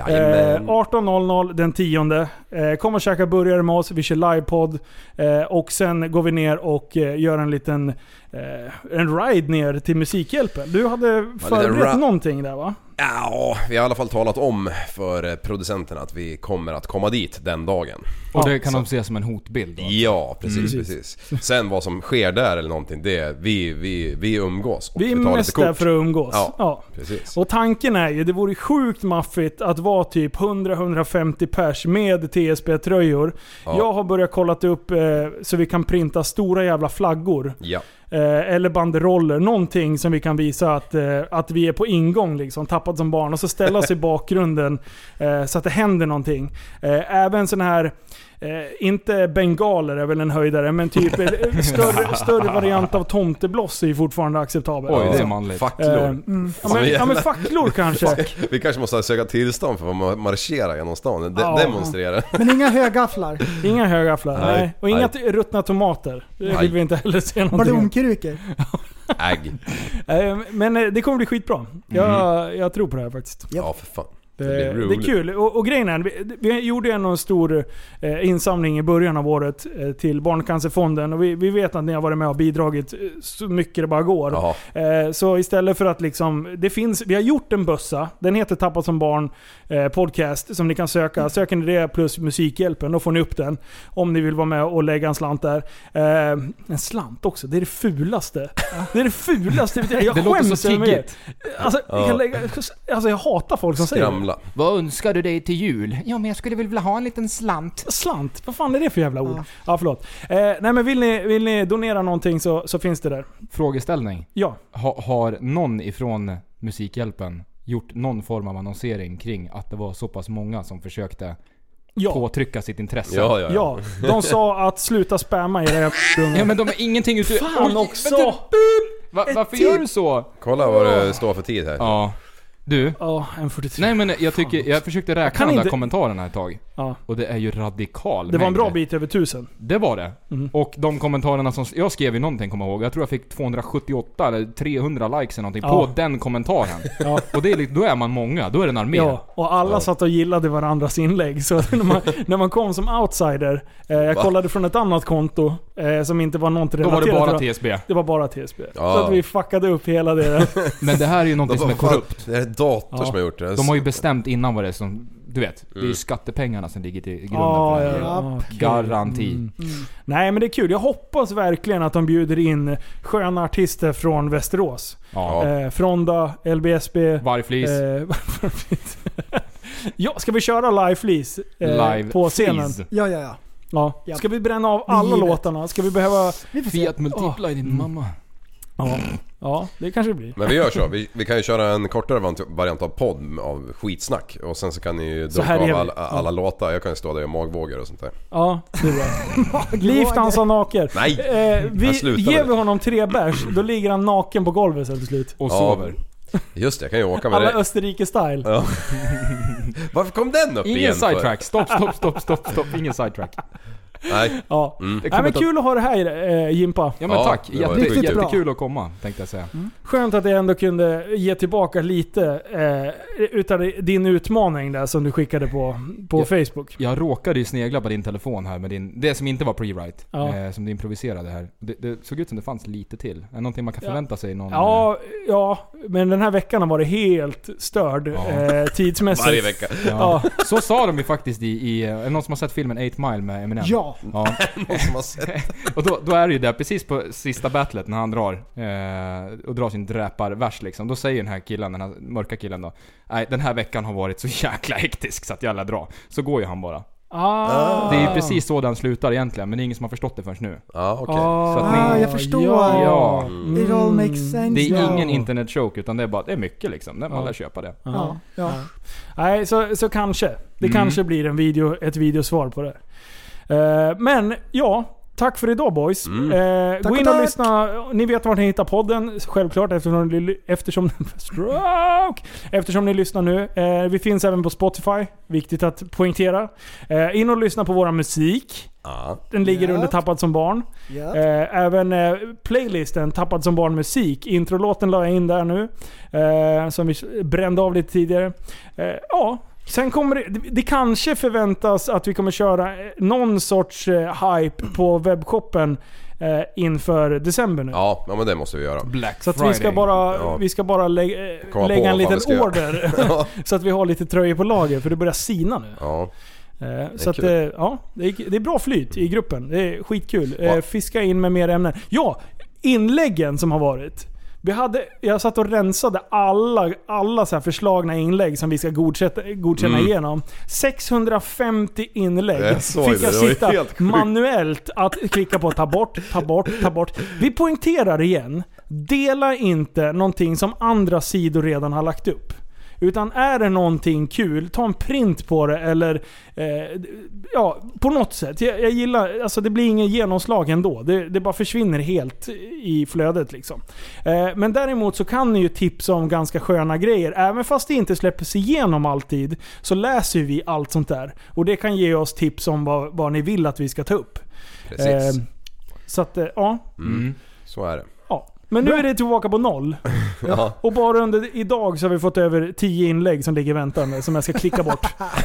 18.00 den 10. Kom och käka burgare med oss. Vi kör livepodd. Och sen går vi ner och gör en liten en ride ner till Musikhjälpen. Du hade förberett någonting där, va? Ja, vi har i alla fall talat om för producenterna att vi kommer att komma dit den dagen. Och det kan de se som en hotbild då? Ja, precis. Sen vad som sker där eller någonting, det är vi umgås. Vi är mest där för att umgås. Ja, precis. Och tanken är ju, det vore sjukt maffigt att vara typ 100-150 pers med TSB-tröjor. Ja. Jag har börjat kollat upp så vi kan printa stora jävla flaggor. Ja. Eller banderoller, någonting som vi kan visa att vi är på ingång liksom, Tappat som barn, och så ställa sig i bakgrunden så att det händer någonting. Även sån här inte bengaler är väl en höjdare, men typ större variant av tomtebloss är ju fortfarande acceptabelt. Oj, det är manligt. Facklor. Men facklor kanske. Vi kanske måste söka tillstånd för att marschera genom stan. Demonstrera. Men inga högafflar. Inga högafflar, nej. Och inga ruttna tomater. Det vill vi inte heller se någonting. Ballonkrukor. Ägg. Men det kommer bli skitbra. Jag tror på det här faktiskt. Ja, för fan. Det är kul. Och grejen är, vi gjorde en stor insamling i början av året till Barncancerfonden, och vi vet att ni har varit med och bidragit så mycket det bara går. Så istället för att liksom, vi har gjort en bössa, den heter Tappat som barn podcast, som ni kan söka. Söker ni det plus Musikhjälpen, då får ni upp den om ni vill vara med och lägga en slant där. En slant också, det är det fulaste. Det är det fulaste. Jag det låter så tiggigt. Alltså jag hatar folk som säger det. Vad önskar du dig till jul? Ja, men jag skulle väl vilja ha en liten slant. Slant? Vad fan är det för jävla ord? Ja, förlåt. Nej, men vill ni donera någonting så finns det där. Frågeställning. Ja. Har någon ifrån Musikhjälpen gjort någon form av annonsering kring att det var så pass många som försökte påtrycka sitt intresse? Ja. De sa att sluta spamma i det här. Ja, men de är ingenting ute. Fan också! Varför gör du så? Kolla vad det står för tid här. Ja. Du? Ja, 1.43. Nej, men jag försökte räkna de där kommentarerna ett tag. Ja. Och det är ju radikal. Det var en bra bit över 1000. Det var det. Och de kommentarerna som jag skrev i någonting, kommer jag ihåg. Jag tror jag fick 278 eller 300 likes eller någonting på den kommentaren. Ja. Och det är, då är man många, då är det en armé. Ja, och alla satt och gillade varandras inlägg. Så när man kom som outsider, jag kollade från ett annat konto som inte var något relaterat. Då var det bara TSB. Det var bara TSB. Ja. Så att vi fuckade upp hela det. Men det här är ju någonting som är korrupt. Det är dator som har gjort det. De har ju bestämt innan vad det är som, du vet, det är ju skattepengarna som ligger till grunden för det. Garanti. Nej, men det är kul. Jag hoppas verkligen att de bjuder in sköna artister från Västerås. Fronda, LBSB, Vargflis. Ja, ska vi köra live fleas på scenen? Ja. Ska vi bränna av alla låtarna? Ska vi behöva Fiat Multipla i din mamma? Ja, det kanske blir. Men vi gör så. Vi kan ju köra en kortare variant av podd av skitsnack. Och sen så kan ni ju dra av alla låtar. Jag kan ju stå där och magvågar och sånt där. Ja, det är bra. Liv dansar naken. Nej, ger vi honom 3 bärs, då ligger han naken på golvet så till slut. Och sover. Just det, jag kan ju åka med alla Österrike-style. Ja. Varför kom den upp igen? Ingen sidetrack. Stopp. Ingen sidetrack. Nej. Ja. Nej, men kul att ha det här, Jimpa. Ja, men tack. Jättekul att komma, tänkte jag säga. Skönt att jag ändå kunde ge tillbaka lite utav din utmaning där som du skickade på Facebook. Jag råkade ju snegla på din telefon här med det som inte var pre-write, som du improviserade här. Det såg ut som det fanns lite till. Är någonting man kan förvänta sig någon? Ja, men den här veckan har varit helt störd tidsmässigt. Varje vecka. Ja. Så sa de ju faktiskt i någon som har sett filmen 8 Mile med Eminem. Ja. Någon som har sett. Och då är det ju där precis på sista battlet när han drar sin dräparvers liksom. Då säger den här killen, den här mörka killen då: nej, den här veckan har varit så jäkla hektisk så att jävla dra. Så går ju han bara. Det är ju precis så den slutar egentligen, men det är ingen som har förstått det förrän nu. Okej. Så att jag förstår. Ja. It all makes sense. Det är ingen internet joke, utan det är mycket liksom. Man lär köpa det. Ja. Nej, så kanske. Det kanske blir ett videosvar på det. Men ja, tack för idag boys. Gå in och lyssna. Ni vet var ni hittar podden. Självklart eftersom ni lyssnar nu. Vi finns även på Spotify. Viktigt att poängtera. In och lyssna på våra musik. Den ligger under Tappad som barn. Även playlisten Tappad som barn musik. Introlåten la jag in där nu. Som vi brände av lite tidigare. Sen kommer det kanske förväntas att vi kommer köra någon sorts hype på webbshoppen inför december nu. Ja, men det måste vi göra. Black så att Friday. vi ska bara lägga en liten order så att vi har lite tröjor på lager, för det börjar sina nu. Så att det är bra flyt i gruppen. Det är skitkul. Fiska in med mer ämnen. Inläggen som har varit. Jag satt och rensade alla så här förslagna inlägg som vi ska godkänna igenom. 650 inlägg fick jag sitta manuellt att klicka på ta bort. Vi poängterar igen. Dela inte någonting som andra sidor redan har lagt upp. Utan är det någonting kul, ta en print på det eller på något sätt. Jag gillar, alltså det blir ingen genomslag ändå. Det bara försvinner helt i flödet liksom. Men däremot så kan ni ju tipsa om ganska sköna grejer. Även fast det inte släpper sig igenom alltid, så läser vi allt sånt där. Och det kan ge oss tips om vad ni vill att vi ska ta upp. Precis. Så att, så är det. Men nu är det tillbaka på 0. Och bara under idag så har vi fått över 10 inlägg som ligger väntande som jag ska klicka bort.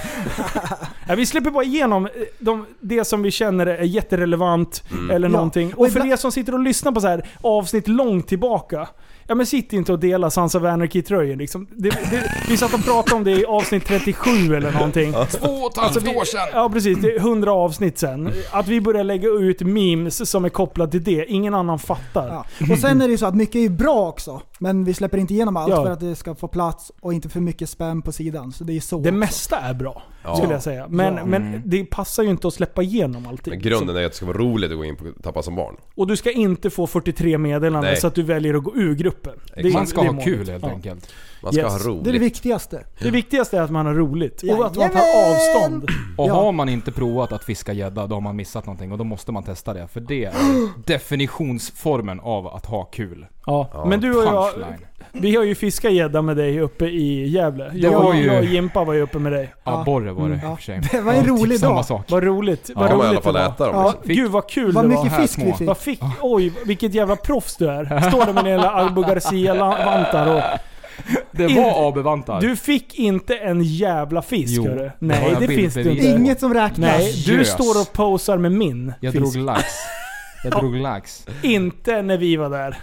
Vi släpper bara igenom det som vi känner är jätterelevant eller någonting. Och för er som sitter och lyssnar på så här avsnitt långt tillbaka, men sitt inte och dela Sons of Anarchy-tröjor liksom. Vi satt och pratade om det i avsnitt 37 eller någonting. 2,5 år sedan. Ja, precis. Det är 100 avsnitt sen. Att vi börjar lägga ut memes som är kopplat till det. Ingen annan fattar. Och sen är det så att mycket är bra också. Men vi släpper inte igenom allt för att det ska få plats och inte för mycket spam på sidan. Så det är så. Det mesta är bra, skulle jag säga. Men det passar ju inte att släppa igenom allting. Men grunden är att det ska vara roligt att gå in på Tappa som barn. Och du ska inte få 43 meddelanden så att du väljer att gå ur gruppen. Man ska ha kul helt enkelt. Man ska ha roligt. Det är det viktigaste. Det viktigaste är att man har roligt. Och att man tar avstånd. Och har man inte provat att fiska gädda, då har man missat någonting. Och då måste man testa det. För det är definitionsformen av att ha kul. Men du och jag, vi har ju fiskat gädda med dig uppe i Gävle. Jag och Jimpa var ju uppe med dig. Ja, Borre var det för sig. Det var en rolig dag. Vad roligt. Vad roligt i alla fall äta dem. Gud vad kul vad det mycket var. Fisk vi fick. Oj, vilket jävla proffs du är. Står där med dina Albo Garcia-vantar och... Det var AB-vantar. Du fick inte en jävla fisk. Jo, nej, det finns det inte. Inget som räknas. Nej, du står och posar med min Jag fisk. drog lax. Inte när vi var där.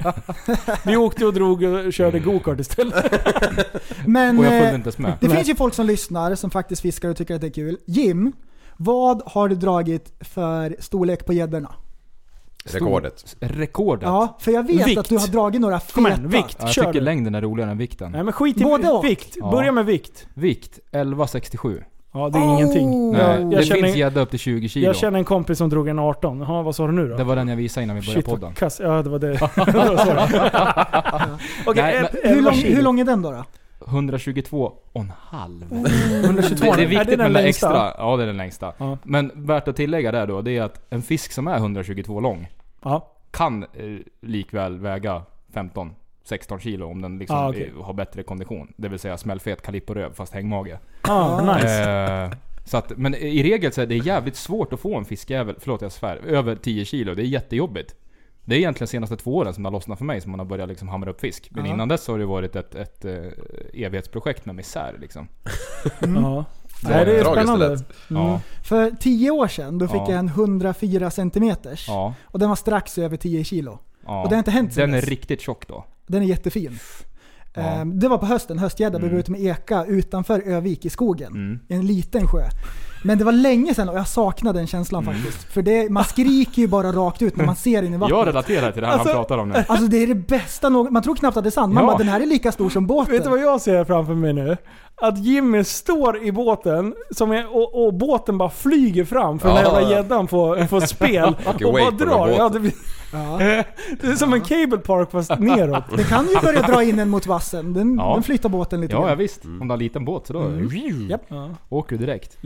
Vi åkte och drog och körde go-kart istället. Men och jag följde inte med. Det finns ju folk som lyssnar som faktiskt fiskar och tycker att det är kul. Jim, vad har du dragit för storlek på gäddorna? Rekordet. Ja, för jag vet att du har dragit några feta. Vikt. Jag tycker längden är roligare än vikten. Nej, men skit i vikt. Ja. Börja med vikt. Vikt 11,67. Ja, det är ingenting. Nej, det finns gädda upp till 20 kilo. Jag känner en kompis som drog en 18. Ja, vad sa du nu då? Det var den jag visade innan vi började podden. Ja, det var det. Hur lång är den då? 122,5. 122. Det är viktigt den med längsta? extra. Ja, det är den längsta. Ja. Men värt att tillägga där då, det är att en fisk som är 122 lång kan likväl väga 15-16 kilo om den liksom har bättre kondition. Det vill säga smällfet kalipporöv fast hängmage. Nice. Så att, men i regel så är det jävligt svårt att få en fiskjävel, förlåt jag svär, över 10 kilo. Det är jättejobbigt. Det är egentligen senaste 2 åren som det har lossnat för mig som man har börjat liksom hamra upp fisk. Men innan dess har det varit ett evighetsprojekt med misär liksom. Det är spännande. För 10 år sedan då fick jag en 104 centimeters. Och den var strax över 10 kilo. Och det har inte hänt sen Den är dess. riktigt tjock då. Den är jättefin. Det var på höstgädda. Vi var ute med eka utanför Övik i skogen. I en liten sjö. Men det var länge sedan och jag saknade den känslan faktiskt. För man skriker ju bara rakt ut när man ser in i vattnet. Jag relaterar till det här han pratar om nu. Alltså det är det bästa man tror knappt att det är sant. Man bara, den här är lika stor som båten. Vet du vad jag ser framför mig nu? Att Jimmy står i båten och båten bara flyger fram för den jävla gäddan får spel och bara drar. Det är som en cable park fast neråt. Det kan ju börja dra in en mot vassen. Den flyttar båten lite. Ja, visst. Om du har en liten båt så då åker du direkt. Liten snabbt.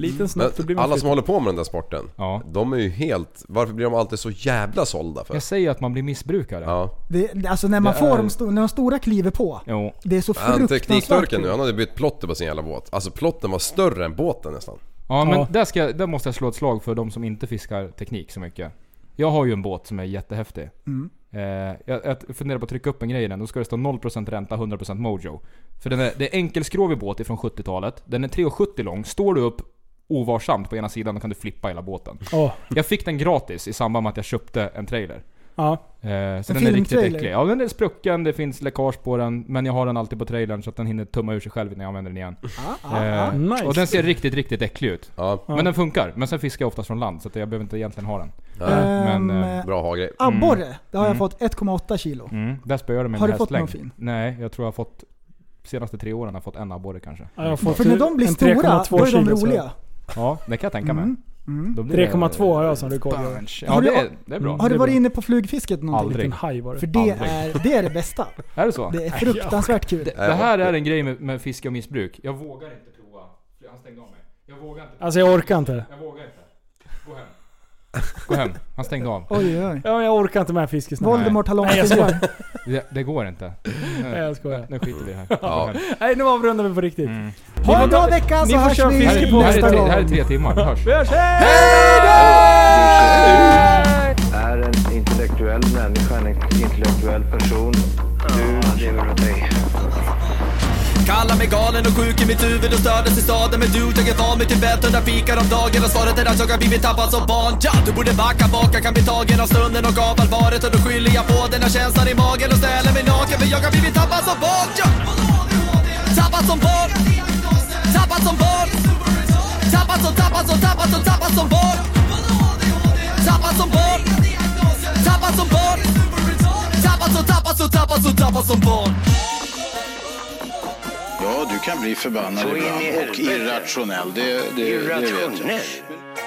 då blir man alla som flyttad. håller på med den där sporten, de är ju helt... Varför blir de alltid så jävla sålda för? Jag säger att man blir missbrukare. Ja. Alltså när man får när de stora kliver på. Jo. Det är så Han fruktansvärt. teknikturken nu, han hade bytt plotter på sin jävla båt. Alltså plotten var större än båten nästan. Ja, men där måste jag slå ett slag för de som inte fiskar teknik så mycket. Jag har ju en båt som är jättehäftig. Jag funderar på att trycka upp en grej i den. Då ska det stå 0% ränta, 100% mojo. För det är enkelskrovig båt från 70-talet. Den är 3,70 lång. Står du upp ovarsamt på ena sidan, då kan du flippa hela båten. Jag fick den gratis i samband med att jag köpte en trailer. Ja. Så den är riktigt äcklig. Ja, den är sprucken, det finns läckage på den. Men jag har den alltid på trailern så att den hinner tumma ur sig själv när jag använder den igen. Nice. Och den ser riktigt, riktigt äcklig ut. Men den funkar. Men sen fiskar jag oftast från land så att jag behöver inte egentligen ha den. Men bra ha grej. Abborre, det har jag fått 1,8 kilo. Där spöar jag med har en du fått hästlängd. någon fin? Nej, jag tror jag har fått senaste 3 åren har jag fått en abborre kanske. Ja, jag har fått för när de blir stora, då är de roliga. Ja, det kan jag tänka mig. 3,2 har jag som rekord. Ja, det är bra. Har du varit inne på flugfisket någonting? Aldrig. Haj var det. För det är det bästa. Är det så? Det är fruktansvärt kul. Det här är en grej med fiske och missbruk. Jag vågar inte prova. Han stängde av mig. Jag vågar inte. Alltså jag orkar inte. Jag vågar inte. Gå hem. Han stängde av. Oj. Ja, jag orkar inte med fiskesnack. Voldemort har långa fingrar. Det går inte. Nej, jag skojar. Nu skiter vi här. Nej, nu avrundar vi på riktigt. Ha en bra vecka så hörs vi nästa gång. Det här är 3 timmar. Vi hörs. Vi hörs. Är en intellektuell människa, en intellektuell person. Du lever åt dig. Kallar mig galen och sjuk i mitt huvud och stördes i staden. Men du, jag är van vid Tibet under fikar om dagen. Och svaret är att jag har blivit tappad som barn. Ja, du borde backa bak, jag kan bli tagen av stunden och av allvaret. Och då skyller jag på den här känslan i magen och ställer mig naken. För jag har blivit tappad som barn. Ja. Tappad som barn. Tappad som barn. Tappad som barn. Tappad som barn. Tappad som barn. Tappad som barn. Ja, du kan bli förbannad ibland och irrationell. Det vet jag.